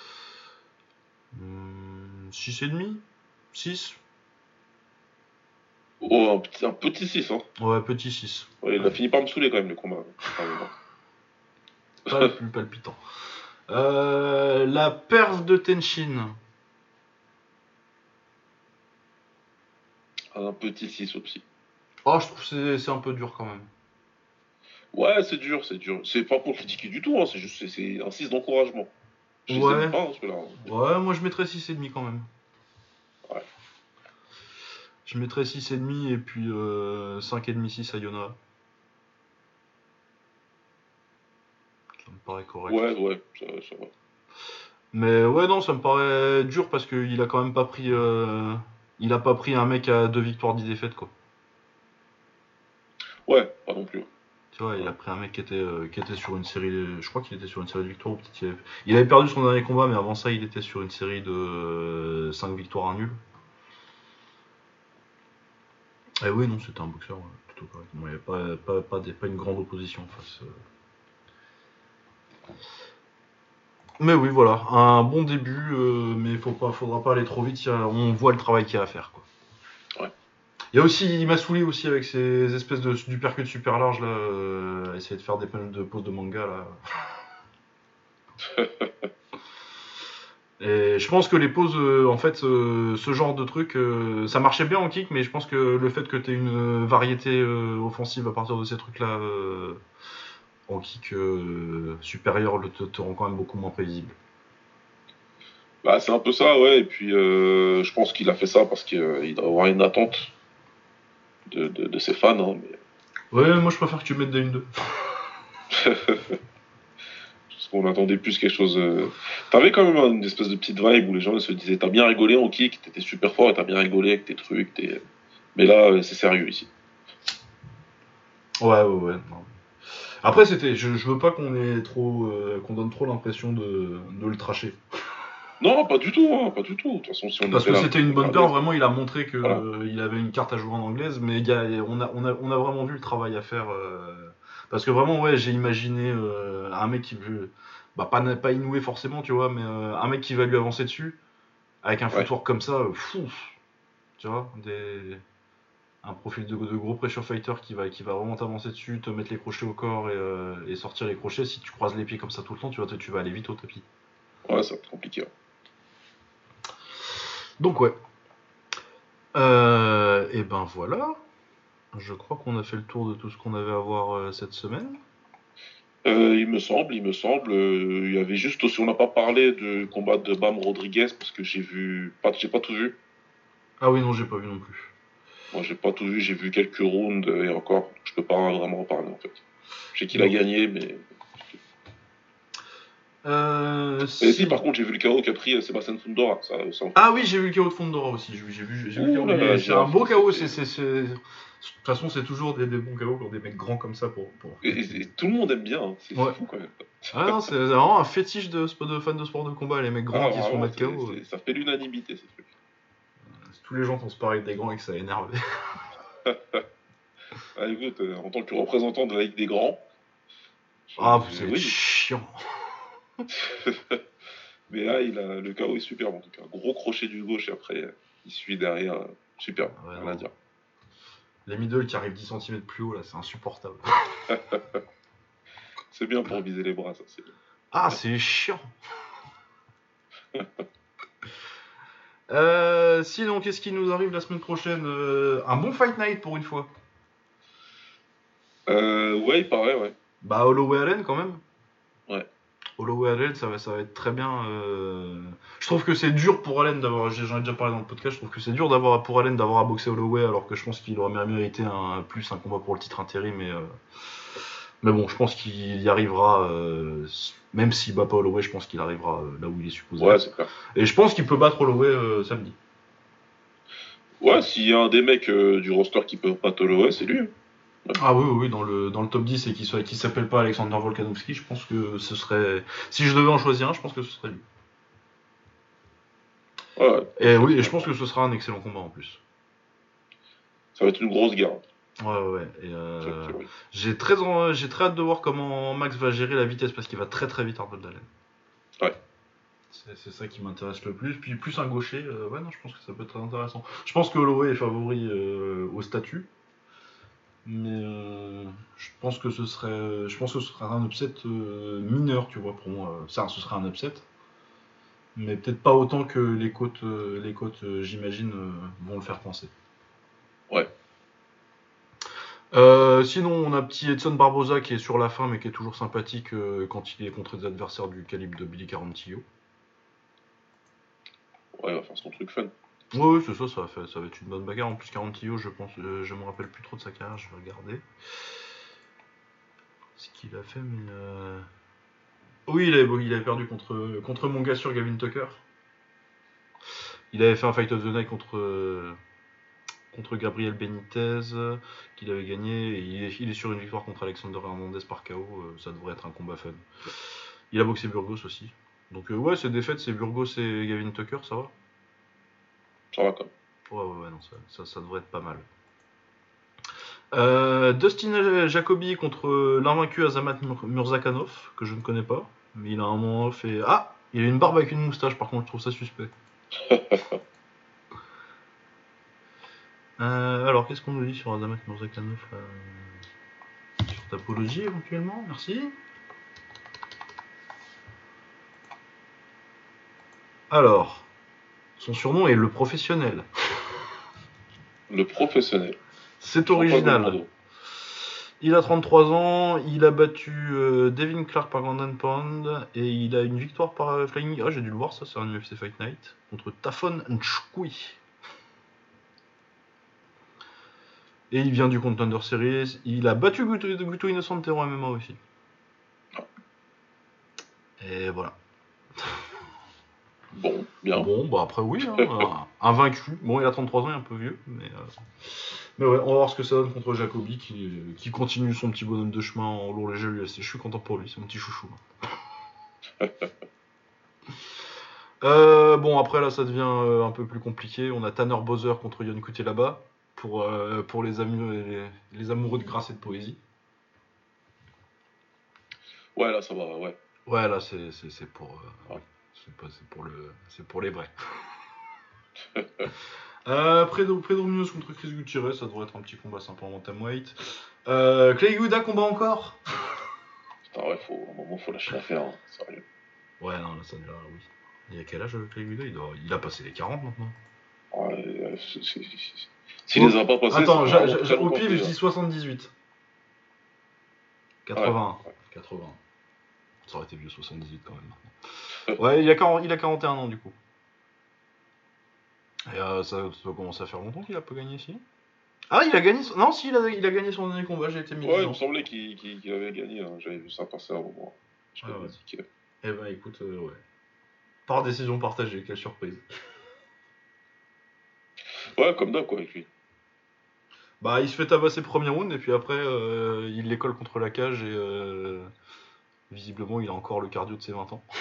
[SPEAKER 1] 6,5 6.
[SPEAKER 2] Oh, un petit 6, hein.
[SPEAKER 1] Ouais, petit 6.
[SPEAKER 2] Ouais, il a
[SPEAKER 1] Allez,
[SPEAKER 2] fini par me saouler quand même le combat. À un moment.
[SPEAKER 1] pas le plus palpitant. La perf de Tenshin.
[SPEAKER 2] Un petit 6 aussi.
[SPEAKER 1] Oh, je trouve que c'est un peu dur quand même.
[SPEAKER 2] Ouais, c'est dur, c'est dur. C'est pas pour critiquer du tout, hein, c'est juste c'est un 6 d'encouragement. Je les aime
[SPEAKER 1] Ouais,
[SPEAKER 2] pas, hein, ceux-là, hein.
[SPEAKER 1] ouais, moi je mettrais 6,5 quand même.
[SPEAKER 2] Ouais.
[SPEAKER 1] Je mettrais 6,5 et puis 5,5 6 à Yona. Ça me paraît correct.
[SPEAKER 2] Ouais, ouais, ça va.
[SPEAKER 1] Mais ouais, non, ça me paraît dur parce qu'il a quand même pas pris. Il a pas pris un mec à 2 victoires, 10 défaites, quoi.
[SPEAKER 2] Ouais, pas non plus.
[SPEAKER 1] Tu vois, il a pris un mec qui était sur une série. Je crois qu'il était sur une série de victoires. Ou peut-être il avait perdu son dernier combat, mais avant ça, il était sur une série de 5 victoires, un nul. Et oui, non, c'était un boxeur plutôt correct. Bon, il n'y avait pas une grande opposition en face. Mais oui, voilà, un bon début, mais faudra pas aller trop vite. On voit le travail qu'il y a à faire, quoi.
[SPEAKER 2] Ouais.
[SPEAKER 1] Il y a aussi Imasuli aussi avec ses espèces du percut super large là, essayer de faire des poses de manga là. Et je pense que les poses, en fait, ce genre de truc, ça marchait bien en kick, mais je pense que le fait que tu aies une variété offensive à partir de ces trucs-là en kick supérieur te rend quand même beaucoup moins prévisible.
[SPEAKER 2] Bah, c'est un peu ça, ouais. Et puis, je pense qu'il a fait ça parce qu'il doit avoir une attente de ses fans. Hein,
[SPEAKER 1] Ouais, moi je préfère que tu mettes des 1-2.
[SPEAKER 2] Parce qu'on attendait plus quelque chose. T'avais quand même une espèce de petite vibe où les gens se disaient t'as bien rigolé en kick, t'étais super fort et t'as bien rigolé avec tes trucs. Mais là, c'est sérieux ici.
[SPEAKER 1] Ouais. Non. Après, je veux pas qu'on donne trop l'impression de le tracher.
[SPEAKER 2] Non, pas du tout, hein, pas du tout. De toute façon, si on
[SPEAKER 1] Parce
[SPEAKER 2] était
[SPEAKER 1] que
[SPEAKER 2] là
[SPEAKER 1] c'était
[SPEAKER 2] pour
[SPEAKER 1] une bonne
[SPEAKER 2] regarder,
[SPEAKER 1] paire, vraiment, il a montré qu'il
[SPEAKER 2] voilà.
[SPEAKER 1] avait une carte à jouer en anglaise, mais on a vraiment vu le travail à faire. Parce que vraiment, ouais, j'ai imaginé un mec qui veut. Bah, pas Inoue forcément, tu vois, mais un mec qui va lui avancer dessus, avec un
[SPEAKER 2] Ouais,
[SPEAKER 1] footwork comme ça, fou, tu vois, un profil de gros pressure fighter qui va vraiment t'avancer dessus, te mettre les crochets au corps et sortir les crochets. Si tu croises les pieds comme ça tout le temps, tu vas aller vite au tapis.
[SPEAKER 2] ouais, ça va être compliqué. Ouais.
[SPEAKER 1] Donc, ouais. Et ben voilà. Je crois qu'on a fait le tour de tout ce qu'on avait à voir cette semaine.
[SPEAKER 2] Il me semble, il y avait juste aussi, on n'a pas parlé du combat de Bam Rodriguez parce que j'ai pas tout vu.
[SPEAKER 1] Ah oui, non, j'ai pas vu non plus.
[SPEAKER 2] Moi, j'ai pas tout vu, j'ai vu quelques rounds et encore, je peux pas vraiment en parler en fait. Je sais qu'il a
[SPEAKER 1] Non.
[SPEAKER 2] gagné, mais. Et si,
[SPEAKER 1] Si.
[SPEAKER 2] par contre, j'ai vu le KO qu'a pris Sébastien Fundora. Ça,
[SPEAKER 1] Ah oui, j'ai vu le KO de Fondora aussi. J'ai vu le
[SPEAKER 2] ouh
[SPEAKER 1] KO.
[SPEAKER 2] là là,
[SPEAKER 1] C'est un beau KO.
[SPEAKER 2] c'était.
[SPEAKER 1] De toute façon, c'est toujours des bons KO pour des mecs grands comme ça pour claquer.
[SPEAKER 2] Et tout le monde aime bien, hein. C'est
[SPEAKER 1] Ouais.
[SPEAKER 2] fou quand même.
[SPEAKER 1] Ah non, c'est vraiment un fétiche de fans de sport de combat, les mecs grands
[SPEAKER 2] Ah,
[SPEAKER 1] qui se font
[SPEAKER 2] vraiment,
[SPEAKER 1] mettre KO.
[SPEAKER 2] ça fait l'unanimité ces trucs.
[SPEAKER 1] Tous les gens font se parler des grands et que ça énerve.
[SPEAKER 2] Ah, écoute, en tant que représentant de la Ligue des Grands,
[SPEAKER 1] Ah, vous êtes
[SPEAKER 2] oui.
[SPEAKER 1] chiant.
[SPEAKER 2] Mais là, le KO est superbe en tout cas. Gros crochet du gauche et après, il suit derrière. Superbe,
[SPEAKER 1] Ouais,
[SPEAKER 2] rien à
[SPEAKER 1] non.
[SPEAKER 2] dire.
[SPEAKER 1] Les middle qui arrivent 10 cm plus haut, là, c'est insupportable.
[SPEAKER 2] C'est bien pour viser les bras, ça.
[SPEAKER 1] Ah, c'est chiant. Sinon, qu'est-ce qui nous arrive la semaine prochaine un bon Fight Night pour une fois.
[SPEAKER 2] Ouais, il paraît, ouais.
[SPEAKER 1] Bah, Holloway Allen quand même.
[SPEAKER 2] Ouais.
[SPEAKER 1] Holloway Allen, ça va être très bien. Je trouve que c'est dur pour Allen d'avoir. J'en ai déjà parlé dans le podcast. Je trouve que c'est dur pour Allen d'avoir à boxer Holloway, alors que je pense qu'il aurait mérité un combat pour le titre intérim. Mais bon, je pense qu'il y arrivera. Même s'il bat pas Holloway, je pense qu'il arrivera là où il est supposé
[SPEAKER 2] Ouais,
[SPEAKER 1] être.
[SPEAKER 2] c'est clair.
[SPEAKER 1] Et je pense qu'il peut battre Holloway samedi.
[SPEAKER 2] Ouais, s'il y a un des mecs du roster qui peut pas te le, ouais, c'est lui. Hein.
[SPEAKER 1] Ah oui, dans le top 10 et qu'il s'appelle pas Alexander Volkanovski, je pense que ce serait. Si je devais en choisir un, je pense que ce serait lui.
[SPEAKER 2] Ouais,
[SPEAKER 1] Et oui, et je
[SPEAKER 2] ça,
[SPEAKER 1] pense que ce sera un excellent combat en plus.
[SPEAKER 2] ça va être une grosse guerre.
[SPEAKER 1] Ouais. Et
[SPEAKER 2] Oui.
[SPEAKER 1] j'ai très hâte de voir comment Max va gérer la vitesse parce qu'il va très très vite Arnold Allen.
[SPEAKER 2] Ouais.
[SPEAKER 1] C'est ça qui m'intéresse le plus. Puis plus un gaucher, ouais, non, je pense que ça peut être très intéressant. Je pense que Holloway est favori au statut. Mais je pense que ce serait un upset mineur, tu vois, pour moi. Ça, ce serait un upset. Mais peut-être pas autant que les côtes j'imagine, vont le faire penser.
[SPEAKER 2] Ouais.
[SPEAKER 1] Sinon, on a petit Edson Barboza qui est sur la fin, mais qui est toujours sympathique quand il est contre des adversaires du calibre de Billy Carantillo.
[SPEAKER 2] Ouais, il va faire son truc fun.
[SPEAKER 1] Ouais, c'est ça, ça va être une bonne bagarre. En plus, Carantillo, je pense, je me rappelle plus trop de sa carrière, je vais regarder ce qu'il a fait, mais. Oui, il avait perdu contre mon gars sur Gavin Tucker. Il avait fait un Fight of the Night contre. contre Gabriel Benitez, qu'il avait gagné. Et il est sur une victoire contre Alexander Hernandez par KO. Ça devrait être un combat fun. Il a boxé Burgos aussi. Donc ouais, ses défaites, c'est Burgos et Gavin Tucker, ça va?
[SPEAKER 2] Ça va quand même.
[SPEAKER 1] Ouais, non, ça devrait être pas mal. Dustin Jacoby contre l'invaincu Azamat Murzakanov, que je ne connais pas, mais il a un moment fait. Ah, il a une barbe avec une moustache, par contre, je trouve ça suspect. Alors, qu'est-ce qu'on nous dit sur Azamat Murzakanov sur Tapologie, éventuellement, merci. Alors, son surnom est le professionnel.
[SPEAKER 2] Le professionnel.
[SPEAKER 1] C'est original. Il a 33 ans, il a battu Devin Clark par Ground and Pound et il a une victoire par Flying. Ah, j'ai dû le voir, ça, c'est un UFC Fight Night contre Tafon Nchukwi. Et il vient du Contender Series. Il a battu Guto Innocentero en MMA aussi. Et voilà.
[SPEAKER 2] Bon, bien.
[SPEAKER 1] Bon, bah après, oui, hein, un vaincu. Bon, il a 33 ans, il est un peu vieux, mais ouais, on va voir ce que ça donne contre Jacoby qui continue son petit bonhomme de chemin en lourd léger UFC. Je suis content pour lui, c'est mon petit chouchou. Bon, après là, ça devient un peu plus compliqué. On a Tanner Bowser contre Yon Kuti là-bas pour les amoureux de grâce et de poésie.
[SPEAKER 2] Ouais, là, ça va, ouais.
[SPEAKER 1] Ouais, là, c'est pour. C'est pour les vrais. Pedro Munoz contre Chris Gutierrez, ça devrait être un petit combat sympa en bantamweight. Clay Guida combat encore.
[SPEAKER 2] Putain, ouais, à un moment, faut lâcher l'affaire, hein, sérieux.
[SPEAKER 1] Ouais, non, là, ça devient. Oui. Il a quel âge, Clay Guida il a passé les 40 maintenant.
[SPEAKER 2] Ouais, s'il les a pas passés,
[SPEAKER 1] attends,
[SPEAKER 2] au
[SPEAKER 1] pif, je dis 78. 80.
[SPEAKER 2] Ouais.
[SPEAKER 1] 80. Ça aurait été vieux, 78 quand même maintenant. Ouais, il a 41 ans du coup. Et ça commence à faire longtemps qu'il a pas gagné ici. Ah, il a gagné. Non, si, il a gagné son dernier combat, j'ai été mis.
[SPEAKER 2] Ouais, il me semblait qu'il avait gagné, hein. J'avais vu ça passer à un moment.
[SPEAKER 1] Eh ben écoute, ouais. Par décision partagée, quelle surprise.
[SPEAKER 2] Ouais, comme d'hab quoi avec lui.
[SPEAKER 1] Bah, il se fait tabasser premier round et puis après, il les colle contre la cage et visiblement, il a encore le cardio de ses 20 ans.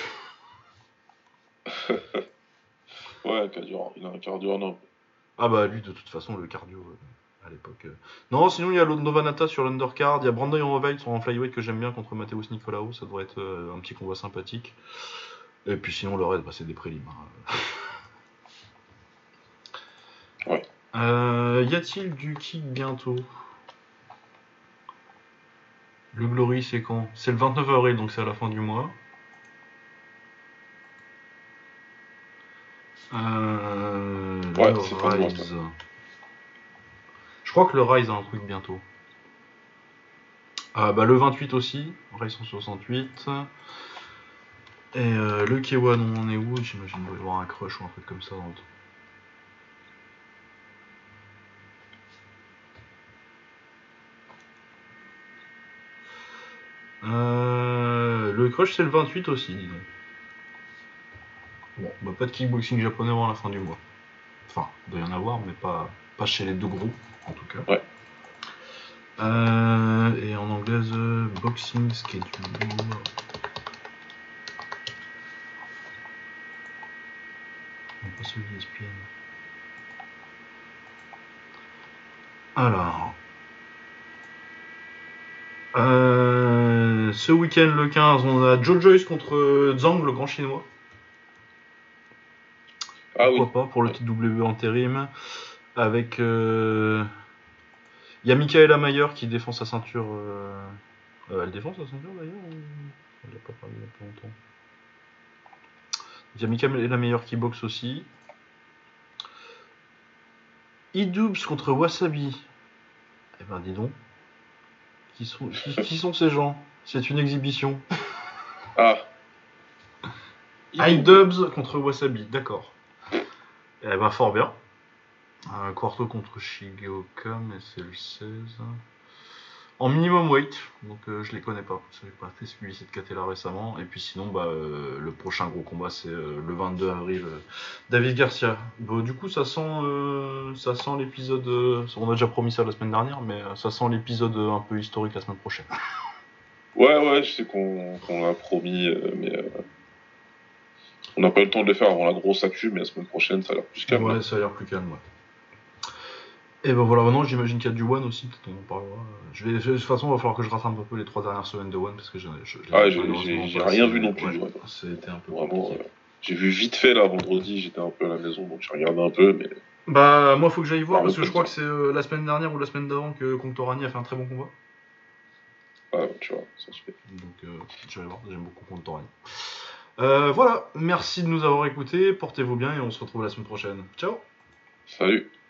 [SPEAKER 2] Ouais, il a un cardio en homme.
[SPEAKER 1] Ah bah lui, de toute façon, le cardio à l'époque. Non, sinon il y a Novanata sur l'undercard, il y a Brandon Royval sur un flyweight que j'aime bien contre Mateus Nicolau, ça devrait être un petit combat sympathique. Et puis sinon le reste, bah, c'est des prélims.
[SPEAKER 2] Ouais.
[SPEAKER 1] Y a-t-il du kick bientôt? Le Glory, c'est quand? C'est le 29 avril, donc c'est à la fin du mois.
[SPEAKER 2] Ouais, c'est fin du
[SPEAKER 1] Rise. Je crois que le Rise a un truc bientôt. Bah, le 28 aussi, Rise 168. Et le K1, on en est où? J'imagine qu'il doit y avoir un crush ou un truc comme ça dans le temps. Le crush c'est le 28 aussi, disons. Bon, bah pas de kickboxing japonais avant la fin du mois. Enfin, il doit y en avoir, mais pas chez les deux gros, en tout cas.
[SPEAKER 2] Ouais.
[SPEAKER 1] Et en anglaise, boxing schedule. Non, pas celui d'ESPN. Alors. Ce week-end, le 15, on a Joe Joyce contre Zhang, le grand chinois.
[SPEAKER 2] Ah
[SPEAKER 1] Pourquoi pas, pour le titre WWE intérim. Avec. Il y a Michaela Mayer qui défend sa ceinture. Elle défend sa ceinture d'ailleurs ou... Elle l'a pas parlé il y a pas longtemps. Il y a Michaela Mayer qui boxe aussi. Idubs contre Wasabi. Eh ben dis donc. Qui sont ces gens? C'est une exhibition.
[SPEAKER 2] Ah.
[SPEAKER 1] Idubs contre Wasabi, d'accord. Eh ben fort bien. Quarto contre Shigeoka, mais c'est le 16. en minimum weight, donc je les connais pas. Je n'ai pas fait suivi cette caté là récemment. Et puis sinon, le prochain gros combat, c'est le 22 avril, David Garcia. Bon, du coup, ça sent l'épisode. On a déjà promis ça la semaine dernière, mais ça sent l'épisode un peu historique la semaine prochaine.
[SPEAKER 2] Ouais, je sais qu'on l'a promis, mais on n'a pas eu le temps de le faire avant la grosse actu, mais la semaine prochaine, ça a l'air plus calme.
[SPEAKER 1] Ouais, ça a l'air plus calme, ouais. Et ben voilà, maintenant j'imagine qu'il y a du One aussi, peut-être on en parlera. De toute façon, il va falloir que je rattrape un peu les 3 dernières semaines de One parce que j'ai
[SPEAKER 2] rien vu non plus.
[SPEAKER 1] Ouais, c'était un peu
[SPEAKER 2] vraiment.
[SPEAKER 1] compliqué.
[SPEAKER 2] J'ai vu vite fait là vendredi, j'étais un peu à la maison, donc j'ai regardé un peu, mais.
[SPEAKER 1] Bah, moi, faut que j'aille voir
[SPEAKER 2] Ah,
[SPEAKER 1] parce que je crois que
[SPEAKER 2] ça.
[SPEAKER 1] c'est la semaine dernière ou la semaine d'avant que Contorani a fait un très bon combat.
[SPEAKER 2] Ah, tu vois, ça se fait.
[SPEAKER 1] Donc, j'irai voir, j'aime beaucoup Contorani. Voilà, merci de nous avoir écoutés, portez-vous bien et on se retrouve la semaine prochaine. Ciao!
[SPEAKER 2] Salut!